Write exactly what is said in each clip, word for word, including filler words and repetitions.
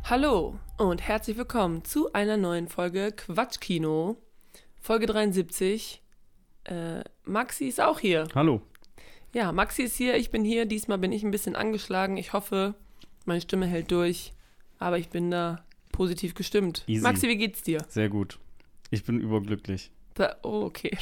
Hallo und herzlich willkommen zu einer neuen Folge Quatschkino, Folge dreiundsiebzig. Äh, Maxi ist auch hier. Hallo. Ja, Maxi ist hier, ich bin hier. Diesmal bin ich ein bisschen angeschlagen. Ich hoffe, meine Stimme hält durch, aber ich bin da positiv gestimmt. Easy. Maxi, wie geht's dir? Sehr gut. Ich bin überglücklich. Da, oh, okay.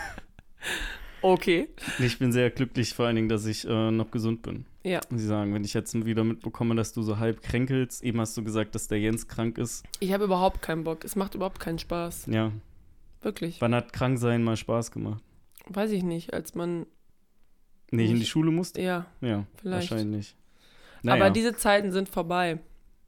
okay. Ich bin sehr glücklich, vor allen Dingen, dass ich äh, noch gesund bin. Ja. Sie sagen, wenn ich jetzt wieder mitbekomme, dass du so halb kränkelst, eben hast du gesagt, dass der Jens krank ist. Ich habe überhaupt keinen Bock. Es macht überhaupt keinen Spaß. Ja. Wirklich. Wann hat Kranksein mal Spaß gemacht? Weiß ich nicht, als man... Nicht, Nicht. in die Schule musste? Ja, Ja, vielleicht. wahrscheinlich. Aber Naja. diese Zeiten sind vorbei.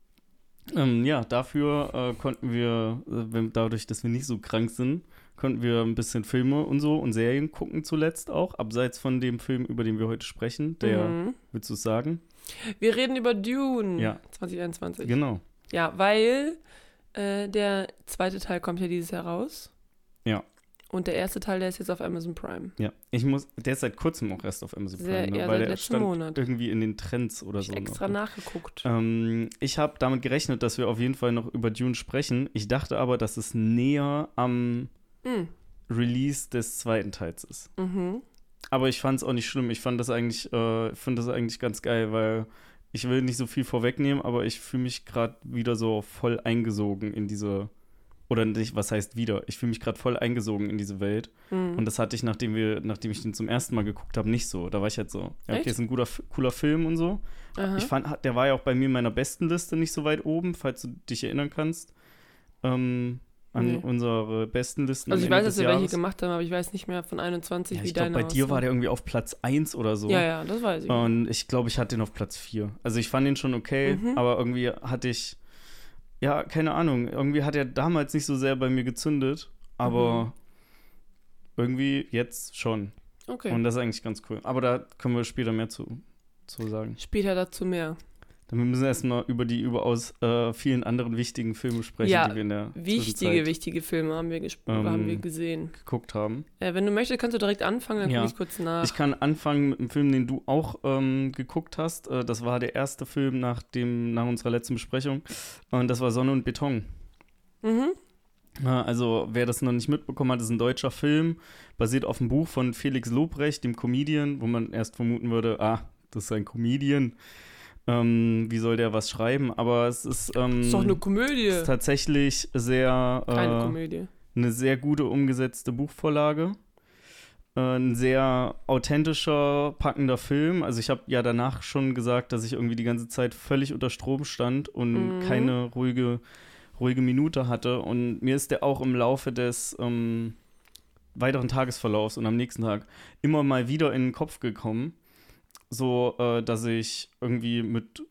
Ähm, ja, dafür äh, konnten wir, äh, wenn, dadurch, dass wir nicht so krank sind, konnten wir ein bisschen Filme und so und Serien gucken zuletzt auch, abseits von dem Film, über den wir heute sprechen. Der, Mhm. willst du es sagen? Wir reden über Dune Ja. zwanzig einundzwanzig. Genau. Ja, weil äh, der zweite Teil kommt ja dieses Jahr raus. Ja. Und der erste Teil, der ist jetzt auf Amazon Prime. Ja, ich muss, der ist seit kurzem auch erst auf Amazon Sehr- Prime, ne? ja, weil seit der letzten stand Monat. irgendwie in den Trends oder Ich so. extra noch. nachgeguckt. Ähm, ich habe damit gerechnet, dass wir auf jeden Fall noch über Dune sprechen. Ich dachte aber, dass es näher am Mhm. Release des zweiten Teils ist. Mhm. Aber ich fand es auch nicht schlimm. Ich fand das eigentlich, äh, finde das eigentlich ganz geil, weil ich will nicht so viel vorwegnehmen, aber ich fühle mich gerade wieder so voll eingesogen in diese, oder nicht, was heißt wieder? Ich fühle mich gerade voll eingesogen in diese Welt. Mhm. Und das hatte ich, nachdem wir, nachdem ich den zum ersten Mal geguckt habe, nicht so. Da war ich halt so, ja, okay, Echt? ist ein guter, cooler Film und so. Aha. Ich fand, der war ja auch bei mir in meiner besten Liste nicht so weit oben, falls du dich erinnern kannst. Ähm, an Nee. unsere besten Listen. Also am ich weiß, Ende dass des wir welche Jahres. gemacht haben, aber ich weiß nicht mehr von einundzwanzig, Ja, wie ich glaube, deine bei dir aussah. war der irgendwie auf Platz eins oder so. Ja, ja, das weiß ich. Und ich glaube, ich hatte den auf Platz vier. Also ich fand den schon okay, Mhm. aber irgendwie hatte ich, ja, keine Ahnung, irgendwie hat er damals nicht so sehr bei mir gezündet, aber Mhm. irgendwie jetzt schon. Okay. Und das ist eigentlich ganz cool. Aber da können wir später mehr zu, zu sagen. Später dazu mehr. Dann wir müssen erstmal über die überaus äh, vielen anderen wichtigen Filme sprechen, Ja, die wir in der Wichtige, Zwischenzeit wichtige Filme haben wir, gesp- Ähm, haben wir gesehen. geguckt haben. Äh, wenn du möchtest, kannst du direkt anfangen, dann Ja. gucke ich kurz nach. Ich kann anfangen mit einem Film, den du auch ähm, geguckt hast. Äh, das war der erste Film nach, dem, nach unserer letzten Besprechung. Und das war Sonne und Beton. Mhm. Äh, also, wer das noch nicht mitbekommen hat, ist ein deutscher Film, basiert auf einem Buch von Felix Lobrecht, dem Comedian, wo man erst vermuten würde, ah, das ist ein Comedian. Ähm, wie soll der was schreiben? Aber es ist, ähm, Das ist doch eine Komödie. ist tatsächlich sehr Keine äh, Komödie. eine sehr gute umgesetzte Buchvorlage. Äh, ein sehr authentischer, packender Film. Also ich habe ja danach schon gesagt, dass ich irgendwie die ganze Zeit völlig unter Strom stand und Mhm. keine ruhige, ruhige Minute hatte. Und mir ist der auch im Laufe des ähm, weiteren Tagesverlaufs und am nächsten Tag immer mal wieder in den Kopf gekommen. So, äh, dass ich irgendwie mit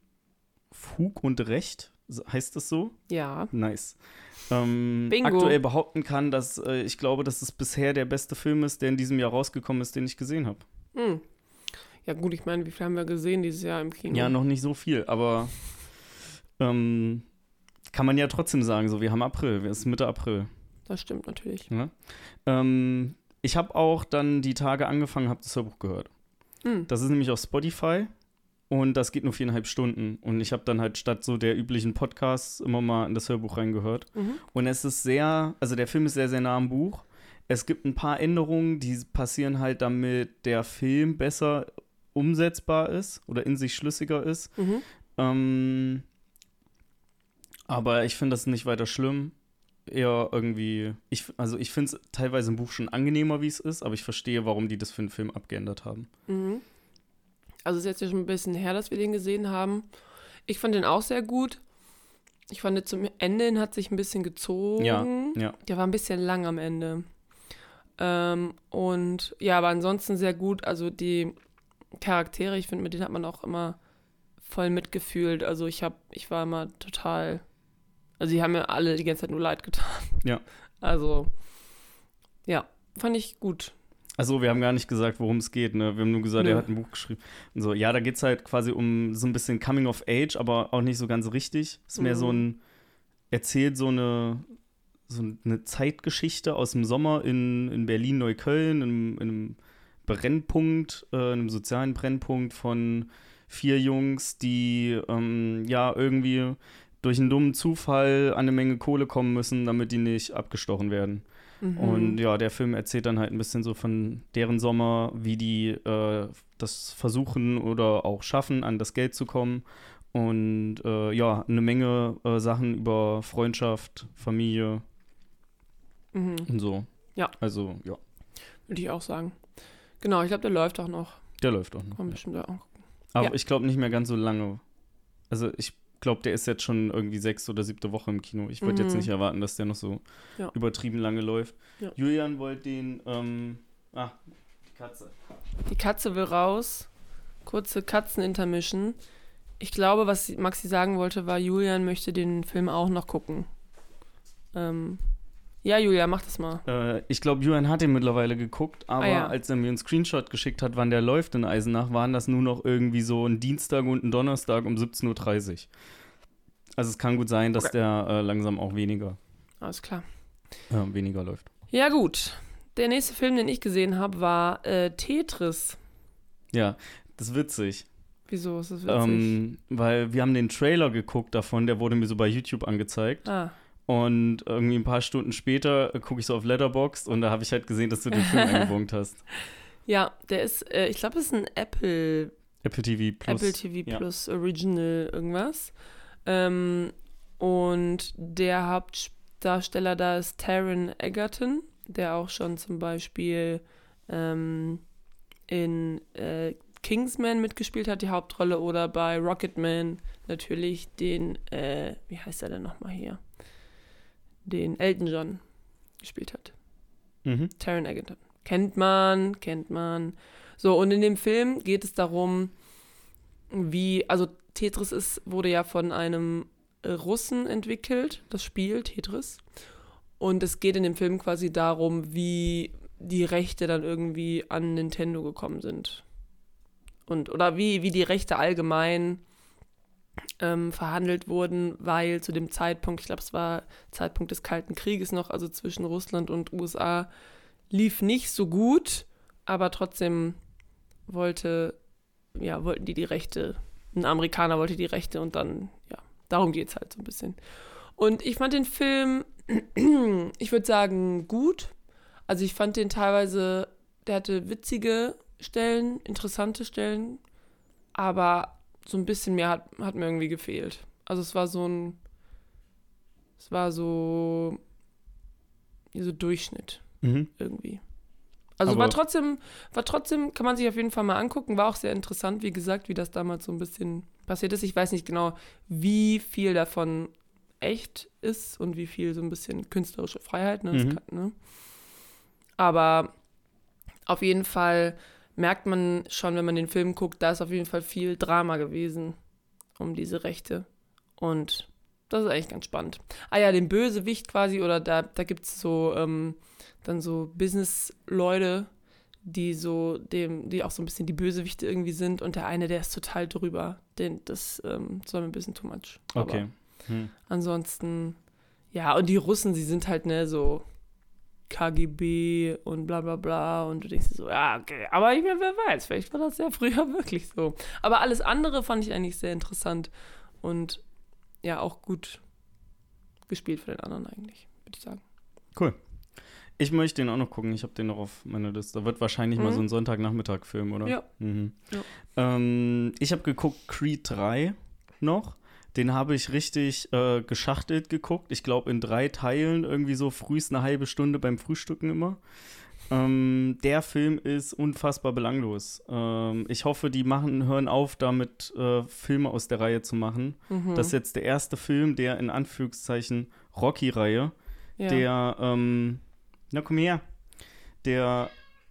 Fug und Recht, heißt das so? Ja. Nice. Ähm, Bingo. aktuell behaupten kann, dass äh, ich glaube, dass es bisher der beste Film ist, der in diesem Jahr rausgekommen ist, den ich gesehen habe. Hm. Ja gut, ich meine, wie viel haben wir gesehen dieses Jahr im Kino? Ja, noch nicht so viel, aber ähm, kann man ja trotzdem sagen, so, wir haben April, es ist Mitte April. Das stimmt natürlich. Ja? Ähm, ich habe auch dann die Tage angefangen, habe das Hörbuch gehört. Hm. Das ist nämlich auf Spotify und das geht nur viereinhalb Stunden. Und ich habe dann halt statt so der üblichen Podcasts immer mal in das Hörbuch reingehört. Mhm. Und es ist sehr, also der Film ist sehr, sehr nah am Buch. Es gibt ein paar Änderungen, die passieren halt, damit der Film besser umsetzbar ist oder in sich schlüssiger ist. Mhm. Ähm, aber ich finde das nicht weiter schlimm. Eher irgendwie, ich, also ich finde es teilweise im Buch schon angenehmer, wie es ist, aber ich verstehe, warum die das für den Film abgeändert haben. Mhm. Also es ist jetzt ja schon ein bisschen her, dass wir den gesehen haben. Ich fand den auch sehr gut. Ich fand, zum Ende hin hat sich ein bisschen gezogen. Ja, ja. Der war ein bisschen lang am Ende. Ähm, und ja, aber ansonsten sehr gut. Also die Charaktere, ich finde, mit denen hat man auch immer voll mitgefühlt. Also ich habe, ich war immer total, also die haben mir alle die ganze Zeit nur leid getan. Ja. Also, ja, fand ich gut. Also wir haben gar nicht gesagt, worum es geht, ne? Wir haben nur gesagt, Nö. er hat ein Buch geschrieben. Und so, ja, da geht es halt quasi um so ein bisschen Coming of Age, aber auch nicht so ganz richtig. Es ist mehr Mhm. so ein, erzählt so eine, so eine Zeitgeschichte aus dem Sommer in, in Berlin-Neukölln, in, in einem Brennpunkt, äh, einem sozialen Brennpunkt von vier Jungs, die ähm, ja irgendwie durch einen dummen Zufall an eine Menge Kohle kommen müssen, damit die nicht abgestochen werden. Mhm. Und ja, der Film erzählt dann halt ein bisschen so von deren Sommer, wie die äh, das versuchen oder auch schaffen, an das Geld zu kommen. Und äh, ja, eine Menge äh, Sachen über Freundschaft, Familie Mhm. und so. Ja. Also, ja, Würde ich auch sagen. Genau, ich glaube, der läuft auch noch. der läuft auch noch. Komm Ja. bestimmt auch. Aber Ja. ich glaube nicht mehr ganz so lange. Also ich glaube, der ist jetzt schon irgendwie sechste oder siebte Woche im Kino. Ich würde Mhm. jetzt nicht erwarten, dass der noch so Ja. übertrieben lange läuft. Ja. Julian wollte den, ähm, ah, die Katze. Die Katze will raus. Kurze Katzenintermission. Ich glaube, was Maxi sagen wollte, war, Julian möchte den Film auch noch gucken. Ähm, ja, Julia, mach das mal. Äh, ich glaube, Julian hat den mittlerweile geguckt, aber Ah, ja. als er mir einen Screenshot geschickt hat, wann der läuft in Eisenach, waren das nur noch irgendwie so ein Dienstag und ein Donnerstag um siebzehn Uhr dreißig. Also es kann gut sein, dass Okay. der äh, langsam auch weniger, Alles klar. äh, weniger läuft. Ja, gut. Der nächste Film, den ich gesehen habe, war äh, Tetris. Ja, das ist witzig. Wieso ist das witzig? Ähm, weil wir haben den Trailer geguckt davon, der wurde mir so bei YouTube angezeigt. ah, Und irgendwie ein paar Stunden später äh, gucke ich so auf Letterboxd und da habe ich halt gesehen, dass du den Film eingebunkt hast. ja, der ist, äh, ich glaube, es ist ein Apple, Apple T V Plus. Apple T V ja. Plus Original irgendwas. Ähm, und der Hauptdarsteller da ist Taron Egerton, der auch schon zum Beispiel ähm, in äh, Kingsman mitgespielt hat, die Hauptrolle, oder bei Rocketman natürlich den, äh, wie heißt er denn nochmal hier? Den Elton John gespielt hat. Mhm. Taron Egerton. Kennt man, kennt man. So, und in dem Film geht es darum, wie, also Tetris ist, wurde ja von einem Russen entwickelt, das Spiel Tetris. Und es geht in dem Film quasi darum, wie die Rechte dann irgendwie an Nintendo gekommen sind. Und, oder wie, wie die Rechte allgemein ähm, verhandelt wurden, weil zu dem Zeitpunkt, ich glaube, es war Zeitpunkt des Kalten Krieges noch, also zwischen Russland und U S A, lief nicht so gut, aber trotzdem wollte, ja, wollten die die Rechte, ein Amerikaner wollte die Rechte und dann, ja, darum geht es halt so ein bisschen. Und ich fand den Film, ich würde sagen, gut. Also ich fand den teilweise, der hatte witzige Stellen, interessante Stellen, aber so ein bisschen mehr hat, hat mir irgendwie gefehlt. Also es war so ein, es war so, so Durchschnitt Mhm. irgendwie. Also Aber- war trotzdem, war trotzdem, kann man sich auf jeden Fall mal angucken, war auch sehr interessant, wie gesagt, wie das damals so ein bisschen passiert ist. Ich weiß nicht genau, wie viel davon echt ist und wie viel so ein bisschen künstlerische Freiheit, ne? Das Mhm. kann, ne? Aber auf jeden Fall merkt man schon, wenn man den Film guckt, da ist auf jeden Fall viel Drama gewesen um diese Rechte. Und das ist eigentlich ganz spannend. Ah ja, den Bösewicht quasi, oder da, da gibt es so ähm, dann so Business-Leute, die so dem, die auch so ein bisschen die Bösewichte irgendwie sind, und der eine, der ist total drüber. Den, das ähm, das war mir ein bisschen too much. Aber Okay. Hm. ansonsten, ja, und die Russen, sie sind halt, ne, so K G B und bla bla bla, und du denkst dir so, ja, okay, aber ich meine, wer weiß, vielleicht war das ja früher wirklich so. Aber alles andere fand ich eigentlich sehr interessant und ja, auch gut gespielt von den anderen eigentlich, würde ich sagen. Cool. Ich möchte den auch noch gucken. Ich habe den noch auf meiner Liste. Wird wahrscheinlich Mhm. mal so ein Sonntagnachmittag-Film, oder? Ja. Mhm. Ja. Ähm, ich habe geguckt Creed drei noch. Den habe ich richtig äh, geschachtelt geguckt. Ich glaube in drei Teilen, irgendwie so frühest eine halbe Stunde beim Frühstücken immer. Ähm, der Film ist unfassbar belanglos. Ähm, ich hoffe, die machen, hören auf, damit äh, Filme aus der Reihe zu machen. Mhm. Das ist jetzt der erste Film, der in Anführungszeichen Rocky-Reihe, ja. der, ähm, na komm her, der,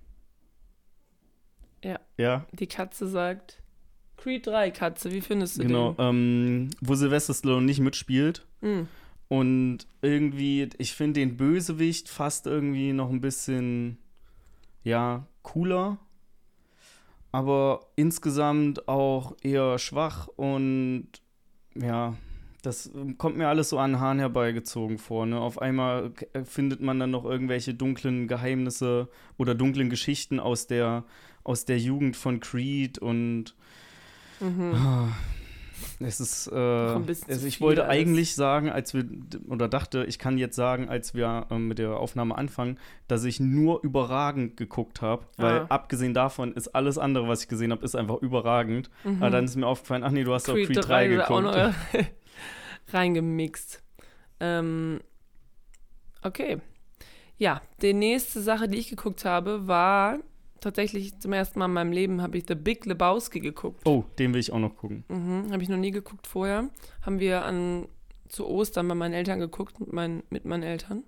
Ja. ja, Die Katze sagt, Creed drei, Katze, wie findest du genau, den? ähm, wo Sylvester Stallone nicht mitspielt. Mhm. Und irgendwie, ich finde den Bösewicht fast irgendwie noch ein bisschen, ja, cooler. Aber insgesamt auch eher schwach und ja, das kommt mir alles so an den Haaren herbeigezogen vor. Ne? Auf einmal k- findet man dann noch irgendwelche dunklen Geheimnisse oder dunklen Geschichten aus der, aus der Jugend von Creed und Mhm. ah, Es ist, äh, ein bisschen also zu ich viel wollte alles. eigentlich sagen, als wir, oder dachte, ich kann jetzt sagen, als wir ähm, mit der Aufnahme anfangen, dass ich nur überragend geguckt habe, weil Ah. abgesehen davon ist alles andere, was ich gesehen habe, ist einfach überragend. Mhm. Aber dann ist mir aufgefallen, ach nee, du hast doch Creed Creed drei drei auch geguckt. noch reingemixt. Ähm, okay. Ja, die nächste Sache, die ich geguckt habe, war tatsächlich zum ersten Mal in meinem Leben habe ich The Big Lebowski geguckt. Oh, den will ich auch noch gucken. Mhm, habe ich noch nie geguckt vorher. Haben wir an, zu Ostern bei meinen Eltern geguckt, mit, mein, mit meinen Eltern.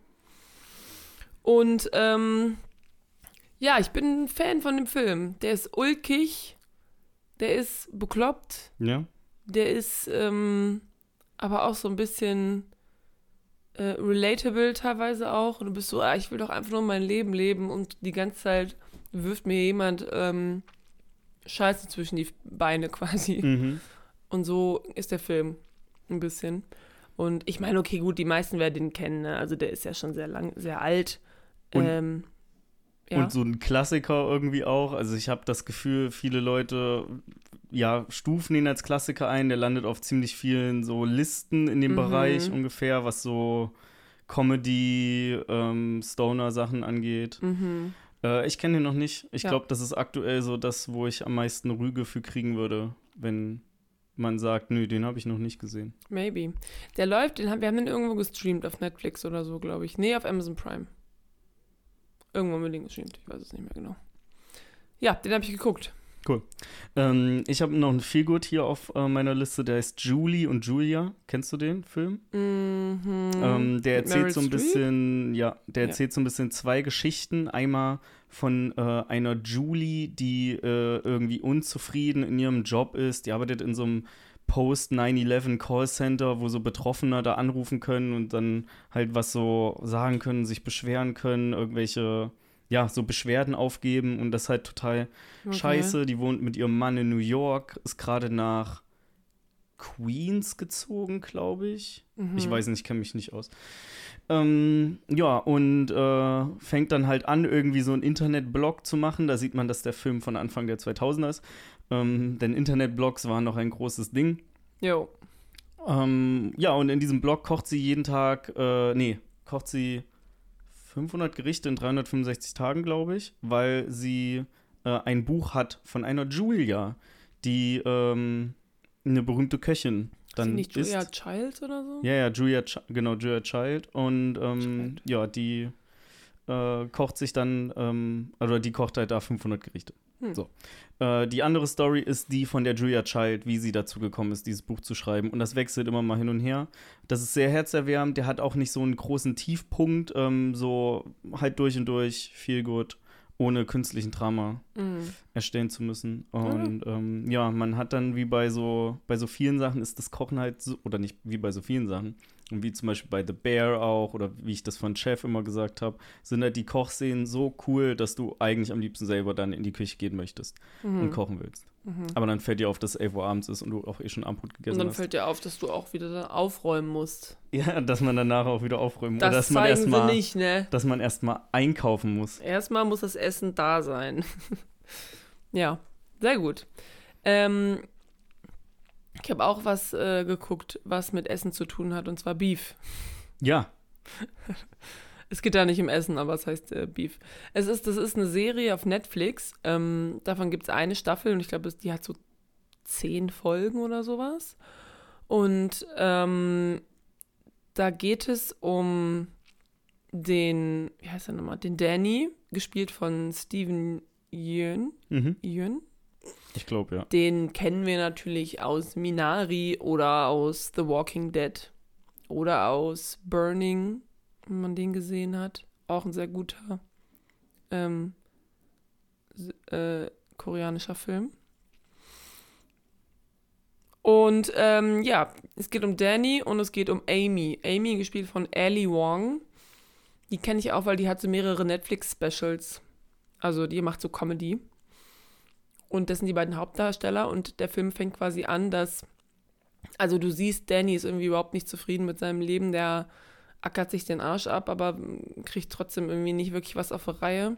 Und ähm, ja, ich bin ein Fan von dem Film. Der ist ulkig, der ist bekloppt, Ja? der ist ähm, aber auch so ein bisschen äh, relatable teilweise auch. Und du bist so, ah, ich will doch einfach nur mein Leben leben und die ganze Zeit wirft mir jemand ähm, Scheiße zwischen die Beine quasi. Mhm. Und so ist der Film ein bisschen. Und ich meine, okay, gut, die meisten werden den kennen, ne? Also der ist ja schon sehr lang, sehr alt. Und, ähm, ja. und so ein Klassiker irgendwie auch. Also ich habe das Gefühl, viele Leute ja, stufen ihn als Klassiker ein. Der landet auf ziemlich vielen so Listen in dem Mhm. Bereich ungefähr, was so Comedy, ähm, Stoner-Sachen angeht. Mhm. Äh, ich kenne den noch nicht. Ich Ja. glaube, das ist aktuell so das, wo ich am meisten Rüge für kriegen würde, wenn man sagt, nö, den habe ich noch nicht gesehen. Maybe. Der läuft, den haben, wir haben den irgendwo gestreamt auf Netflix oder so, glaube ich. Nee, auf Amazon Prime. Irgendwo haben wir den gestreamt, ich weiß es nicht mehr genau. Ja, den habe ich geguckt. Ähm, ich habe noch einen Feelgood hier auf äh, meiner Liste, der heißt Julie und Julia. Kennst du den Film? Mhm. Ähm, der Mit erzählt Meryl so ein Streep? bisschen, ja, der Ja. erzählt so ein bisschen zwei Geschichten. Einmal von äh, einer Julie, die äh, irgendwie unzufrieden in ihrem Job ist. Die arbeitet in so einem Post nine eleven Callcenter, wo so Betroffene da anrufen können und dann halt was so sagen können, sich beschweren können, irgendwelche, ja, so Beschwerden aufgeben und das ist halt total Okay. scheiße. Die wohnt mit ihrem Mann in New York, ist gerade nach Queens gezogen, glaube ich. Mhm. Ich weiß nicht, ich kenne mich nicht aus. Ähm, ja, und äh, fängt dann halt an, irgendwie so einen Internetblog zu machen. Da sieht man, dass der Film von Anfang der zweitausender ist. Ähm, denn Internetblogs waren noch ein großes Ding. Jo. Ähm, ja, und in diesem Blog kocht sie jeden Tag, äh, nee, kocht sie fünfhundert Gerichte in dreihundertfünfundsechzig Tagen, glaube ich, weil sie äh, ein Buch hat von einer Julia, die ähm, eine berühmte Köchin dann ist nicht Julia ist. Child oder so? Ja, ja, Julia, Ch- genau, Julia Child. Und ähm, Child. ja, die äh, kocht sich dann, ähm, oder die kocht halt da fünfhundert Gerichte. Hm. So. Äh, die andere Story ist die von der Julia Child, wie sie dazu gekommen ist, dieses Buch zu schreiben. Und das wechselt immer mal hin und her. Das ist sehr herzerwärmend. Der hat auch nicht so einen großen Tiefpunkt, ähm, so halt durch und durch, viel gut, ohne künstlichen Drama Mhm. erstellen zu müssen. Und ähm, ja, man hat dann wie bei so, bei so vielen Sachen ist das Kochen halt so, oder nicht wie bei so vielen Sachen, und wie zum Beispiel bei The Bear auch, oder wie ich das von Chef immer gesagt habe, sind halt die Kochszenen so cool, dass du eigentlich am liebsten selber dann in die Küche gehen möchtest Mhm. und kochen willst. Mhm. Aber dann fällt dir auf, dass es elf Uhr abends ist und du auch eh schon Abendbrot Und gegessen dann hast. fällt dir auf, dass du auch wieder dann aufräumen musst. Ja, dass man danach auch wieder aufräumen muss. Das Oder dass man zeigen erst sie mal, nicht, ne? dass man erstmal einkaufen muss. Erstmal muss das Essen da sein. Ja, sehr gut. Ähm, ich habe auch was äh, geguckt, was mit Essen zu tun hat, und zwar Beef. Ja, Es geht da nicht um Essen, aber es heißt äh, Beef. Es ist, das ist eine Serie auf Netflix. Ähm, davon gibt es eine Staffel und ich glaube, die hat so zehn Folgen oder sowas. Und ähm, da geht es um den, wie heißt er nochmal, den Danny, gespielt von Steven Yeun. mhm. Yeun. Ich glaube, ja. Den kennen wir natürlich aus Minari oder aus The Walking Dead oder aus Burning, wenn man den gesehen hat. Auch ein sehr guter ähm, s- äh, koreanischer Film. Und ähm, ja, es geht um Danny und es geht um Amy. Amy, gespielt von Ali Wong. Die kenne ich auch, weil die hat so mehrere Netflix-Specials. Also die macht so Comedy. Und das sind die beiden Hauptdarsteller. Und der Film fängt quasi an, dass, also du siehst, Danny ist irgendwie überhaupt nicht zufrieden mit seinem Leben. Der ackert sich den Arsch ab, aber kriegt trotzdem irgendwie nicht wirklich was auf die Reihe.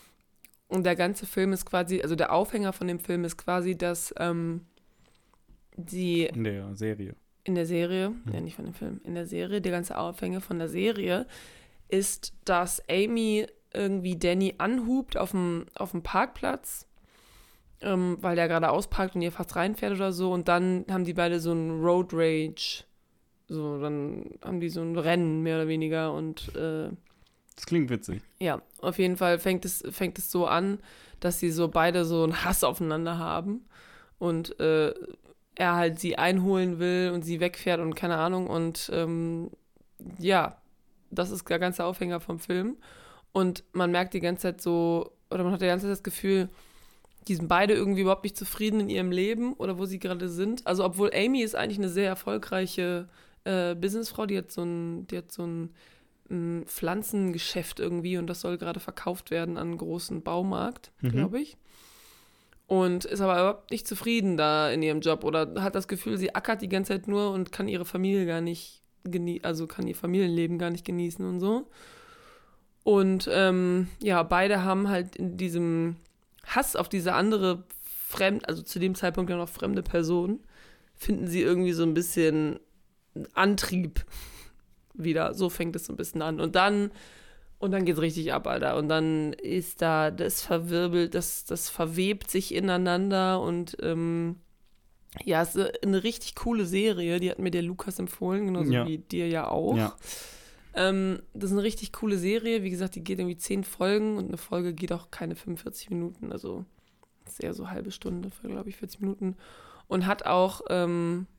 Und der ganze Film ist quasi, also der Aufhänger von dem Film ist quasi, dass, ähm, die In der Serie. in der Serie, Mhm. ja nicht von dem Film, in der Serie, der ganze Aufhänger von der Serie ist, dass Amy irgendwie Danny anhupt auf dem, auf dem Parkplatz, ähm, weil der gerade ausparkt und ihr fast reinfährt oder so, und dann haben die beide so ein Road Rage, so, dann haben die so ein Rennen mehr oder weniger und äh, Das klingt witzig. ja, auf jeden Fall fängt es, fängt es so an, dass sie so beide so einen Hass aufeinander haben und äh, er halt sie einholen will und sie wegfährt und keine Ahnung und ähm, ja, das ist der ganze Aufhänger vom Film und man merkt die ganze Zeit so, oder man hat die ganze Zeit das Gefühl, die sind beide irgendwie überhaupt nicht zufrieden in ihrem Leben oder wo sie gerade sind. Also obwohl Amy ist eigentlich eine sehr erfolgreiche äh, Businessfrau, die hat so ein, die hat so ein ein Pflanzengeschäft irgendwie und das soll gerade verkauft werden an einen großen Baumarkt, Mhm. glaube ich. Und ist aber überhaupt nicht zufrieden da in ihrem Job oder hat das Gefühl, sie ackert die ganze Zeit nur und kann ihre Familie gar nicht genießen, also kann ihr Familienleben gar nicht genießen und so. Und ähm, ja, beide haben halt in diesem Hass auf diese andere fremd, also zu dem Zeitpunkt ja noch fremde Person, finden sie irgendwie so ein bisschen Antrieb wieder. So fängt es so ein bisschen an. Und dann, und dann geht's richtig ab, Alter. Und dann ist da, das verwirbelt, das, das verwebt sich ineinander und ähm, ja, es ist eine richtig coole Serie. Die hat mir der Lukas empfohlen, genauso Ja. wie dir ja auch. Ja. Ähm, das ist eine richtig coole Serie. Wie gesagt, die geht irgendwie zehn Folgen und eine Folge geht auch keine fünfundvierzig Minuten. Also ist eher so eine halbe Stunde für, glaube ich, vierzig Minuten. Und hat auch, ähm,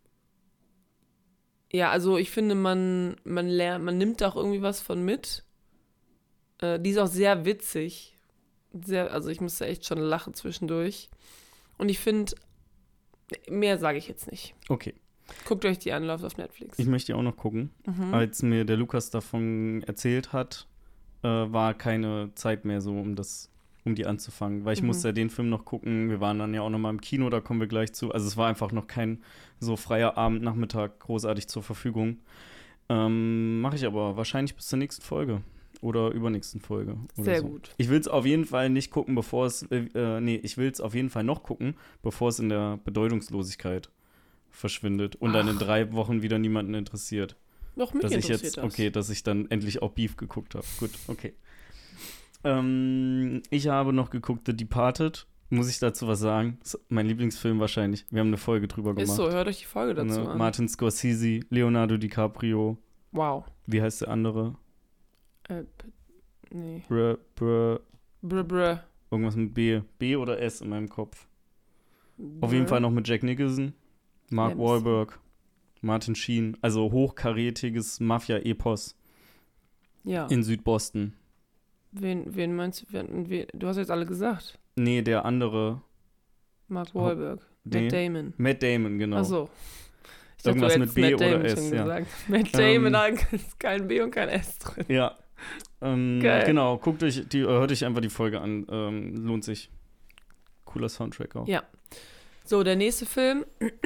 ja, also ich finde, man, man lernt, man nimmt auch irgendwie was von mit. Äh, die ist auch sehr witzig. Sehr, also ich musste echt schon lachen zwischendurch. Und ich finde, mehr sage ich jetzt nicht. Okay. Guckt euch die an, läuft auf Netflix. Ich möchte ja auch noch gucken. Mhm. Als mir der Lukas davon erzählt hat, äh, war keine Zeit mehr so, um das, um die anzufangen. Weil ich Mhm. musste ja den Film noch gucken. Wir waren dann ja auch noch mal im Kino, da kommen wir gleich zu. Also es war einfach noch kein so freier Abend, Nachmittag großartig zur Verfügung. Ähm, Mache ich aber wahrscheinlich bis zur nächsten Folge. Oder übernächsten Folge. Oder Sehr so. gut. Ich will es auf jeden Fall nicht gucken, bevor es, äh, äh, nee, ich will es auf jeden Fall noch gucken, bevor es in der Bedeutungslosigkeit verschwindet und dann in Ach. drei Wochen wieder niemanden interessiert. Noch mich Dass ich interessiert jetzt, das. okay, dass ich dann endlich auch Beef geguckt habe. Gut, okay. Ähm, ich habe noch geguckt The Departed. Muss ich dazu was sagen? Ist mein Lieblingsfilm wahrscheinlich. Wir haben eine Folge drüber gemacht. Ist so, hört euch die Folge dazu Ne? an. Martin Scorsese, Leonardo DiCaprio. Wow. Wie heißt der andere? Äh, p- nee. Brr, brr, Brr, brr. irgendwas mit B. B oder S in meinem Kopf. Auf jeden Fall noch mit Jack Nicholson, Mark Lems. Wahlberg, Martin Sheen. Also hochkarätiges Mafia-Epos Ja. in Südboston. Wen, wen meinst du? Wen, wen, du hast jetzt alle gesagt. Nee, der andere. Mark Oh, Wahlberg. nee. Matt Damon. Matt Damon, genau. Ach so. Ich dachte, Irgendwas du mit hättest B Matt oder Damon S, schon ja. gesagt. Matt Damon, Ähm, da ist kein B und kein S drin. Ja. Ähm, Geil. genau, guckt euch, die, hört euch einfach die Folge an. Ähm, lohnt sich. Cooler Soundtrack auch. Ja. So, der nächste Film,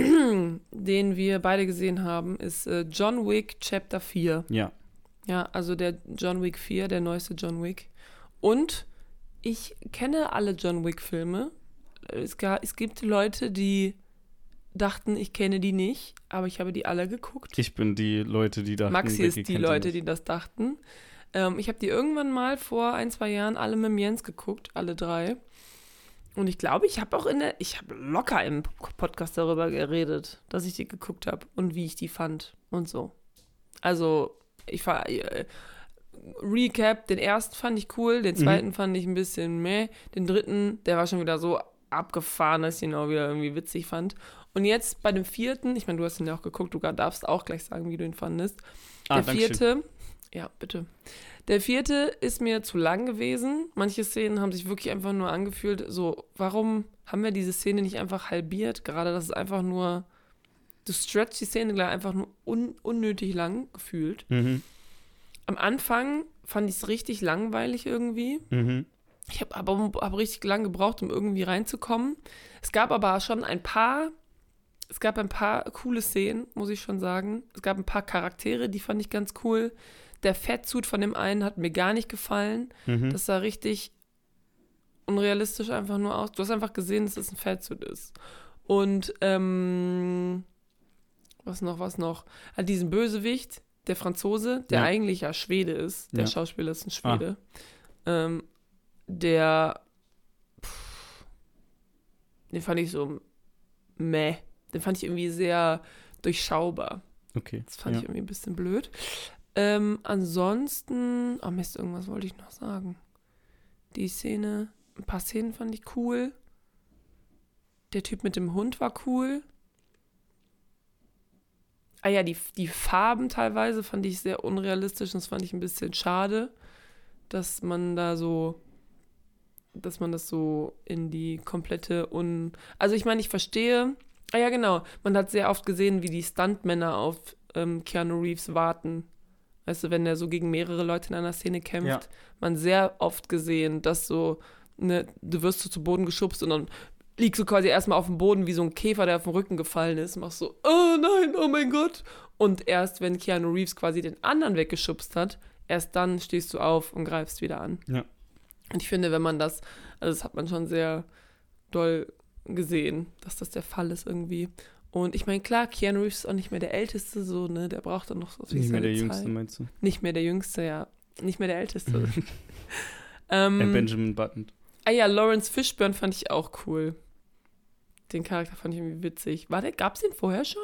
den wir beide gesehen haben, ist äh, John Wick Chapter vier. Ja. Ja, also der John Wick vier, der neueste John Wick. Und ich kenne alle John Wick-Filme. Es, ga- es gibt Leute, die dachten, ich kenne die nicht, aber ich habe die alle geguckt. Ich bin die Leute, die dachten, Maxi ist Becky die kennt Leute, nicht. die das dachten. Ähm, ich habe die irgendwann mal vor ein, zwei Jahren alle mit dem Jens geguckt, alle drei. Und ich glaube, ich habe auch in der, ich habe locker im Podcast darüber geredet, dass ich die geguckt habe und wie ich die fand und so. Also, ich war, äh, Recap, den ersten fand ich cool, den zweiten Mhm. fand ich ein bisschen meh, den dritten, der war schon wieder so abgefahren, dass ich ihn auch wieder irgendwie witzig fand. Und jetzt bei dem vierten, ich meine, du hast ihn ja auch geguckt, du darfst auch gleich sagen, wie du ihn fandest. Ah, Der Dankeschön. vierte, ja, bitte. Der vierte ist mir zu lang gewesen. Manche Szenen haben sich wirklich einfach nur angefühlt, so, warum haben wir diese Szene nicht einfach halbiert? Gerade das ist einfach nur, du stretchst die Szene gleich einfach nur un, unnötig lang gefühlt. Mhm. Am Anfang fand ich es richtig langweilig irgendwie. Mhm. Ich habe aber hab richtig lang gebraucht, um irgendwie reinzukommen. Es gab aber schon ein paar, es gab ein paar coole Szenen, muss ich schon sagen. Es gab ein paar Charaktere, die fand ich ganz cool. Der Fettsuit von dem einen hat mir gar nicht gefallen. Mhm. Das sah richtig unrealistisch einfach nur aus. Du hast einfach gesehen, dass es ein Fettsuit ist. Und, ähm, was noch, was noch? Hat diesen Bösewicht, der Franzose, der Ja. eigentlich ja Schwede ist, der Ja. Schauspieler ist ein Schwede, ah. ähm, der, pff, den fand ich so meh. Den fand ich irgendwie sehr durchschaubar. Okay. Das fand ja. ich irgendwie ein bisschen blöd. Ähm, ansonsten, oh Mist, irgendwas wollte ich noch sagen. Die Szene, ein paar Szenen fand ich cool. Der Typ mit dem Hund war cool. Ah ja, die, die Farben teilweise fand ich sehr unrealistisch. Das fand ich ein bisschen schade, dass man da so, dass man das so in die komplette Un... Also ich meine, ich verstehe... Ah ja, genau. Man hat sehr oft gesehen, wie die Stuntmänner auf ähm, Keanu Reeves warten. Weißt du, wenn er so gegen mehrere Leute in einer Szene kämpft, Ja. man sehr oft gesehen, dass so, ne, du wirst so zu Boden geschubst und dann liegst du quasi erstmal auf dem Boden wie so ein Käfer, der auf den Rücken gefallen ist, machst so, oh nein, oh mein Gott. Und erst wenn Keanu Reeves quasi den anderen weggeschubst hat, erst dann stehst du auf und greifst wieder an. Ja. Und ich finde, wenn man das, also das hat man schon sehr doll gesehen, dass das der Fall ist irgendwie. Und ich meine, klar, Keanu Reeves ist auch nicht mehr der Älteste, so, ne, der braucht dann noch so Nicht mehr der Zeit. Jüngste, meinst du? Nicht mehr der Jüngste, ja. Nicht mehr der Älteste. ähm, Äh, Benjamin Button. Ah ja, Lawrence Fishburne fand ich auch cool. Den Charakter fand ich irgendwie witzig. War der, gab's den vorher schon?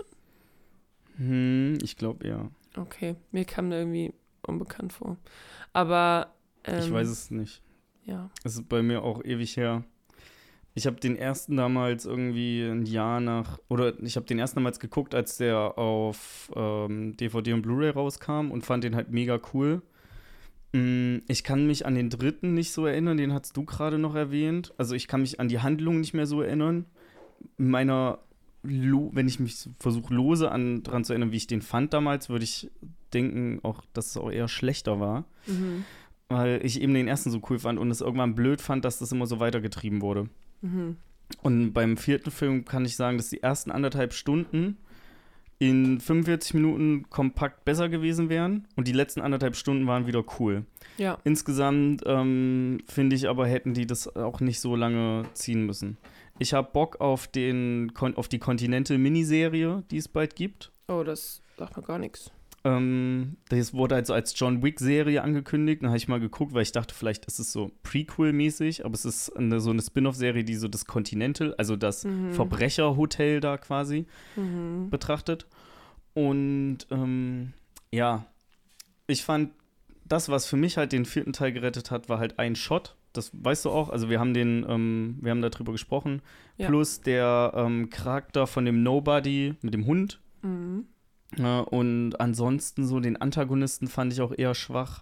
Hm, ich glaube, ja. Okay, mir kam der irgendwie unbekannt vor. Aber, ähm, Ich weiß es nicht. Ja. Es ist bei mir auch ewig her. Ich habe den ersten damals irgendwie ein Jahr nach, oder ich habe den ersten damals geguckt, als der auf ähm, D V D und Blu-ray rauskam und fand den halt mega cool. Mm, Ich kann mich an den dritten nicht so erinnern, den hast du gerade noch erwähnt. Also ich kann mich an die Handlung nicht mehr so erinnern. Meiner, Lo- wenn ich mich versuche lose an, daran zu erinnern, wie ich den fand damals, würde ich denken, auch, dass es auch eher schlechter war. Mhm. Weil ich eben den ersten so cool fand und es irgendwann blöd fand, dass das immer so weitergetrieben wurde. Mhm. Und beim vierten Film kann ich sagen, dass die ersten anderthalb Stunden in fünfundvierzig Minuten kompakt besser gewesen wären und die letzten anderthalb Stunden waren wieder cool. Ja. Insgesamt ähm, finde ich aber, hätten die das auch nicht so lange ziehen müssen. Ich habe Bock auf, den, auf die Continental-Miniserie, die es bald gibt. Oh, das sagt mir gar nichts. Ähm, das wurde also als John Wick-Serie angekündigt. Da habe ich mal geguckt, weil ich dachte, vielleicht ist es so Prequel-mäßig, aber es ist eine, so eine Spin-off-Serie, die so das Continental, also das Mhm. Verbrecherhotel da quasi Mhm. betrachtet. Und ähm, ja, ich fand, das, was für mich halt den vierten Teil gerettet hat, war halt ein Shot. Das weißt du auch. Also wir haben den, ähm, wir haben darüber gesprochen. Ja. Plus der ähm, Charakter von dem Nobody mit dem Hund. Mhm. Ja, und ansonsten so den Antagonisten fand ich auch eher schwach.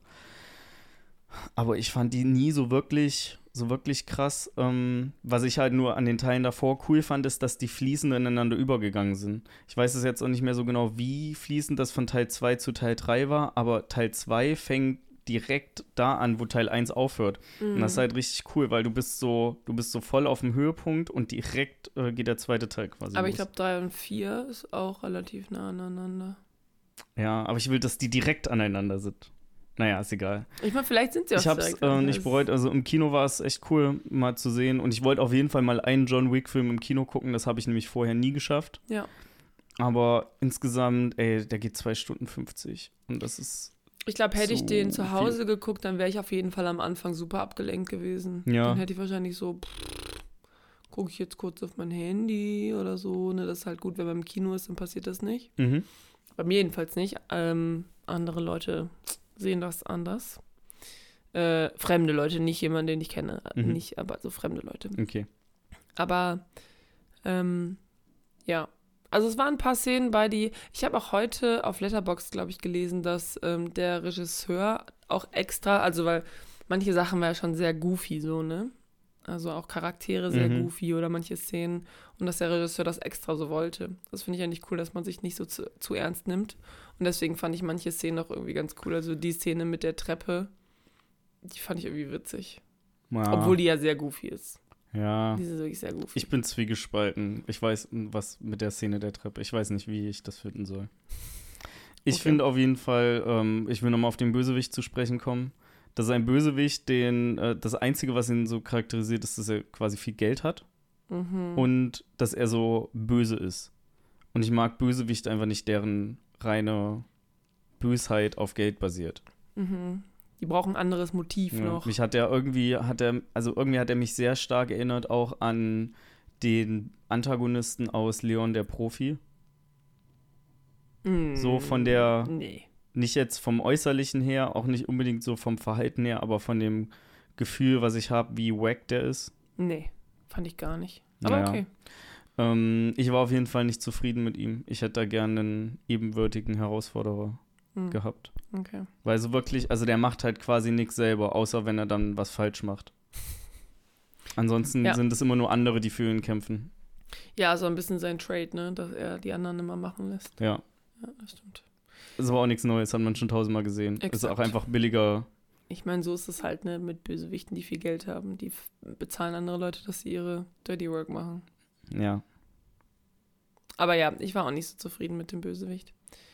Aber ich fand die nie so wirklich, so wirklich krass. Ähm, was ich halt nur an den Teilen davor cool fand, ist, dass die fließend ineinander übergegangen sind. Ich weiß es jetzt auch nicht mehr so genau, wie fließend das von Teil zwei zu Teil drei war, aber Teil zwei fängt direkt da an, wo Teil eins aufhört. Mhm. Und das ist halt richtig cool, weil du bist so, du bist so voll auf dem Höhepunkt und direkt äh, geht der zweite Teil quasi Aber los. ich glaube, drei und vier ist auch relativ nah aneinander. Ja, aber ich will, dass die direkt aneinander sind. Naja, ist egal. Ich meine, vielleicht sind sie auch Ich hab's direkt äh, aneinander. nicht bereut. Also im Kino war es echt cool, mal zu sehen. Und ich wollte auf jeden Fall mal einen John Wick-Film im Kino gucken. Das habe ich nämlich vorher nie geschafft. Ja. Aber insgesamt, ey, der geht zwei Stunden fünfzig. Und das ist Ich glaube, hätte ich so den zu Hause viel. geguckt, dann wäre ich auf jeden Fall am Anfang super abgelenkt gewesen. Ja. Dann hätte ich wahrscheinlich so, gucke ich jetzt kurz auf mein Handy oder so. Ne? Das ist halt gut, wenn man im Kino ist, dann passiert das nicht. Mhm. Bei mir jedenfalls nicht. Ähm, andere Leute sehen das anders. Äh, fremde Leute, nicht jemand, den ich kenne. Mhm. Nicht, aber so fremde Leute. Okay. Aber, ähm, ja. Also es waren ein paar Szenen bei, die, ich habe auch heute auf Letterboxd, glaube ich, gelesen, dass ähm, der Regisseur auch extra, also weil manche Sachen war ja schon sehr goofy so, ne? Also auch Charaktere sehr Mhm. goofy oder manche Szenen und dass der Regisseur das extra so wollte. Das finde ich eigentlich cool, dass man sich nicht so zu, zu ernst nimmt. Und deswegen fand ich manche Szenen auch irgendwie ganz cool. Also die Szene mit der Treppe, die fand ich irgendwie witzig. Ja. Obwohl die ja sehr goofy ist. Ja. Die ist wirklich sehr goofy. Ich bin zwiegespalten. Ich weiß, was mit der Szene der Treppe. Ich weiß nicht, wie ich das finden soll. Ich Okay. finde auf jeden Fall, ähm, ich will nochmal auf den Bösewicht zu sprechen kommen. Das ist ein Bösewicht, den, äh, das Einzige, was ihn so charakterisiert, ist, dass er quasi viel Geld hat. Mhm. und dass er so böse ist. Und ich mag Bösewichte einfach nicht, deren reine Bösheit auf Geld basiert. Mhm. Die brauchen ein anderes Motiv Ja, noch. mich hat er irgendwie, hat er, also irgendwie hat er mich sehr stark erinnert auch an den Antagonisten aus Leon der Profi. Mm, So von der, Nee. nicht jetzt vom Äußerlichen her, auch nicht unbedingt so vom Verhalten her, aber von dem Gefühl, was ich habe, wie wack der ist. Nee, fand ich gar nicht. Aber Naja. okay. Ähm, ich war auf jeden Fall nicht zufrieden mit ihm. Ich hätte da gerne einen ebenwürdigen Herausforderer Hm. gehabt. Okay. Weil so wirklich, also der macht halt quasi nichts selber, außer wenn er dann was falsch macht. Ansonsten Ja. sind es immer nur andere, die für ihn kämpfen. Ja, so ein bisschen sein Trade, ne? Dass er die anderen immer machen lässt. Ja. Ja, das stimmt. Das war auch nichts Neues, hat man schon tausendmal gesehen. Exakt. Ist auch einfach billiger. Ich meine, so ist es halt, ne? Mit Bösewichten, die viel Geld haben. Die f- bezahlen andere Leute, dass sie ihre Dirty Work machen. Ja. Aber ja, ich war auch nicht so zufrieden mit dem Bösewicht.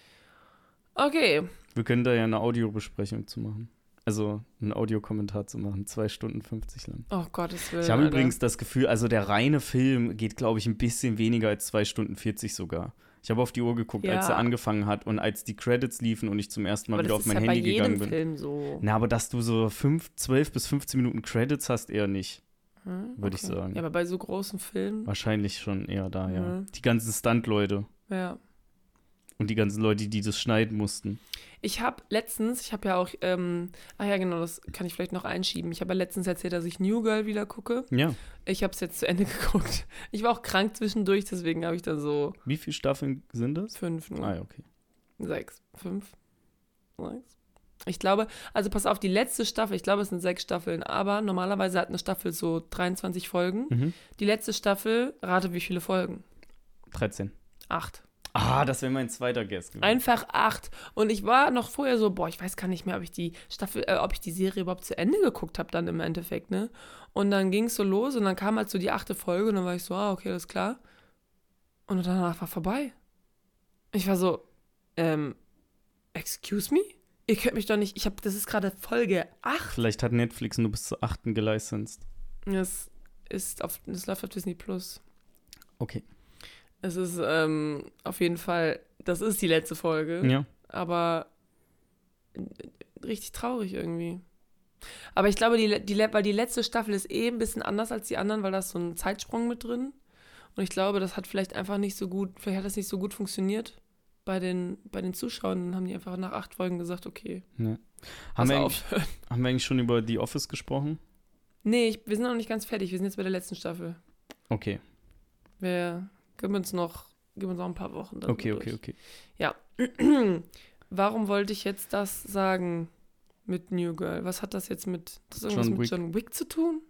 Okay. Wir können da ja eine Audiobesprechung zu machen. Also einen Audiokommentar zu machen. zwei Stunden fünfzig lang. Oh Gottes Willen. Ich habe Alter. übrigens das Gefühl, also der reine Film geht, glaube ich, ein bisschen weniger als zwei Stunden vierzig sogar. Ich habe auf die Uhr geguckt, Ja. als er angefangen hat und als die Credits liefen und ich zum ersten Mal Aber wieder das auf ist mein ja Handy bei gegangen jedem bin. Film so. Na, aber dass du so fünf, zwölf bis fünfzehn Minuten Credits hast, eher nicht. Hm, würde ich sagen. Ja, aber bei so großen Filmen. Wahrscheinlich schon eher da, ja. Mhm. Die ganzen Stunt-Leute Ja. und die ganzen Leute, die das schneiden mussten. Ich habe letztens, ich habe ja auch, ähm, ach ja, genau, das kann ich vielleicht noch einschieben. Ich habe ja letztens erzählt, dass ich New Girl wieder gucke. Ja. Ich habe es jetzt zu Ende geguckt. Ich war auch krank zwischendurch, deswegen habe ich dann so Wie viele Staffeln sind das? fünf, nur. Ah, ja, okay. Sechs, fünf, sechs. Ich glaube, also pass auf, die letzte Staffel, ich glaube, es sind sechs Staffeln, aber normalerweise hat eine Staffel so dreiundzwanzig Folgen. Mhm. Die letzte Staffel, rate wie viele Folgen? dreizehn. Acht. Ah, das wäre mein zweiter Guess gewesen. Einfach acht. Und ich war noch vorher so, boah, ich weiß gar nicht mehr, ob ich die Staffel, äh, ob ich die Serie überhaupt zu Ende geguckt habe dann im Endeffekt, ne? Und dann ging es so los und dann kam halt so die achte Folge und dann war ich so, ah, okay, alles klar. Und danach war vorbei. Ich war so, ähm, excuse me? Ihr könnt mich doch nicht, ich habe, das ist gerade Folge acht. Vielleicht hat Netflix nur bis zur achten gelicensed. Das ist auf, das läuft auf Disney Plus. Okay. Es ist ähm, auf jeden Fall, das ist die letzte Folge. Ja. Aber richtig traurig irgendwie. Aber ich glaube, die, die, weil die letzte Staffel ist eh ein bisschen anders als die anderen, weil da ist so ein Zeitsprung mit drin. Und ich glaube, das hat vielleicht einfach nicht so gut, vielleicht hat das nicht so gut funktioniert bei den, bei den Zuschauern. Dann haben die einfach nach acht Folgen gesagt, okay, Ja. pass Haben, wir auf. eigentlich, haben wir eigentlich schon über The Office gesprochen? Nee, ich, wir sind noch nicht ganz fertig. Wir sind jetzt bei der letzten Staffel. Okay. Wir geben uns noch, geben uns noch ein paar Wochen. Dann Okay, so okay, durch. okay. Ja. Warum wollte ich jetzt das sagen mit New Girl? Was hat das jetzt mit, das irgendwas John mit Wick. John Wick zu tun?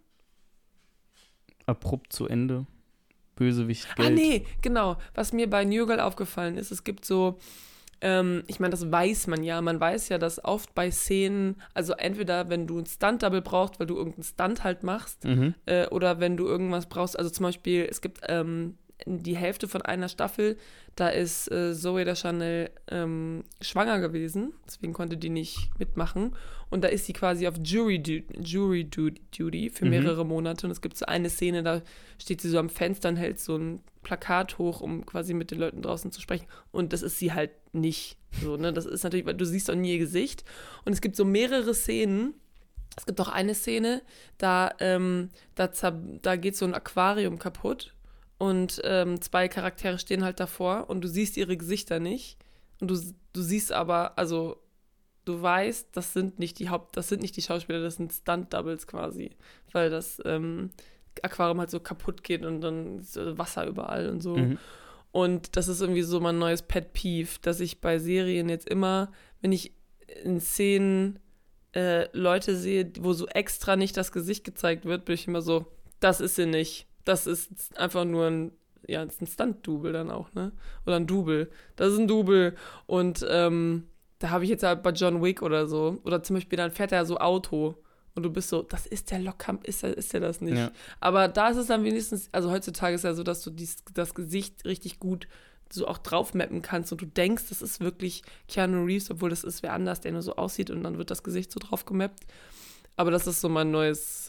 Abrupt zu Ende. Bösewicht, Geld. Ah, nee, genau. Was mir bei New Girl aufgefallen ist, es gibt so, ähm, ich meine, das weiß man ja. Man weiß ja, dass oft bei Szenen, also entweder, wenn du ein Stunt-Double brauchst, weil du irgendeinen Stunt halt machst, Mhm. äh, oder wenn du irgendwas brauchst, also zum Beispiel, es gibt ähm, die Hälfte von einer Staffel, da ist äh, Zoe de Chanel ähm, schwanger gewesen, deswegen konnte die nicht mitmachen. Und da ist sie quasi auf Jury, du Jury du Duty für Mhm. mehrere Monate. Und es gibt so eine Szene, da steht sie so am Fenster und hält so ein Plakat hoch, um quasi mit den Leuten draußen zu sprechen. Und das ist sie halt nicht. So, ne? Das ist natürlich, weil du siehst auch nie ihr Gesicht. Und es gibt so mehrere Szenen. Es gibt auch eine Szene, da, ähm, da, da geht so ein Aquarium kaputt. Und ähm, zwei Charaktere stehen halt davor und du siehst ihre Gesichter nicht. Und du, du siehst aber, also du weißt, das sind nicht die Haupt, das sind nicht die Schauspieler, das sind Stunt-Doubles quasi. Weil das ähm, Aquarium halt so kaputt geht und dann ist Wasser überall und so. Mhm. Und das ist irgendwie so mein neues Pet-Peeve, dass ich bei Serien jetzt immer, wenn ich in Szenen äh, Leute sehe, wo so extra nicht das Gesicht gezeigt wird, bin ich immer so, das ist sie nicht. Das ist einfach nur ein, ja, das ist ein Stunt-Double dann auch, ne? Oder ein Double. Das ist ein Double. Und ähm, da habe ich jetzt halt bei John Wick oder so, oder zum Beispiel, dann fährt er so Auto und du bist so, das ist der Lockkamp, ist er, ist der das nicht? Ja. Aber da ist es dann wenigstens, also heutzutage ist ja so, dass du dies, das Gesicht richtig gut so auch drauf mappen kannst und du denkst, das ist wirklich Keanu Reeves, obwohl das ist wer anders, der nur so aussieht und dann wird das Gesicht so drauf gemappt. Aber das ist so mein neues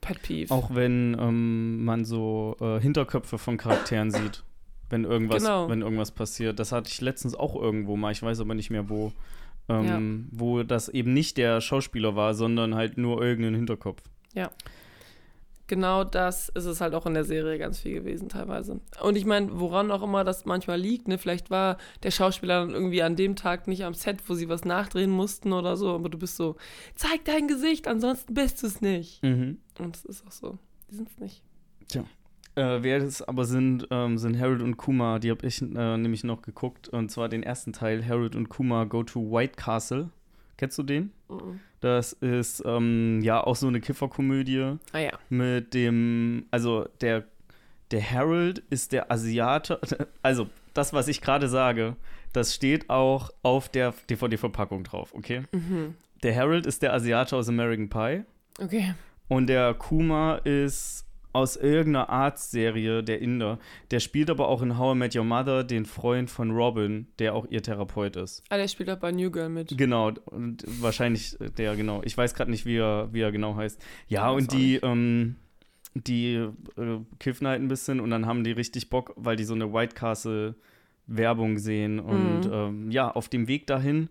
Pet Peeve. Auch wenn ähm, man so äh, Hinterköpfe von Charakteren sieht, wenn irgendwas, Genau. wenn irgendwas passiert. Das hatte ich letztens auch irgendwo mal, ich weiß aber nicht mehr wo, ähm, ja. wo das eben nicht der Schauspieler war, sondern halt nur irgendein Hinterkopf. Ja. Genau das ist es halt auch in der Serie ganz viel gewesen teilweise. Und ich meine, woran auch immer das manchmal liegt, ne? Vielleicht war der Schauspieler dann irgendwie an dem Tag nicht am Set, wo sie was nachdrehen mussten oder so, aber du bist so, zeig dein Gesicht, ansonsten bist du es nicht. Mhm. Und es ist auch so, die sind es nicht. Tja. Äh, wer das aber sind, ähm, sind Harold und Kumar, die habe ich äh, nämlich noch geguckt, und zwar den ersten Teil, Harold und Kumar Go to White Castle. Kennst du den? Mhm. Das ist ähm, ja auch so eine Kifferkomödie. Ah ja. Mit dem, also der, der Harold ist der Asiate, also das, was ich gerade sage, das steht auch auf der D V D-Verpackung drauf, okay? Mhm. Der Harold ist der Asiate aus American Pie. Okay. Und der Kumar ist aus irgendeiner Arztserie, der Inder. Der spielt aber auch in How I Met Your Mother den Freund von Robin, der auch ihr Therapeut ist. Ah, der spielt auch bei New Girl mit. Genau, und wahrscheinlich der, genau. Ich weiß gerade nicht, wie er, wie er genau heißt. Ja, Ich weiß und die, ähm, die äh, kiffen halt ein bisschen und dann haben die richtig Bock, weil die so eine White Castle-Werbung sehen. Und Mhm. ähm, ja, auf dem Weg dahin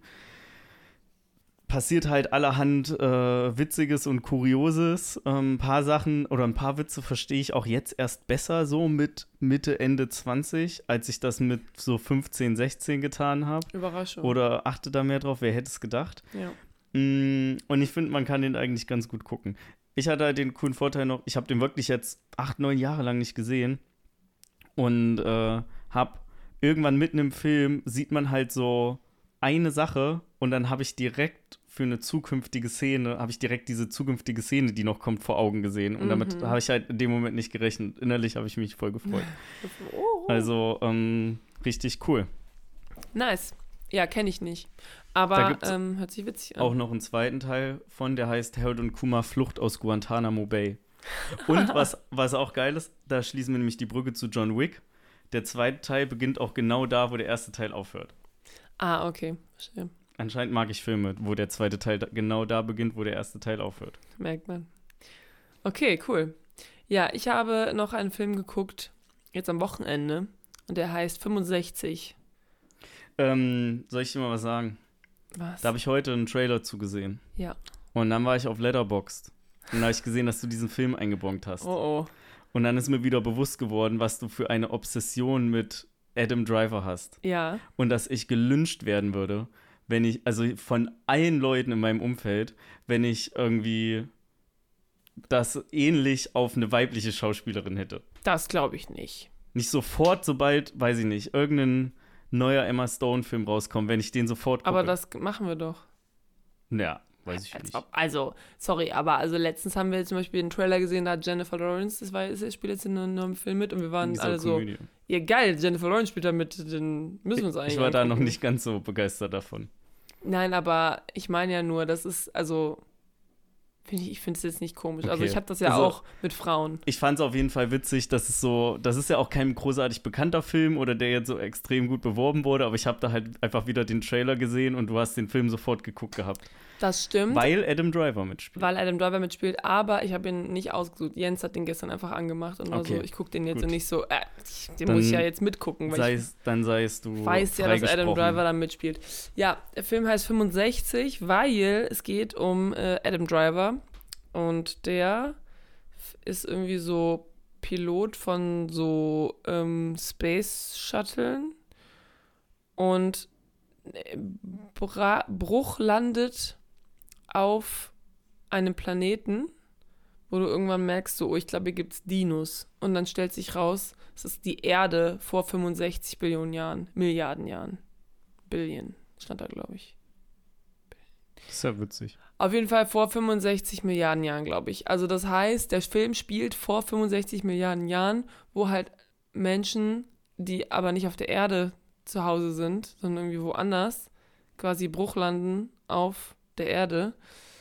passiert halt allerhand äh, Witziges und Kurioses. Ein ähm, paar Sachen oder ein paar Witze verstehe ich auch jetzt erst besser, so mit Mitte, Ende zwanzig, als ich das mit so fünfzehn, sechzehn getan habe. Überraschung. Oder achte da mehr drauf, wer hätte es gedacht. Ja. Mm, und ich finde, man kann den eigentlich ganz gut gucken. Ich hatte halt den coolen Vorteil noch, ich habe den wirklich jetzt acht, neun Jahre lang nicht gesehen. Und äh, habe irgendwann mitten im Film, sieht man halt so eine Sache und dann habe ich direkt für eine zukünftige Szene, habe ich direkt diese zukünftige Szene, die noch kommt, vor Augen gesehen. Und damit Mhm. habe ich halt in dem Moment nicht gerechnet. Innerlich habe ich mich voll gefreut. Oh. Also, ähm, richtig cool. Nice. Ja, kenne ich nicht. Da Aber gibt's ähm, hört sich witzig an. Auch noch einen zweiten Teil von, der heißt Harold und Kumar Flucht aus Guantanamo Bay. Und was, was auch geil ist, da schließen wir nämlich die Brücke zu John Wick. Der zweite Teil beginnt auch genau da, wo der erste Teil aufhört. Ah, okay. Verstehe. Anscheinend mag ich Filme, wo der zweite Teil da, genau da beginnt, wo der erste Teil aufhört. Merkt man. Okay, cool. Ja, ich habe noch einen Film geguckt, jetzt am Wochenende, und der heißt fünfundsechzig. Ähm, soll ich dir mal was sagen? Was? Da habe ich heute einen Trailer zugesehen. Ja. Und dann war ich auf Letterboxd. Und da habe ich gesehen, dass du diesen Film eingebongt hast. Oh, oh. Und dann ist mir wieder bewusst geworden, was du für eine Obsession mit Adam Driver hast. Ja. Und dass ich gelyncht werden würde, wenn ich, also von allen Leuten in meinem Umfeld, wenn ich irgendwie das ähnlich auf eine weibliche Schauspielerin hätte. Das glaube ich nicht. Nicht sofort, sobald, weiß ich nicht, irgendein neuer Emma Stone-Film rauskommt, wenn ich den sofort gucke. Aber das machen wir doch. Ja, weiß ich Als nicht. ob, also, sorry, aber also letztens haben wir zum Beispiel einen Trailer gesehen, da hat Jennifer Lawrence, das war, ist, spielt jetzt in einem neuen Film mit, und wir waren Diese alle so, Komödie. ja geil, Jennifer Lawrence spielt da mit, den müssen wir uns eigentlich Ich war da noch angucken. nicht ganz so begeistert davon. Nein, aber ich meine ja nur, das ist, also, find ich, ich finde es jetzt nicht komisch. Also Okay. ich habe das ja Also- auch mit Frauen. Ich fand es auf jeden Fall witzig, dass es so, das ist ja auch kein großartig bekannter Film oder der jetzt so extrem gut beworben wurde, aber ich habe da halt einfach wieder den Trailer gesehen und du hast den Film sofort geguckt gehabt. Das stimmt, weil, Weil Adam Driver mitspielt. Adam Driver mitspielt, aber ich habe ihn nicht ausgesucht. Jens hat den gestern einfach angemacht und war Okay, so, ich gucke den jetzt gut. und nicht so, äh, den Dann muss ich ja jetzt mitgucken, weil Sei ich es, dann sei es du weiß ja, dass Adam freigesprochen. Driver da mitspielt. Ja, der Film heißt fünfundsechzig, weil es geht um äh, Adam Driver und der f- ist irgendwie so Pilot von so ähm, Space Shuttlen und äh, Bra Bruch landet auf einem Planeten, wo du irgendwann merkst, so, oh, ich glaube, hier gibt es Dinos. Und dann stellt sich raus, es ist die Erde vor fünfundsechzig Billionen Jahren, Milliarden Jahren. Billion, stand da, glaube ich. Das ist ja witzig. Auf jeden Fall vor fünfundsechzig Milliarden Jahren, glaube ich. Also das heißt, der Film spielt vor fünfundsechzig Milliarden Jahren, wo halt Menschen, die aber nicht auf der Erde zu Hause sind, sondern irgendwie woanders, quasi Bruch landen auf der Erde.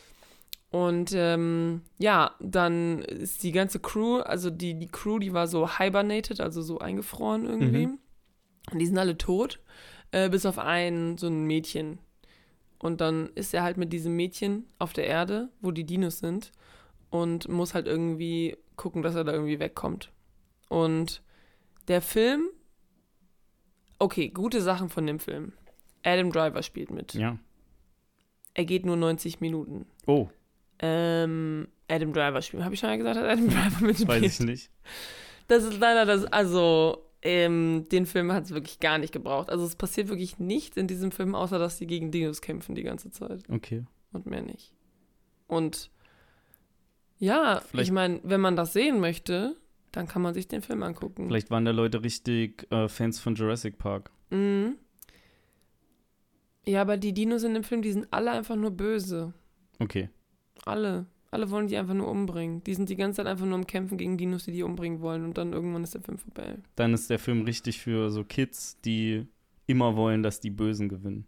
Und ähm, ja, dann ist die ganze Crew, also die, die Crew, die war so hibernated, also so eingefroren irgendwie. Mhm. Und die sind alle tot, äh, bis auf ein, so ein Mädchen. Und dann ist er halt mit diesem Mädchen auf der Erde, wo die Dinos sind. und muss halt irgendwie gucken, dass er da irgendwie wegkommt. Und der Film, okay, gute Sachen von dem Film. Adam Driver spielt mit. Ja. Er geht nur neunzig Minuten. Oh. Ähm, Adam Driver spielt. Habe ich schon mal gesagt, dass Adam Driver mitspielt? Weiß ich nicht. Das ist leider das, also, ähm, den Film hat es wirklich gar nicht gebraucht. Also es passiert wirklich nichts in diesem Film, außer dass die gegen Dinos kämpfen die ganze Zeit. Okay. Und mehr nicht. Und ja, Vielleicht- ich meine, wenn man das sehen möchte, dann kann man sich den Film angucken. Vielleicht waren da Leute richtig äh, Fans von Jurassic Park. Mhm. Ja, aber die Dinos in dem Film, die sind alle einfach nur böse. Okay. Alle. Alle wollen die einfach nur umbringen. Die sind die ganze Zeit einfach nur am Kämpfen gegen Dinos, die die umbringen wollen. Und dann irgendwann ist der Film vorbei. Dann ist der Film richtig für so Kids, die immer wollen, dass die Bösen gewinnen.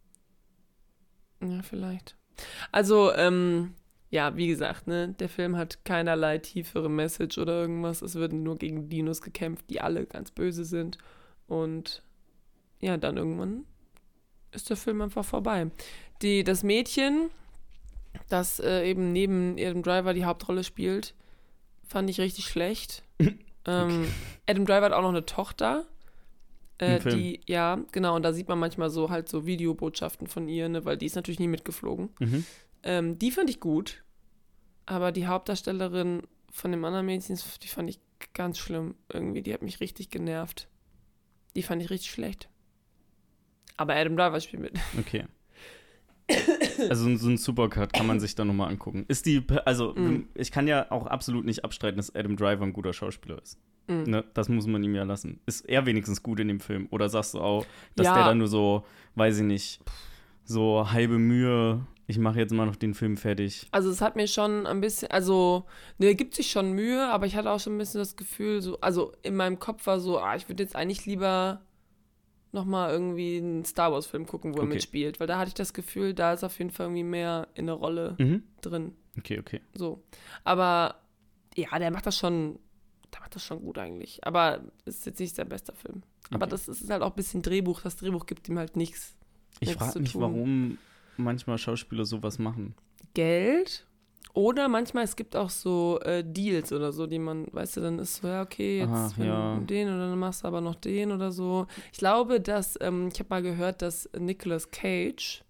Ja, vielleicht. Also, ähm, ja, wie gesagt, ne, der Film hat keinerlei tiefere Message oder irgendwas. Es wird nur gegen Dinos gekämpft, die alle ganz böse sind. Und ja, dann irgendwann ist der Film einfach vorbei. Die, das Mädchen, das äh, eben neben Adam Driver die Hauptrolle spielt, fand ich richtig schlecht. ähm, Adam Driver hat auch noch eine Tochter. Äh, Im Film. die, ja, genau, und da sieht man manchmal so halt so Videobotschaften von ihr, ne, weil die ist natürlich nie mitgeflogen. Mhm. Ähm, die fand ich gut, aber die Hauptdarstellerin von dem anderen Mädchen, die fand ich ganz schlimm irgendwie. Die hat mich richtig genervt. Die fand ich richtig schlecht. Aber Adam Driver spielt mit. Okay. Also so ein Supercut kann man sich da nochmal angucken. Ist die, also Mm. ich kann ja auch absolut nicht abstreiten, dass Adam Driver ein guter Schauspieler ist. Mm. Ne? Das muss man ihm ja lassen. Ist er wenigstens gut in dem Film? Oder sagst du auch, dass Ja. der dann nur so, weiß ich nicht, so halbe Mühe, ich mache jetzt mal noch den Film fertig. Also es hat mir schon ein bisschen, also, ne, er gibt sich schon Mühe, aber ich hatte auch schon ein bisschen das Gefühl, so, also in meinem Kopf war so, ah, ich würde jetzt eigentlich lieber nochmal irgendwie einen Star Wars-Film gucken, wo er Okay. mitspielt, weil da hatte ich das Gefühl, da ist auf jeden Fall irgendwie mehr in der Rolle Mhm. drin. Okay, okay. So. Aber ja, der macht das schon, der macht das schon gut eigentlich. Aber es ist jetzt nicht sein bester Film. Aber Okay. das ist halt auch ein bisschen Drehbuch. Das Drehbuch gibt ihm halt nichts. Ich nichts frage zu mich, tun. warum manchmal Schauspieler sowas machen. Geld. Oder manchmal, es gibt auch so äh, Deals oder so, die man, weißt du, dann ist so, ja, okay, jetzt Ah, wenn ja. du den oder dann machst du aber noch den oder so. Ich glaube, dass, ähm, ich habe mal gehört, dass Nicolas Cage,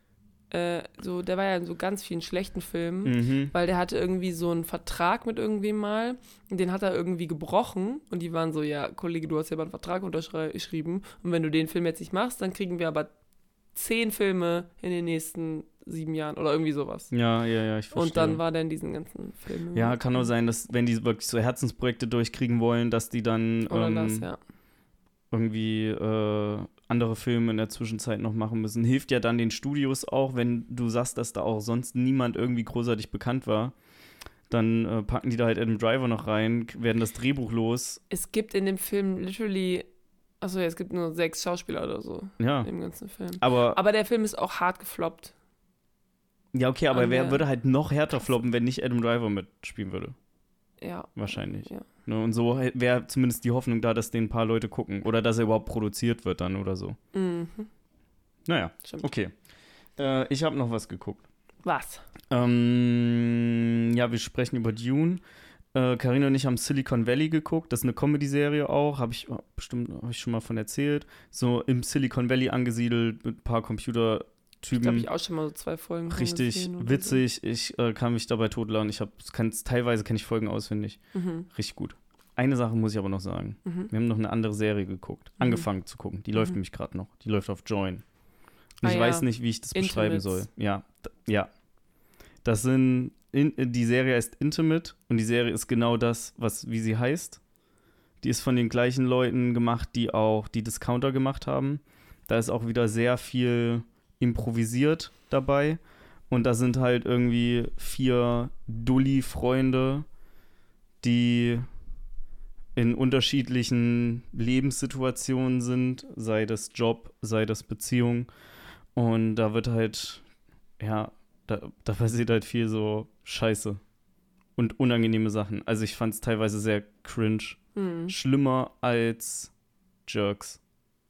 äh, so, der war ja in so ganz vielen schlechten Filmen, Mhm. weil der hatte irgendwie so einen Vertrag mit irgendwem mal und den hat er irgendwie gebrochen und die waren so, ja, Kollege, du hast ja mal einen Vertrag unterschrieben und wenn du den Film jetzt nicht machst, dann kriegen wir aber zehn Filme in den nächsten sieben Jahren oder irgendwie sowas. Ja, ja, ja, ich verstehe. Und dann war der in diesen ganzen Filmen. Ja, kann auch sein, dass wenn die wirklich so Herzensprojekte durchkriegen wollen, dass die dann Oder ähm, das, ja. irgendwie äh, andere Filme in der Zwischenzeit noch machen müssen. Hilft ja dann den Studios auch, wenn du sagst, dass da auch sonst niemand irgendwie großartig bekannt war. Dann äh, packen die da halt Adam Driver noch rein, werden das Drehbuch los. Es gibt in dem Film literally, achso, ja, es gibt nur sechs Schauspieler oder so Ja, im ganzen Film. aber, Aber der Film ist auch hart gefloppt. ja, okay, aber an wer der- würde halt noch härter floppen, wenn nicht Adam Driver mitspielen würde? Ja. Wahrscheinlich. Ja. Ne, und so wäre zumindest die Hoffnung da, dass den ein paar Leute gucken. Oder dass er überhaupt produziert wird dann oder so. Mhm. Naja, Stimmt. okay. Äh, ich habe noch was geguckt. Was? Ähm, ja, wir sprechen über Dune. Äh, Carina und ich haben Silicon Valley geguckt. Das ist eine Comedy-Serie auch. Habe ich oh, bestimmt hab ich schon mal von erzählt. So im Silicon Valley angesiedelt mit ein paar Ich Computertypen. glaube, ich auch schon mal so zwei Folgen von Richtig gesehen oder witzig. Ich äh, kann mich dabei totlachen. Ich habe teilweise kenne ich Folgen auswendig. So. Mhm. Richtig gut. Eine Sache muss ich aber noch sagen. Mhm. Wir haben noch eine andere Serie geguckt. Mhm. Angefangen zu gucken. Die läuft Mhm. nämlich gerade noch. Die läuft auf Join. Und Ah ich ja. weiß nicht, wie ich das beschreiben Intimates. soll. Ja, d- ja. Das sind, in, die Serie heißt Intimate und die Serie ist genau das, was, wie sie heißt. Die ist von den gleichen Leuten gemacht, die auch die Discounter gemacht haben. Da ist auch wieder sehr viel improvisiert dabei. Und da sind halt irgendwie vier Dulli-Freunde, die in unterschiedlichen Lebenssituationen sind, sei das Job, sei das Beziehung. Und da wird halt, ja, da, da passiert halt viel so Scheiße und unangenehme Sachen. Also ich fand es teilweise sehr cringe. Mhm. Schlimmer als Jerks.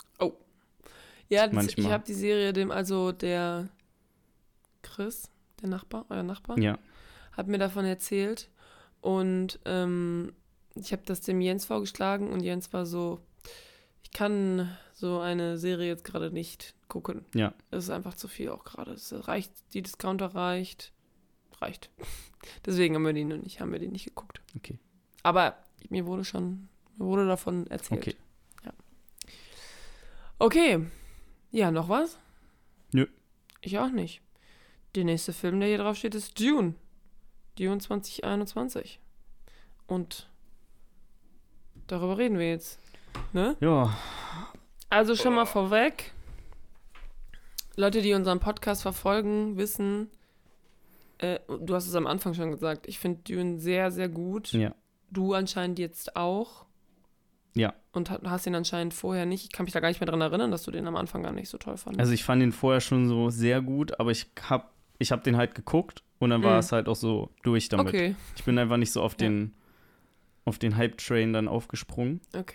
Ja, das, ich Manchmal. habe die Serie dem, also der Chris, der Nachbar, euer Nachbar, Ja. hat mir davon erzählt und ähm, ich habe das dem Jens vorgeschlagen und Jens war so, ich kann so eine Serie jetzt gerade nicht gucken. Ja. Es ist einfach zu viel auch gerade. Es reicht, die Discounter reicht. Reicht. Deswegen haben wir die noch nicht, haben wir die nicht geguckt. Okay. Aber mir wurde schon, mir wurde davon erzählt. Okay. Ja. Okay. Ja, noch was? Nö. Ich auch nicht. Der nächste Film, der hier drauf steht, ist Dune. Dune zwanzig einundzwanzig. Und darüber reden wir jetzt. Ne? Ja. Also schon mal vorweg. Leute, die unseren Podcast verfolgen, wissen, äh, du hast es am Anfang schon gesagt, ich finde Dune sehr, sehr gut. Ja. Du anscheinend jetzt auch. Ja. Und hast ihn anscheinend vorher nicht. Ich kann mich da gar nicht mehr dran erinnern, dass du den am Anfang gar nicht so toll fandest. Also ich fand ihn vorher schon so sehr gut, aber ich hab, ich hab den halt geguckt und dann war Mhm. es halt auch so durch damit. Okay. Ich bin einfach nicht so auf Ja. den, auf den Hype-Train dann aufgesprungen. Okay.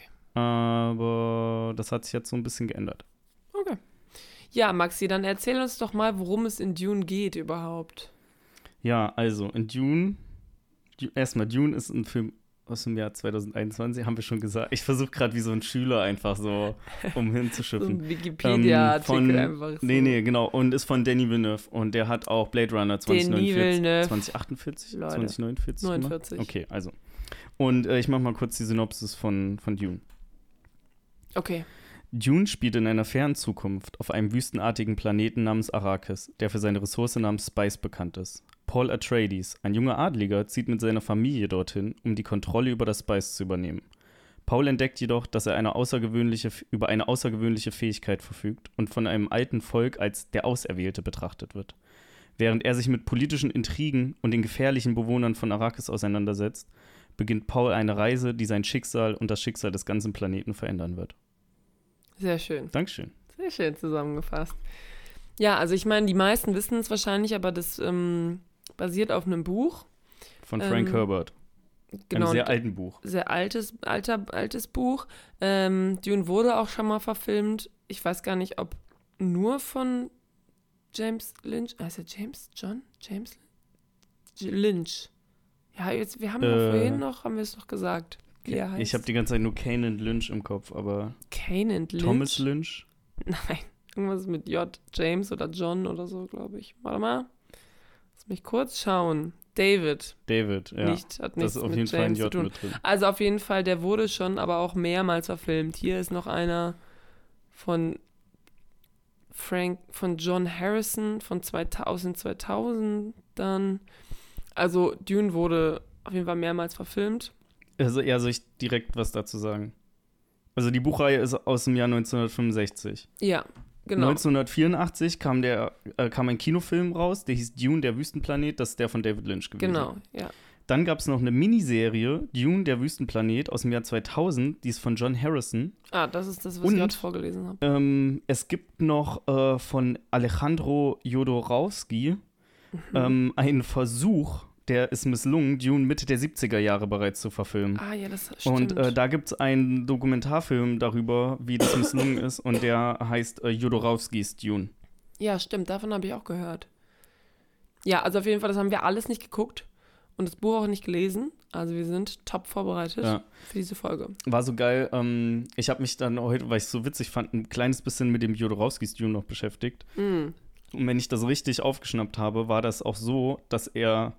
Aber das hat sich jetzt so ein bisschen geändert. Okay. Ja, Maxi, dann erzähl uns doch mal, worum es in Dune geht überhaupt. Ja, also in Dune, Du- erstmal Dune ist ein Film aus dem Jahr zwanzig einundzwanzig, haben wir schon gesagt. Ich versuche gerade wie so ein Schüler einfach so um So hinzuschiffen. ein Wikipedia-Artikel von- einfach so. Nee, nee, genau. Und ist von Denis Villeneuve. Und der hat auch Blade Runner zwanzig neunundvierzig. Villeneuve. zwanzig achtundvierzig? Leute. zwanzig neunundvierzig? gemacht? neunundvierzig. Okay, also. Und äh, ich mache mal kurz die Synopsis von, von Dune. Okay. Dune spielt in einer fernen Zukunft auf einem wüstenartigen Planeten namens Arrakis, der für seine Ressource namens Spice bekannt ist. Paul Atreides, ein junger Adliger, zieht mit seiner Familie dorthin, um die Kontrolle über das Spice zu übernehmen. Paul entdeckt jedoch, dass er eine außergewöhnliche, über eine außergewöhnliche Fähigkeit verfügt und von einem alten Volk als der Auserwählte betrachtet wird. Während er sich mit politischen Intrigen und den gefährlichen Bewohnern von Arrakis auseinandersetzt, beginnt Paul eine Reise, die sein Schicksal und das Schicksal des ganzen Planeten verändern wird. Sehr schön. Dankeschön. Sehr schön zusammengefasst. Ja, also ich meine, die meisten wissen es wahrscheinlich, aber das ähm, basiert auf einem Buch. Von Frank Ähm, Herbert. Genau, Einem sehr und- alten Buch. sehr altes, alter, altes Buch. Ähm, Dune wurde auch schon mal verfilmt. Ich weiß gar nicht, ob nur von James Lynch. Heißt er James? John? James Lynch. Ja, jetzt, wir haben doch Äh, vorhin noch, haben wir es doch gesagt, wie er heißt. Ich habe die ganze Zeit nur Kanan Lynch im Kopf, aber Kanan Lynch. Thomas Lynch? Nein, irgendwas mit J. James oder John oder so, glaube ich. Warte mal. Lass mich kurz schauen. David. David, ja. Nicht, hat das nichts ist auf mit jeden Fall ein James zu J tun. mit drin. Also auf jeden Fall, der wurde schon, aber auch mehrmals verfilmt. Hier ist noch einer von Frank, von John Harrison von zweitausend, zweitausend dann. Also Dune wurde auf jeden Fall mehrmals verfilmt. Also, ja, soll ich direkt was dazu sagen? Also, die Buchreihe ist aus dem Jahr neunzehnhundertfünfundsechzig. Ja, genau. neunzehnhundertvierundachtzig kam, der, äh, kam ein Kinofilm raus, der hieß Dune, der Wüstenplanet. Das ist der von David Lynch gewesen. Genau, ja. Dann gab es noch eine Miniserie, Dune, der Wüstenplanet, aus dem Jahr zweitausend. Die ist von John Harrison. Ah, das ist das, was Und- ich gerade vorgelesen habe. Ähm, es gibt noch äh, von Alejandro Jodorowsky Mhm. ähm, einen Versuch, der ist misslungen, Dune Mitte der siebziger Jahre bereits zu verfilmen. Ah ja, das stimmt. Und äh, da gibt es einen Dokumentarfilm darüber, wie das misslungen ist, und der heißt äh, Jodorowskys Dune. Ja, stimmt, davon habe ich auch gehört. Ja, also auf jeden Fall, das haben wir alles nicht geguckt und das Buch auch nicht gelesen. Also wir sind top vorbereitet Ja. für diese Folge. War so geil. Ähm, ich habe mich dann heute, weil ich es so witzig fand, ein kleines bisschen mit dem Jodorowskys Dune noch beschäftigt. Mm. Und wenn ich das richtig aufgeschnappt habe, war das auch so, dass er,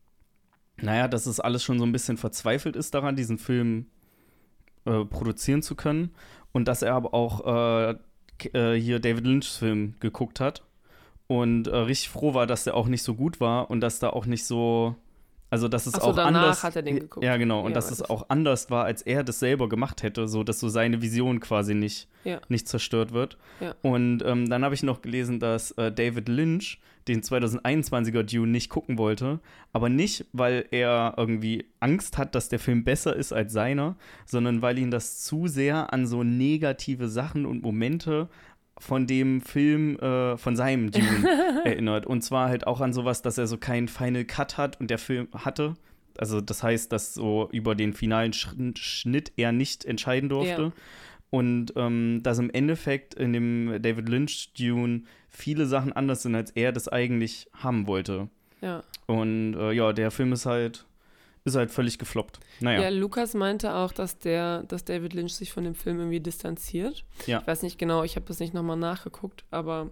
naja, dass es alles schon so ein bisschen verzweifelt ist daran, diesen Film äh, produzieren zu können. Und dass er aber auch äh, k- äh, hier David Lynchs Film geguckt hat. Und äh, richtig froh war, dass der auch nicht so gut war und dass da auch nicht so, also dass es Ach so, auch danach anders, hat er den geguckt. Ja, genau, und Ja, dass weil es das- auch anders war, als er das selber gemacht hätte, so dass so seine Vision quasi nicht, Ja. nicht zerstört wird. Ja. Und ähm, dann habe ich noch gelesen, dass äh, David Lynch den zwanzig einundzwanziger Dune nicht gucken wollte, aber nicht, weil er irgendwie Angst hat, dass der Film besser ist als seiner, sondern weil ihn das zu sehr an so negative Sachen und Momente von dem Film, äh, von seinem Dune erinnert. Und zwar halt auch an sowas, dass er so keinen Final Cut hat und der Film hatte. Also das heißt, dass so über den finalen Sch- Schnitt er nicht entscheiden durfte. Ja. Und ähm, dass im Endeffekt in dem David Lynch Dune viele Sachen anders sind, als er das eigentlich haben wollte. ja. Und äh, ja, der Film ist halt, ist halt völlig gefloppt. Naja. Ja, Lukas meinte auch, dass der, dass David Lynch sich von dem Film irgendwie distanziert. Ja. Ich weiß nicht genau, ich habe das nicht nochmal nachgeguckt, aber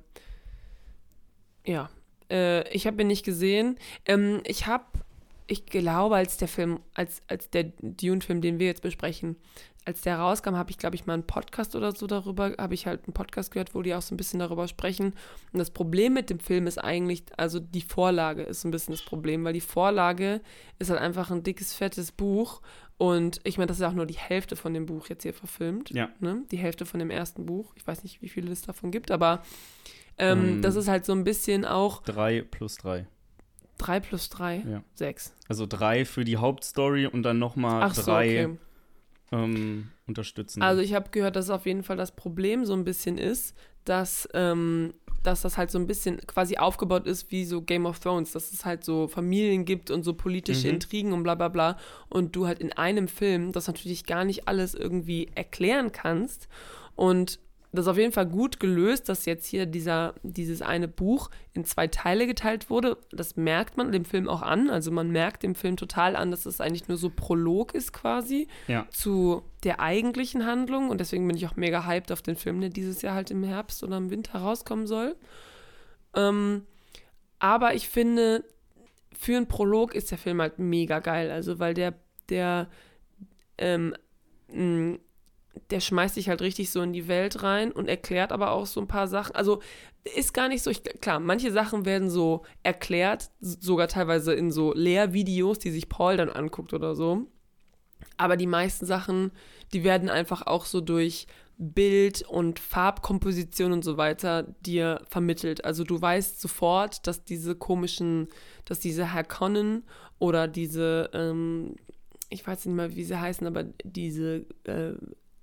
ja. Äh, ich habe ihn nicht gesehen. Ähm, ich habe, ich glaube, als der Film, als, als der Dune-Film, den wir jetzt besprechen, als der rauskam, habe ich, glaube ich, mal einen Podcast oder so darüber, habe ich halt einen Podcast gehört, wo die auch so ein bisschen darüber sprechen. Und das Problem mit dem Film ist eigentlich, also die Vorlage ist ein bisschen das Problem, weil die Vorlage ist halt einfach ein dickes, fettes Buch. Und ich meine, das ist auch nur die Hälfte von dem Buch jetzt hier verfilmt. Ja. Ne? Die Hälfte von dem ersten Buch. Ich weiß nicht, wie viele es davon gibt, aber ähm, Ähm, das ist halt so ein bisschen auch Drei plus drei. drei plus drei, Ja. sechs. Also drei für die Hauptstory und dann nochmal Ach so, drei okay. ähm, unterstützen. Also ich habe gehört, dass auf jeden Fall das Problem so ein bisschen ist, dass, ähm, dass das halt so ein bisschen quasi aufgebaut ist wie so Game of Thrones, dass es halt so Familien gibt und so politische Mhm. Intrigen und bla bla bla und du halt in einem Film das natürlich gar nicht alles irgendwie erklären kannst und das ist auf jeden Fall gut gelöst, dass jetzt hier dieser, dieses eine Buch in zwei Teile geteilt wurde. Das merkt man dem Film auch an. Also man merkt dem Film total an, dass es eigentlich nur so Prolog ist quasi Ja. zu der eigentlichen Handlung. Und deswegen bin ich auch mega hyped auf den Film, der dieses Jahr halt im Herbst oder im Winter rauskommen soll. Ähm, aber ich finde, für einen Prolog ist der Film halt mega geil. Also weil der, der, ähm, mh, der schmeißt sich halt richtig so in die Welt rein und erklärt aber auch so ein paar Sachen. Also ist gar nicht so, ich, klar, manche Sachen werden so erklärt, sogar teilweise in so Lehrvideos, die sich Paul dann anguckt oder so. Aber die meisten Sachen, die werden einfach auch so durch Bild und Farbkomposition und so weiter dir vermittelt. Also du weißt sofort, dass diese komischen, dass diese Harkonnen oder diese, ähm, ich weiß nicht mal, wie sie heißen, aber diese äh,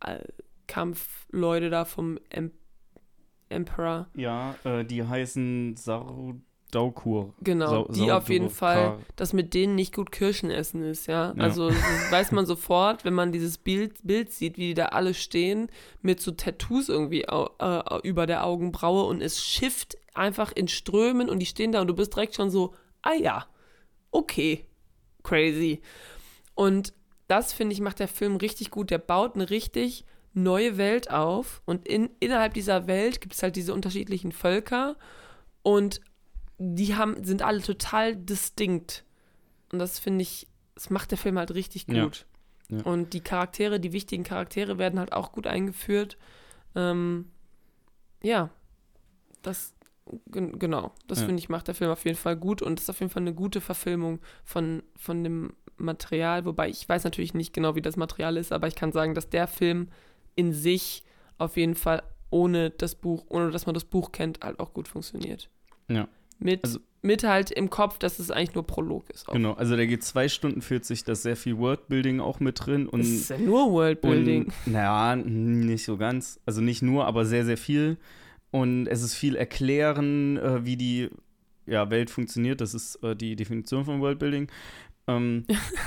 Kampfleute da vom em- Emperor. Ja, äh, die heißen Sardaukur. Genau, Sau- die auf jeden Saudurkar. Fall, dass mit denen nicht gut Kirschen essen ist, ja. Ja. Also das weiß man sofort, wenn man dieses Bild, Bild sieht, wie die da alle stehen, mit so Tattoos irgendwie au, äh, über der Augenbraue und es schifft einfach in Strömen und die stehen da und du bist direkt schon so, ah ja, okay, crazy. Und das, finde ich, macht der Film richtig gut. Der baut eine richtig neue Welt auf und in, innerhalb dieser Welt gibt es halt diese unterschiedlichen Völker und die haben, sind alle total distinkt. Und das finde ich, das macht der Film halt richtig gut. Ja. Ja. Und die Charaktere, die wichtigen Charaktere werden halt auch gut eingeführt. Ähm, ja, das, gen- genau, das Ja. finde ich, macht der Film auf jeden Fall gut und ist auf jeden Fall eine gute Verfilmung von, von dem Material, wobei ich weiß natürlich nicht genau, wie das Material ist, aber ich kann sagen, dass der Film in sich auf jeden Fall ohne das Buch, ohne dass man das Buch kennt, halt auch gut funktioniert. Ja. Mit, Also- mit halt im Kopf, dass es eigentlich nur Prolog ist. Auch. Genau, also der geht zwei Stunden vierzig, da ist sehr viel Worldbuilding auch mit drin. Und, Es ist ja nur Worldbuilding. und naja, nicht so ganz. Also nicht nur, aber sehr, sehr viel. Und es ist viel erklären, äh, wie die ja, Welt funktioniert. Das ist äh, die Definition von Worldbuilding. Ähm,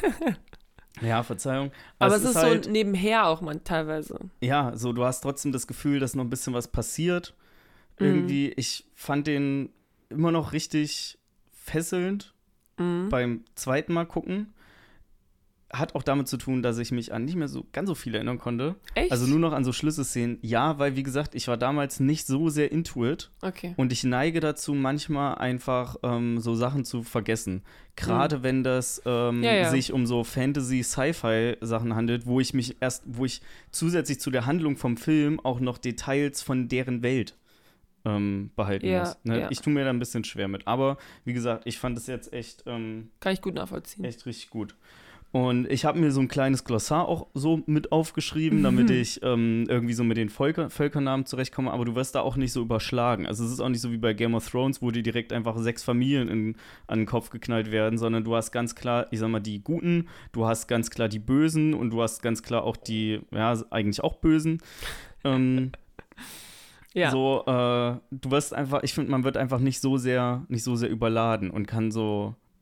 ja, Verzeihung. Aber es ist, halt, so nebenher auch man teilweise. ja, so du hast trotzdem das Gefühl, dass noch ein bisschen was passiert. Mhm. Irgendwie, ich fand den immer noch richtig fesselnd Mhm. beim zweiten Mal gucken. Hat auch damit zu tun, dass ich mich an nicht mehr so ganz so viel erinnern konnte. Echt? Also nur noch an so Schlüsselszenen. Ja, weil wie gesagt, ich war damals nicht so sehr into it. Okay. Und ich neige dazu, manchmal einfach ähm, so Sachen zu vergessen. Gerade wenn das ähm, Ja, ja. sich um so Fantasy-Sci-Fi-Sachen handelt, wo ich mich erst, wo ich zusätzlich zu der Handlung vom Film auch noch Details von deren Welt ähm, behalten Ja, muss. Ne? ja. Ich tue mir da ein bisschen schwer mit. Aber wie gesagt, ich fand es jetzt echt, ähm, Kann ich gut nachvollziehen. echt richtig gut. Und ich habe mir so ein kleines Glossar auch so mit aufgeschrieben, damit ich ähm, irgendwie so mit den Völker, Völkernamen zurechtkomme, aber du wirst da auch nicht so überschlagen. Also es ist auch nicht so wie bei Game of Thrones, wo dir direkt einfach sechs Familien in, an den Kopf geknallt werden, sondern du hast ganz klar, ich sag mal, die Guten, du hast ganz klar die Bösen und du hast ganz klar auch die, ja, eigentlich auch Bösen. ähm, Ja. So, äh, du wirst einfach, ich finde, man wird einfach nicht so sehr, nicht so sehr überladen und kann so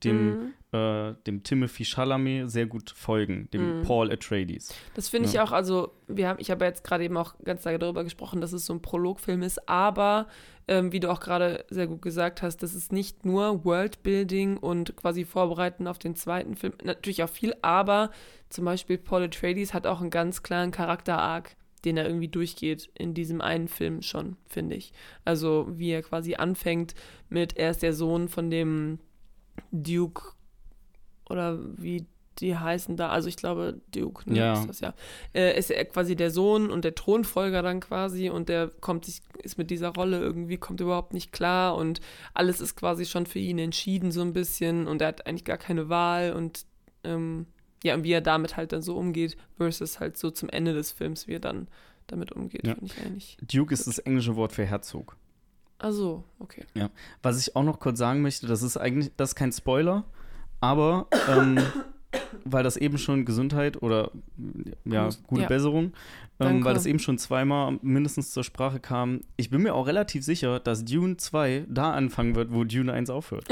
dem, Mhm. äh, dem Timothy Chalamet sehr gut folgen, dem Mhm. Paul Atreides. Das finde ich Ja. auch, also wir haben, ich habe ja jetzt gerade eben auch ganz lange darüber gesprochen, dass es so ein Prologfilm ist, aber ähm, wie du auch gerade sehr gut gesagt hast, das ist nicht nur Worldbuilding und quasi Vorbereiten auf den zweiten Film, natürlich auch viel, aber zum Beispiel Paul Atreides hat auch einen ganz klaren Charakter-Arc, den er irgendwie durchgeht in diesem einen Film schon, finde ich. Also wie er quasi anfängt mit, er ist der Sohn von dem Duke oder wie die heißen da, also ich glaube Duke, ne? Ja. Ist das ja. Äh, ist er quasi der Sohn und der Thronfolger dann quasi und der kommt sich, ist mit dieser Rolle irgendwie, kommt überhaupt nicht klar und alles ist quasi schon für ihn entschieden so ein bisschen und er hat eigentlich gar keine Wahl und ähm, ja, und wie er damit halt dann so umgeht, versus halt so zum Ende des Films, wie er dann damit umgeht, Ja. finde ich eigentlich. Duke ist das englische Wort für Herzog. Ach so, okay. Was ich auch noch kurz sagen möchte, das ist eigentlich, das ist kein Spoiler, aber ähm, weil das eben schon Gesundheit oder ja, gute Ja. Besserung, ähm, Danke. weil das eben schon zweimal mindestens zur Sprache kam. Ich bin mir auch relativ sicher, dass Dune zwei da anfangen wird, wo Dune eins aufhört.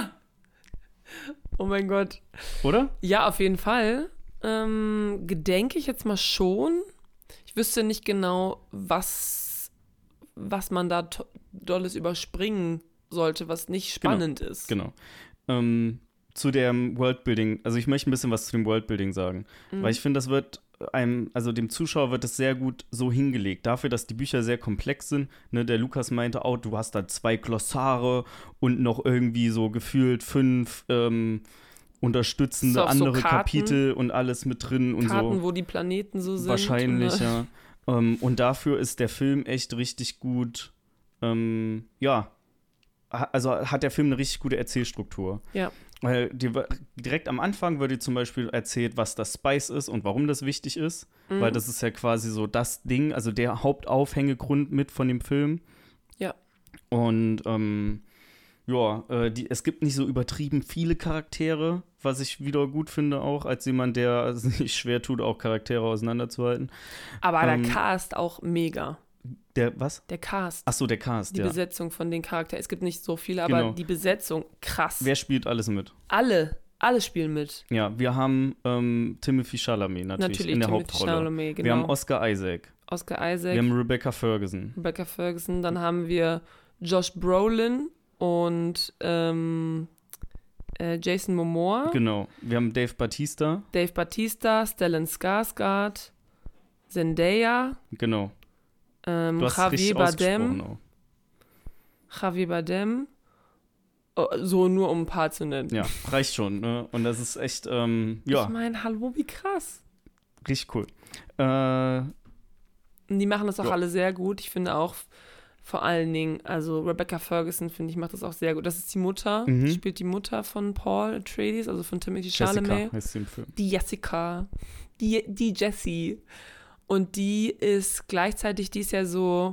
Oh mein Gott. Oder? Ja, auf jeden Fall. Ähm, gedenke ich jetzt mal schon. Ich wüsste nicht genau, was, was man da to- Dolles überspringen sollte, was nicht spannend ist. Genau. Ähm, zu dem Worldbuilding, also ich möchte ein bisschen was zu dem Worldbuilding sagen, Mhm. weil ich finde, das wird einem, also dem Zuschauer wird das sehr gut so hingelegt. Dafür, dass die Bücher sehr komplex sind, ne, der Lukas meinte auch, du hast da zwei Glossare und noch irgendwie so gefühlt fünf ähm, unterstützende So, auch so andere Karten. Kapitel und alles mit drin und Karten, so. wo die Planeten so sind. Wahrscheinlich, und, äh, ja. Ähm, und dafür ist der Film echt richtig gut, ähm, ja, ha- also hat der Film eine richtig gute Erzählstruktur. Ja. Weil die, direkt am Anfang wird dir zum Beispiel erzählt, was das Spice ist und warum das wichtig ist. Mhm. Weil das ist ja quasi so das Ding, also der Hauptaufhängegrund mit von dem Film. Ja. Und ähm, ja, äh, die, es gibt nicht so übertrieben viele Charaktere, was ich wieder gut finde auch, als jemand, der sich schwer tut, auch Charaktere auseinanderzuhalten. Aber ähm, der Cast auch mega. Der, was? Der Cast. Ach so, der Cast, die ja. Besetzung von den Charakteren. Es gibt nicht so viele, aber Genau. die Besetzung, krass. Wer spielt alles mit? Alle, alle spielen mit. Ja, wir haben ähm, Timothy Chalamet natürlich, Natürlich in der Timothy Hauptrolle. Chalamet, genau. Wir haben Oscar Isaac. Oscar Isaac, Wir haben Rebecca Ferguson. Rebecca Ferguson, dann haben wir Josh Brolin und ähm, äh, Jason Momoa, Genau. Wir haben Dave Bautista. Dave Bautista, Stellan Skarsgård, Zendaya, Genau. ähm, Du hast es Javier richtig ausgesprochen Bardem, auch. Javier Bardem, oh, so nur um ein paar zu nennen. Ja, reicht schon. Ne? Und das ist echt, ähm, ja, Ich meine, hallo, wie krass. richtig cool. Äh, Und die machen das auch Ja. alle sehr gut. Ich finde auch vor allen Dingen, also Rebecca Ferguson, finde ich, macht das auch sehr gut. Das ist die Mutter, Mhm. die spielt die Mutter von Paul Atreides, also von Timothy Jessica Chalamet. heißt sie im Film. Die Jessica, die, die Jessie. Und die ist gleichzeitig, die ist ja so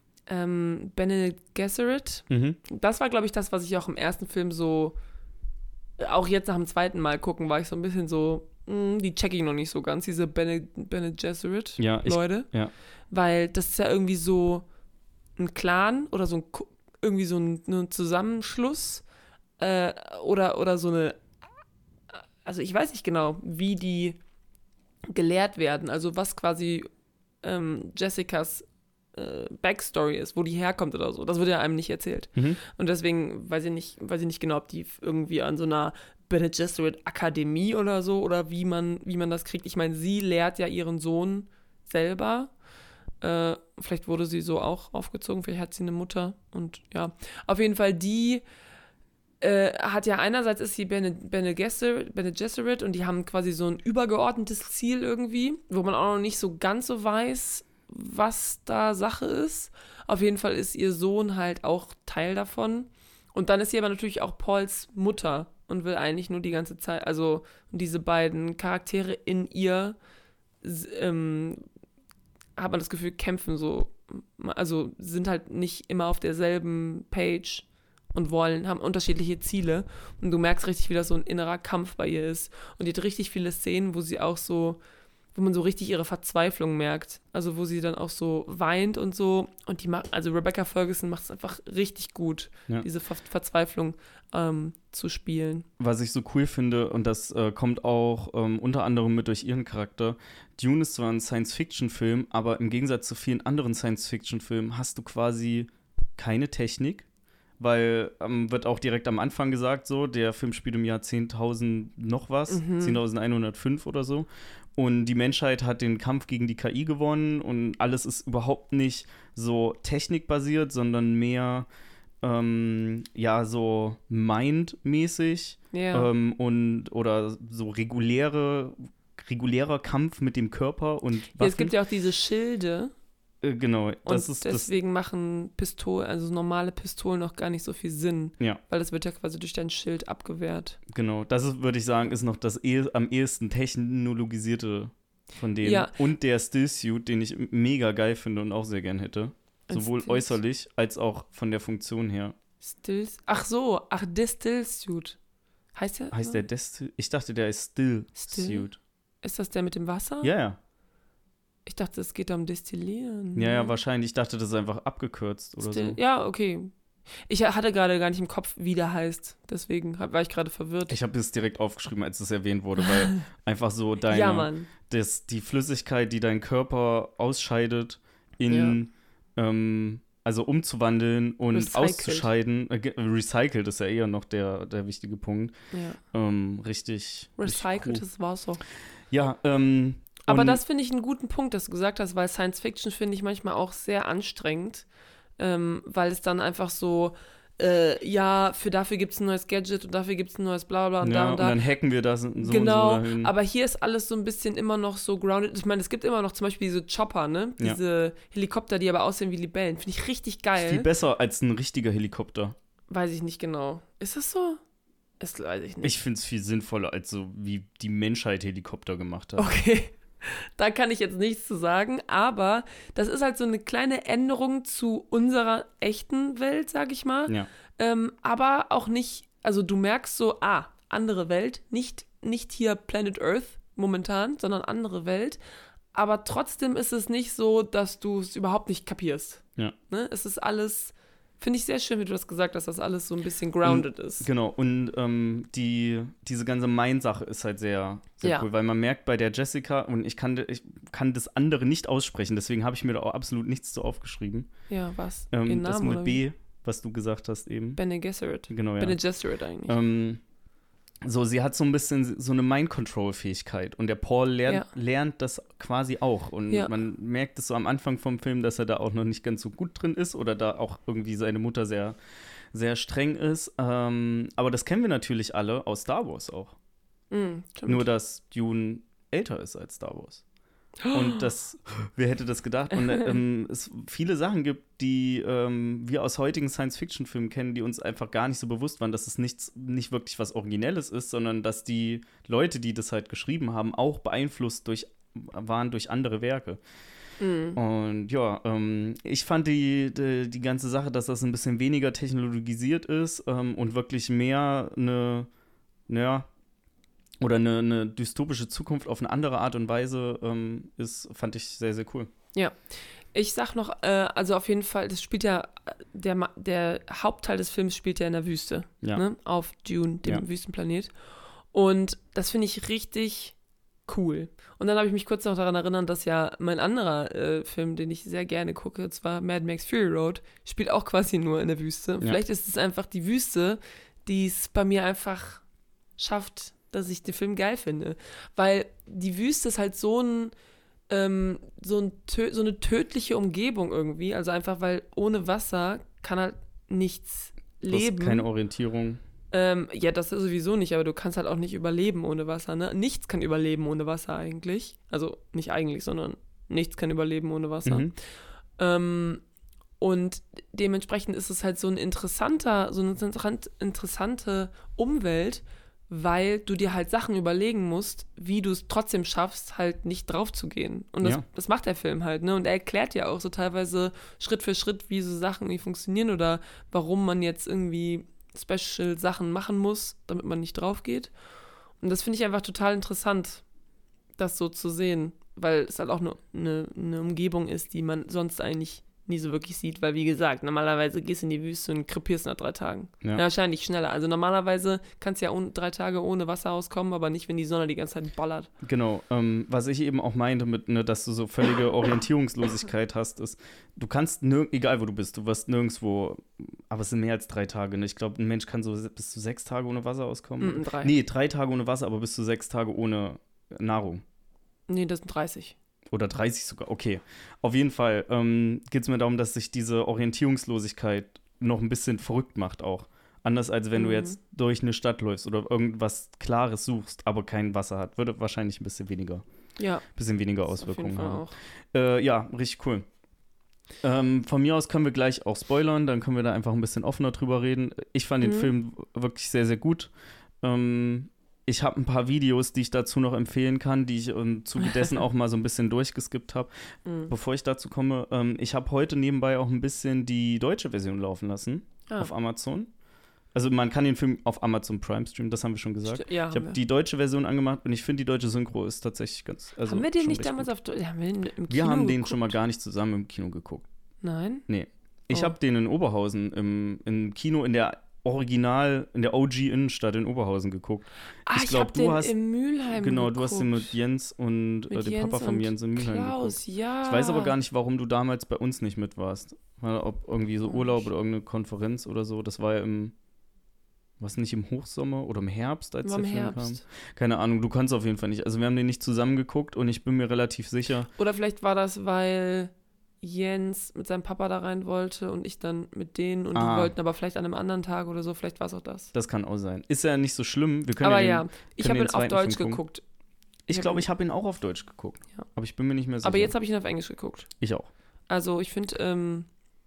ähm, Bene Gesserit. Mhm. Das war, glaube ich, das, was ich auch im ersten Film so, auch jetzt nach dem zweiten Mal gucken, war ich so ein bisschen so, mh, die check ich noch nicht so ganz, diese Bene, Bene Gesserit Ja, ich- Leute. ja. Weil das ist ja irgendwie so ein Clan oder so ein, Ku- irgendwie so ein, ein Zusammenschluss äh, oder, oder so eine, also ich weiß nicht genau, wie die gelehrt werden, also was quasi ähm, Jessicas äh, Backstory ist, wo die herkommt oder so. Das wird ja einem nicht erzählt. Mhm. Und deswegen weiß ich nicht, weiß ich nicht genau, ob die irgendwie an so einer Bene Gesserit Akademie oder so oder wie man, wie man das kriegt. Ich meine, sie lehrt ja ihren Sohn selber. Äh, vielleicht wurde sie so auch aufgezogen, vielleicht hat sie eine Mutter und ja. Auf jeden Fall, die äh, hat ja einerseits ist sie Bene, Bene, Gesserit, Bene Gesserit und die haben quasi so ein übergeordnetes Ziel irgendwie, wo man auch noch nicht so ganz so weiß, was da Sache ist. Auf jeden Fall ist ihr Sohn halt auch Teil davon. Und dann ist sie aber natürlich auch Pauls Mutter und will eigentlich nur die ganze Zeit, also diese beiden Charaktere in ihr, s- ähm, hat man das Gefühl, kämpfen so, also sind halt nicht immer auf derselben Page und wollen, haben unterschiedliche Ziele. Und du merkst richtig, wie das so ein innerer Kampf bei ihr ist. Und die hat richtig viele Szenen, wo sie auch so wo man so richtig ihre Verzweiflung merkt. Also wo sie dann auch so weint und so. Und die macht, also Rebecca Ferguson macht es einfach richtig gut, Ja. diese Ver- Verzweiflung ähm, zu spielen. Was ich so cool finde, und das äh, kommt auch ähm, unter anderem mit durch ihren Charakter, Dune ist zwar ein Science-Fiction-Film, aber im Gegensatz zu vielen anderen Science-Fiction-Filmen hast du quasi keine Technik, weil ähm, wird auch direkt am Anfang gesagt, so, der Film spielt im Jahr zehntausend noch was, Mhm. zehntausendeinhundertfünf oder so. Und die Menschheit hat den Kampf gegen die K I gewonnen und alles ist überhaupt nicht so technikbasiert, sondern mehr, ähm, ja, so mindmäßig Ja. ähm, und oder so reguläre, regulärer Kampf mit dem Körper und Ja, Waffen. es gibt ja auch diese Schilde äh, genau, das und ist das. deswegen machen Pistolen, also normale Pistolen auch gar nicht so viel Sinn, Ja, weil das wird ja quasi durch dein Schild abgewehrt. genau. Das ist, würde ich sagen, ist noch das eh, am ehesten technologisierte von denen. Ja. Und der Stillsuit, den ich mega geil finde und auch sehr gern hätte. Ein Sowohl Still- äußerlich als auch von der Funktion her. Stills. Ach so, ach, der Stillsuit. Heißt der? Heißt der Destil? Ich dachte, der ist Stillsuit. Still? Ist das der mit dem Wasser? Ja, ja. Ich dachte, es geht um Destillieren. Ja, ja, wahrscheinlich. Ich dachte, das ist einfach abgekürzt oder Still. so. Ja, okay. Ich hatte gerade gar nicht im Kopf, wie der heißt. Deswegen hab- war ich gerade verwirrt. Ich habe es direkt aufgeschrieben, als es erwähnt wurde, weil einfach so deine, ja, Mann. das, die Flüssigkeit, die dein Körper ausscheidet, in, ähm, also umzuwandeln und Recycelt. auszuscheiden. Äh, ge- recycelt ist ja eher noch der, der wichtige Punkt. Ja. Ähm, richtig. richtig cool. Recyceltes Wasser. Ja, ähm. Aber und- das finde ich einen guten Punkt, dass du gesagt hast, weil Science Fiction finde ich manchmal auch sehr anstrengend, ähm, weil es dann einfach so, äh, ja, für dafür gibt es ein neues Gadget und dafür gibt es ein neues bla bla und ja, da und und da. dann hacken wir das und so Genau, und so dahin. aber hier ist alles so ein bisschen immer noch so grounded. Ich meine, es gibt immer noch zum Beispiel diese Chopper, ne? Ja. Diese Helikopter, die aber aussehen wie Libellen. Finde ich richtig geil. Viel besser als ein richtiger Helikopter. Weiß ich nicht genau. Ist das so? Das weiß ich nicht. Ich finde es viel sinnvoller, als so wie die Menschheit Helikopter gemacht hat. Okay, da kann ich jetzt nichts zu sagen, aber das ist halt so eine kleine Änderung zu unserer echten Welt, sag ich mal. Ja. Ähm, aber auch nicht, also du merkst so, ah, andere Welt, nicht, nicht hier Planet Earth momentan, sondern andere Welt. Aber trotzdem ist es nicht so, dass du es überhaupt nicht kapierst. Ja. Ne? Es ist alles, finde ich sehr schön, wie du das gesagt hast, dass alles so ein bisschen grounded ist. Genau, und ähm, die, diese ganze Mein-Sache ist halt sehr, sehr Ja. cool, weil man merkt bei der Jessica, und ich kann, ich kann das andere nicht aussprechen, deswegen habe ich mir da auch absolut nichts zu aufgeschrieben. Ja, was? Ähm, Ihren das Namen mit oder wie? B, was du gesagt hast eben. Bene Gesserit. Genau, ja. Bene Gesserit eigentlich. Ähm, so, sie hat so ein bisschen so eine Mind-Control-Fähigkeit und der Paul lernt, Ja. lernt das quasi auch und Ja. man merkt es so am Anfang vom Film, dass er da auch noch nicht ganz so gut drin ist oder da auch irgendwie seine Mutter sehr, sehr streng ist. Ähm, aber das kennen wir natürlich alle aus Star Wars auch. Mm, stimmt. Nur, dass Dune älter ist als Star Wars. Und das, wer hätte das gedacht? Und ähm, es viele Sachen gibt, die ähm, wir aus heutigen Science-Fiction-Filmen kennen, die uns einfach gar nicht so bewusst waren, dass es nichts, nicht wirklich was Originelles ist, sondern dass die Leute, die das halt geschrieben haben, auch beeinflusst durch, waren durch andere Werke. Mm. Und ja, ähm, ich fand die, die, die ganze Sache, dass das ein bisschen weniger technologisiert ist ähm, und wirklich mehr eine, naja, oder eine, eine dystopische Zukunft auf eine andere Art und Weise ähm, ist, fand ich sehr, sehr cool. Ich sag noch, äh, also auf jeden Fall, das spielt ja, der, Ma- der Hauptteil des Films spielt ja in der Wüste, Ja. ne? Auf Dune, dem Ja. Wüstenplanet. Und das finde ich richtig cool. Und dann habe ich mich kurz noch daran erinnert, dass ja mein anderer äh, Film, den ich sehr gerne gucke, und zwar Mad Max Fury Road, spielt auch quasi nur in der Wüste. Ja. Vielleicht ist es einfach die Wüste, die es bei mir einfach schafft, dass ich den Film geil finde. Weil die Wüste ist halt so ein ähm, so, ein tö- so eine tödliche Umgebung irgendwie. Also einfach, weil ohne Wasser kann halt nichts Du hast leben. keine Orientierung. Ähm, ja, das ist sowieso nicht, aber du kannst halt auch nicht überleben ohne Wasser, ne? Nichts kann überleben ohne Wasser eigentlich. Also nicht eigentlich, sondern nichts kann überleben ohne Wasser. Mhm. Ähm, und dementsprechend ist es halt so ein interessanter, so eine interessant, interessante Umwelt, weil du dir halt Sachen überlegen musst, wie du es trotzdem schaffst, halt nicht drauf zu gehen. Und das, Ja. das macht der Film halt, ne? Und er erklärt ja auch so teilweise Schritt für Schritt, wie so Sachen irgendwie funktionieren oder warum man jetzt irgendwie Special-Sachen machen muss, damit man nicht drauf geht. Und das finde ich einfach total interessant, das so zu sehen. weil es halt auch eine ne, ne Umgebung ist, die man sonst eigentlich nie so wirklich sieht, weil wie gesagt, normalerweise gehst du in die Wüste und krepierst nach drei Tagen. Ja. Ja, wahrscheinlich schneller. Also normalerweise kannst du ja ohne, drei Tage ohne Wasser auskommen, aber nicht, wenn die Sonne die ganze Zeit ballert. Genau, ähm, was ich eben auch meinte mit, ne, dass du so völlige Orientierungslosigkeit hast, ist, du kannst, nirg- egal wo du bist, du wirst nirgendwo, aber es sind mehr als drei Tage, ne? Ich glaube, ein Mensch kann so bis zu sechs Tage ohne Wasser auskommen. Mm, drei. Nee, drei Tage ohne Wasser, aber bis zu sechs Tage ohne Nahrung. Nee, das sind dreißig. Oder dreißig sogar, okay. Auf jeden Fall ähm, geht es mir darum, dass sich diese Orientierungslosigkeit noch ein bisschen verrückt macht auch. Anders als wenn Mhm. du jetzt durch eine Stadt läufst oder irgendwas Klares suchst, aber kein Wasser hat. Würde wahrscheinlich ein bisschen weniger, Ja, bisschen weniger auf jeden Auswirkungen Fall haben. auch. Äh, ja, richtig cool. Ähm, von mir aus können wir gleich auch spoilern, dann können wir da einfach ein bisschen offener drüber reden. Ich fand den Mhm. Film wirklich sehr, sehr gut. Ähm, ich habe ein paar Videos, die ich dazu noch empfehlen kann, die ich im Zuge dessen auch mal so ein bisschen durchgeskippt habe. Mhm. Bevor ich dazu komme, ähm, ich habe heute nebenbei auch ein bisschen die deutsche Version laufen lassen Ah. auf Amazon. Also man kann den Film auf Amazon Prime streamen, das haben wir schon gesagt. St- Ja, Ich haben habe wir. die deutsche Version angemacht und ich finde, die deutsche Synchro ist tatsächlich ganz. Also haben wir den schon nicht recht damals gut. auf Deu- haben wir den im Kino Wir haben den geguckt? schon mal gar nicht zusammen im Kino geguckt. Nein? Nee. Ich Oh. habe den in Oberhausen im, im Kino in der Original, in der O G-Innenstadt in Oberhausen geguckt. Ah, Ich ich, glaub, hab du den hast- im Mülheim Genau, geguckt. du hast den mit Jens und Mit äh, dem Jens Papa von und Jens in Mülheim geguckt. Klaus, ja. Ich weiß aber gar nicht, warum du damals bei uns nicht mit warst. Weil, ob irgendwie so Weiß Urlaub nicht. oder irgendeine Konferenz oder so. Das war ja im, was nicht im Hochsommer oder im Herbst, als War im der Film Herbst. kam. Keine Ahnung, du kannst auf jeden Fall nicht. Also wir haben den nicht zusammen geguckt und ich bin mir relativ sicher. Oder vielleicht war das, weil Jens mit seinem Papa da rein wollte und ich dann mit denen und Ah. die wollten aber vielleicht an einem anderen Tag oder so. Vielleicht war es auch das. Das kann auch sein. Ist ja nicht so schlimm. Wir können Aber ja, ja, den, ich können habe den ihn auf zweiten Deutsch Film gucken. geguckt. Ich hab glaube, ihn- ich habe ihn auch auf Deutsch geguckt. Ja. Aber ich bin mir nicht mehr sicher. Aber jetzt habe ich ihn auf Englisch geguckt. ich auch. Also ich finde, ähm,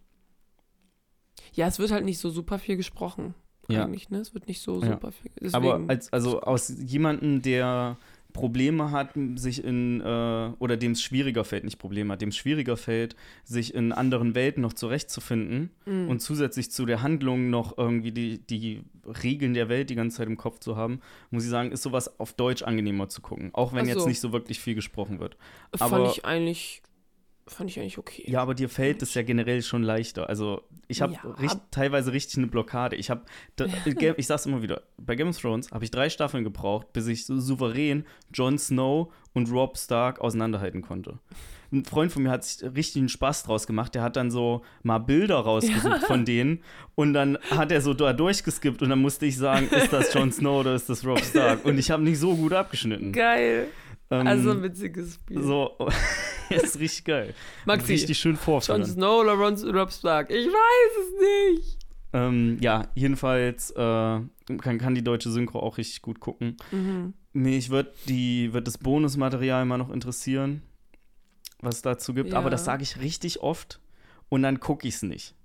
ja, es wird halt nicht so super viel gesprochen. Ja. Eigentlich, ne? Es wird nicht so Ja. super viel. Deswegen, Aber als, also aus jemandem, der Probleme hat, sich in, äh, oder dem es schwieriger fällt, nicht Probleme hat, dem es schwieriger fällt, sich in anderen Welten noch zurechtzufinden Mhm. und zusätzlich zu der Handlung noch irgendwie die, die Regeln der Welt die ganze Zeit im Kopf zu haben, muss ich sagen, ist sowas auf Deutsch angenehmer zu gucken. Auch wenn Ach so. jetzt nicht so wirklich viel gesprochen wird. fand aber- ich eigentlich, fand ich eigentlich okay. Ja, aber dir fällt es ja generell schon leichter. Also ich habe Ja. richt, teilweise richtig eine Blockade. Ich habe, ich sag's immer wieder, bei Game of Thrones habe ich drei Staffeln gebraucht, bis ich so souverän Jon Snow und Robb Stark auseinanderhalten konnte. Ein Freund von mir hat sich richtig einen Spaß draus gemacht. Der hat dann so mal Bilder rausgesucht von denen und dann hat er so da durchgeskippt und dann musste ich sagen, ist das Jon Snow oder ist das Robb Stark? Und ich habe nicht so gut abgeschnitten. Geil. Ähm, Also ein witziges Spiel. so, ist richtig geil. Maxi, Richtig schön vorführen. Jon Snow oder Ron, Robb Stark? Ich weiß es nicht. Ähm, ja, jedenfalls äh, kann, kann die deutsche Synchro auch richtig gut gucken. Mhm. Mich wird, die, wird das Bonusmaterial mal noch interessieren, was es dazu gibt. Ja. Aber das sage ich richtig oft und dann gucke ich es nicht.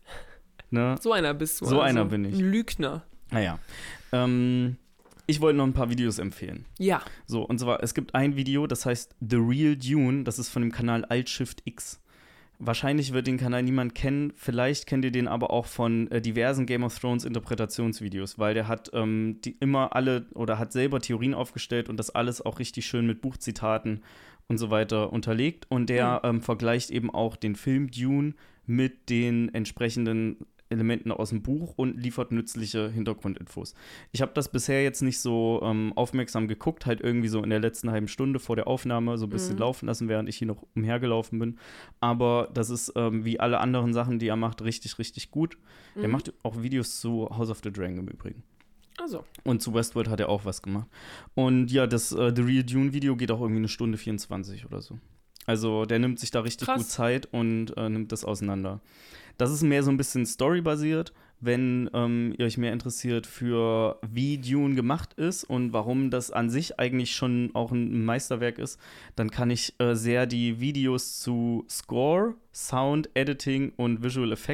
Ne? So einer bist du. So also. einer bin ich. Ein Lügner. Naja. Ähm, ich wollte noch ein paar Videos empfehlen. Ja. So, und zwar, es gibt ein Video, das heißt The Real Dune. Das ist von dem Kanal Alt-Shift X. Wahrscheinlich wird den Kanal niemand kennen. Vielleicht kennt ihr den aber auch von äh, diversen Game of Thrones Interpretationsvideos, weil der hat ähm, die immer alle oder hat selber Theorien aufgestellt und das alles auch richtig schön mit Buchzitaten und so weiter unterlegt. Und der ähm, vergleicht eben auch den Film Dune mit den entsprechenden Elementen aus dem Buch und liefert nützliche Hintergrundinfos. Ich habe das bisher jetzt nicht so ähm, aufmerksam geguckt, halt irgendwie so in der letzten halben Stunde vor der Aufnahme so ein bisschen Mhm. laufen lassen, während ich hier noch umhergelaufen bin. Aber das ist ähm, wie alle anderen Sachen, die er macht, richtig, richtig gut. Der Mhm. macht auch Videos zu House of the Dragon im Übrigen. Also. Und zu Westworld hat er auch was gemacht. Und ja, das äh, The Real Dune Video geht auch irgendwie eine Stunde vierundzwanzig oder so. Also der nimmt sich da richtig Krass. gut Zeit und äh, nimmt das auseinander. Das ist mehr so ein bisschen storybasiert, wenn ähm, ihr euch mehr interessiert für wie Dune gemacht ist und warum das an sich eigentlich schon auch ein Meisterwerk ist, dann kann ich äh, sehr die Videos zu Score, Sound, Editing und Visual Effects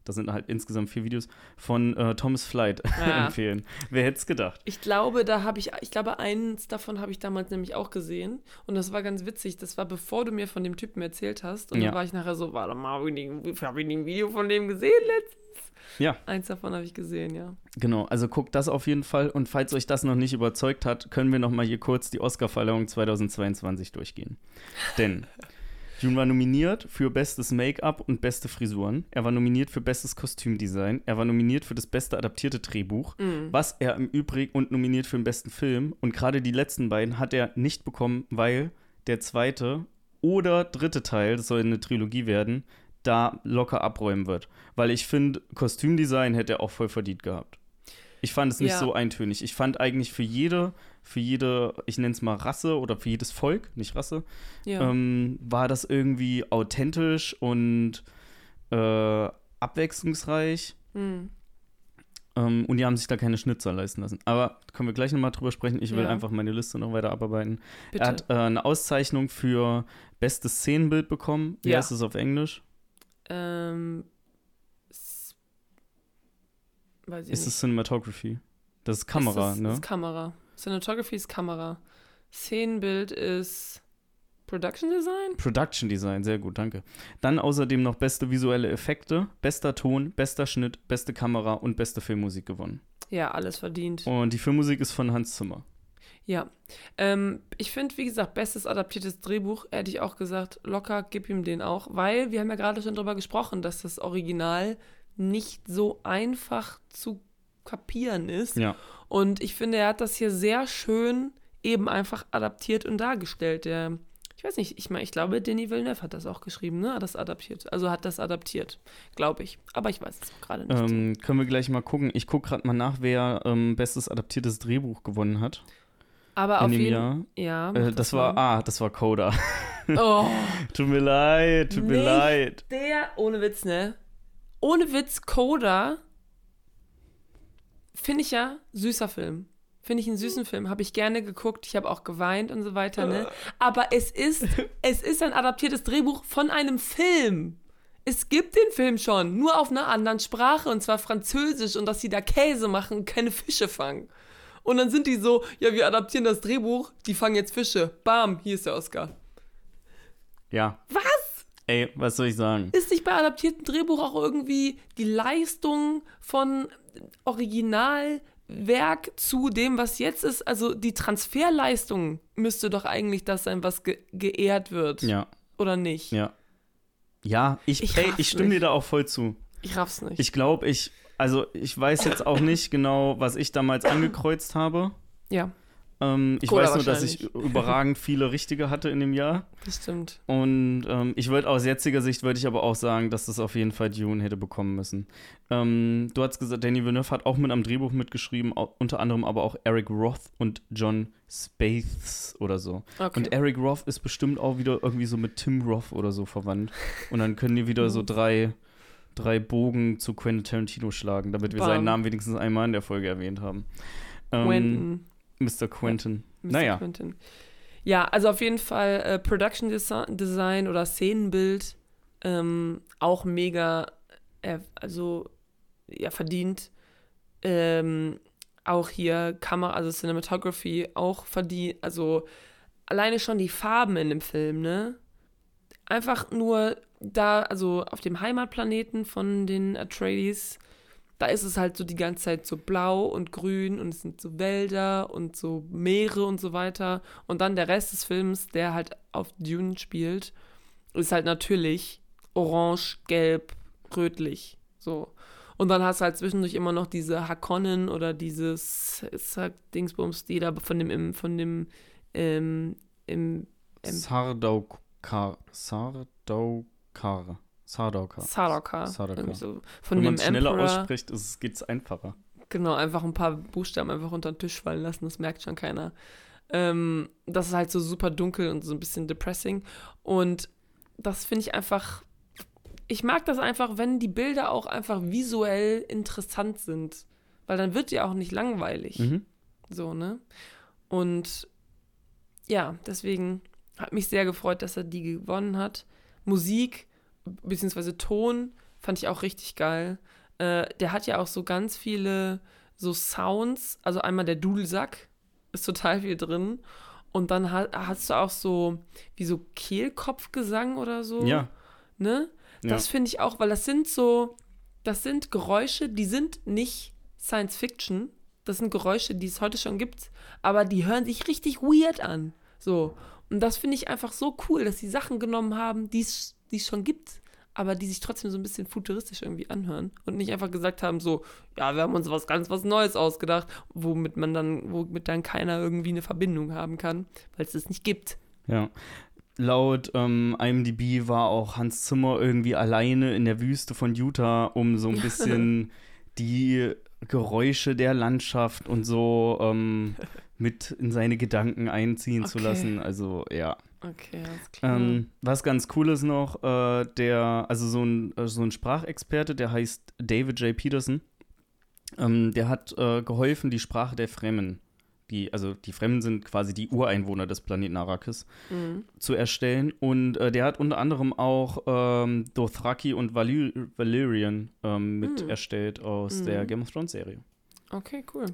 das sind halt insgesamt vier Videos, von äh, Thomas Flight Ja. empfehlen. Wer hätte es gedacht? Ich glaube, da habe ich, ich glaube, eins davon habe ich damals nämlich auch gesehen. Und das war ganz witzig. Das war, bevor du mir von dem Typen erzählt hast. Und Ja. dann war ich nachher so, warte mal, habe ich nicht- hab ich nicht ein Video von dem gesehen letztens? Ja. Eins davon habe ich gesehen, ja. Genau, also guckt das auf jeden Fall. Und falls euch das noch nicht überzeugt hat, können wir noch mal hier kurz die Oscarverleihung zweitausendzweiundzwanzig durchgehen. Denn Dune war nominiert für bestes Make-up und beste Frisuren. Er war nominiert für bestes Kostümdesign. Er war nominiert für das beste adaptierte Drehbuch, Mhm. was er im Übrigen und nominiert für den besten Film. Und gerade die letzten beiden hat er nicht bekommen, weil der zweite oder dritte Teil, das soll eine Trilogie werden, da locker abräumen wird. Weil ich finde, Kostümdesign hätte er auch voll verdient gehabt. Ich fand es nicht Ja. so eintönig. Ich fand eigentlich für jede, für jede, ich nenne es mal Rasse oder für jedes Volk, nicht Rasse, Ja. ähm, war das irgendwie authentisch und äh, abwechslungsreich. Mhm. Ähm, und die haben sich da keine Schnitzer leisten lassen. Aber können wir gleich nochmal drüber sprechen. Ich will Ja. einfach meine Liste noch weiter abarbeiten. Bitte. Er hat äh, eine Auszeichnung für bestes Szenenbild bekommen. Wie Ja. heißt es auf Englisch? ähm, s- weiß ich Ist nicht. es Cinematography? Das ist Kamera, ist das, ne? Das ist Kamera. Cinematography ist Kamera. Szenenbild ist Production Design? Production Design, sehr gut, danke. Dann außerdem noch beste visuelle Effekte, bester Ton, bester Schnitt, beste Kamera und beste Filmmusik gewonnen. Ja, alles verdient. Und die Filmmusik ist von Hans Zimmer. Ja. Ähm, ich finde, wie gesagt, bestes adaptiertes Drehbuch, hätte ich auch gesagt, locker, gib ihm den auch, weil wir haben ja gerade schon drüber gesprochen, dass das Original nicht so einfach zu kapieren ist. Ja. Und ich finde, er hat das hier sehr schön eben einfach adaptiert und dargestellt. Der, ich weiß nicht, ich meine, ich glaube, Denis Villeneuve hat das auch geschrieben, ne? Hat das adaptiert. Also hat das adaptiert, glaube ich. Aber ich weiß es auch gerade nicht. Ähm, können wir gleich mal gucken. Ich gucke gerade mal nach, wer ähm, bestes adaptiertes Drehbuch gewonnen hat Aber in auf dem jeden Jahr. Ja. Äh, mach das war, mal. ah, das war Coda. Oh. Tut mir leid, tut mir Nicht leid. Der, ohne Witz, ne? Ohne Witz, Coda finde ich ja süßer Film. Finde ich einen süßen Film. Habe ich gerne geguckt. Ich habe auch geweint und so weiter, ne? Aber es ist, es ist ein adaptiertes Drehbuch von einem Film. Es gibt den Film schon, nur auf einer anderen Sprache, und zwar Französisch, und dass sie da Käse machen und keine Fische fangen. Und dann sind die so, ja, wir adaptieren das Drehbuch, die fangen jetzt Fische. Bam, hier ist der Oscar. Ja. Was? Ey, was soll ich sagen? Ist nicht bei adaptiertem Drehbuch auch irgendwie die Leistung von Originalwerk zu dem, was jetzt ist? Also die Transferleistung müsste doch eigentlich das sein, was ge geehrt wird. Ja, Oder nicht? ja. Ja, ich, Ich ey, raff's ich stimme dir nicht. da auch voll zu. Ich raff's nicht. Ich glaube, ich, also ich weiß jetzt auch nicht genau, was ich damals angekreuzt habe. ja, Ähm, ich Coda weiß nur, dass ich wahrscheinlich. überragend viele Richtige hatte in dem Jahr. das stimmt. Und ähm, ich würde aus jetziger Sicht, würde ich aber auch sagen, dass das auf jeden Fall Dune hätte bekommen müssen. Ähm, du hast gesagt, Denis Villeneuve hat auch mit am Drehbuch mitgeschrieben, au- unter anderem aber auch Eric Roth und John Spaihts oder so. Okay. Und Eric Roth ist bestimmt auch wieder irgendwie so mit Tim Roth oder so verwandt. Und dann können die wieder so drei, drei Bogen zu Quentin Tarantino schlagen, damit wir Bam. seinen Namen wenigstens einmal in der Folge erwähnt haben. Ähm, Quentin. Mister Quentin. Mister Naja. Quentin. Ja, also auf jeden Fall äh, Production Desi Design oder Szenenbild ähm, auch mega, äh, also ja, verdient. Ähm, auch hier Kamera, also Cinematography auch verdient. Also alleine schon die Farben in dem Film, ne? Einfach nur da, also auf dem Heimatplaneten von den Atreides, da ist es halt so die ganze Zeit so blau und grün und es sind so Wälder und so Meere und so weiter. Und dann der Rest des Films, der halt auf Dune spielt, ist halt natürlich orange, gelb, rötlich. So. Und dann hast du halt zwischendurch immer noch diese Hakonnen oder dieses Dingsbums, die da von dem, im, von dem, ähm, im, im Sardaukar. Sardaukar. Sardaukar. Sardaukar. Sardaukar. irgendwie So, von Wenn dem man es schneller Emperor. ausspricht, geht es einfacher. Genau, einfach ein paar Buchstaben einfach unter den Tisch fallen lassen, das merkt schon keiner. Ähm, das ist halt so super dunkel und so ein bisschen depressing. Und das finde ich einfach, ich mag das einfach, wenn die Bilder auch einfach visuell interessant sind. Weil dann wird die auch nicht langweilig. Mhm. So, ne? Und ja, deswegen hat mich sehr gefreut, dass er die gewonnen hat. Musik, beziehungsweise Ton, Fand ich auch richtig geil. Äh, der hat ja auch so ganz viele so Sounds. Also einmal der Dudelsack ist total viel drin. Und dann ha- hast du auch so wie so Kehlkopfgesang oder so. Ja. Ne? Das Ja. finde ich auch, weil das sind so, das sind Geräusche, die sind nicht Science Fiction. Das sind Geräusche, die es heute schon gibt, aber die hören sich richtig weird an. So. Und das finde ich einfach so cool, dass sie Sachen genommen haben, die es die es schon gibt, aber die sich trotzdem so ein bisschen futuristisch irgendwie anhören und nicht einfach gesagt haben, so, ja, wir haben uns was ganz was Neues ausgedacht, womit man dann, womit dann keiner irgendwie eine Verbindung haben kann, weil es das nicht gibt. Ja. Laut ähm, IMDb war auch Hans Zimmer irgendwie alleine in der Wüste von Utah, um so ein bisschen die Geräusche der Landschaft und so ähm, mit in seine Gedanken einziehen zu Okay. lassen. Also, ja. Okay, alles klar. Ähm, was ganz cool ist noch, äh, der, also so ein, äh, so ein Sprachexperte, der heißt David J. Peterson, ähm, der hat äh, geholfen, die Sprache der Fremen, die, also die Fremen sind quasi die Ureinwohner des Planeten Arrakis, Mhm. zu erstellen. Und äh, der hat unter anderem auch ähm, Dothraki und Valy- Valyrian ähm, mit Mhm. erstellt aus Mhm. der Game of Thrones Serie. Okay, cool.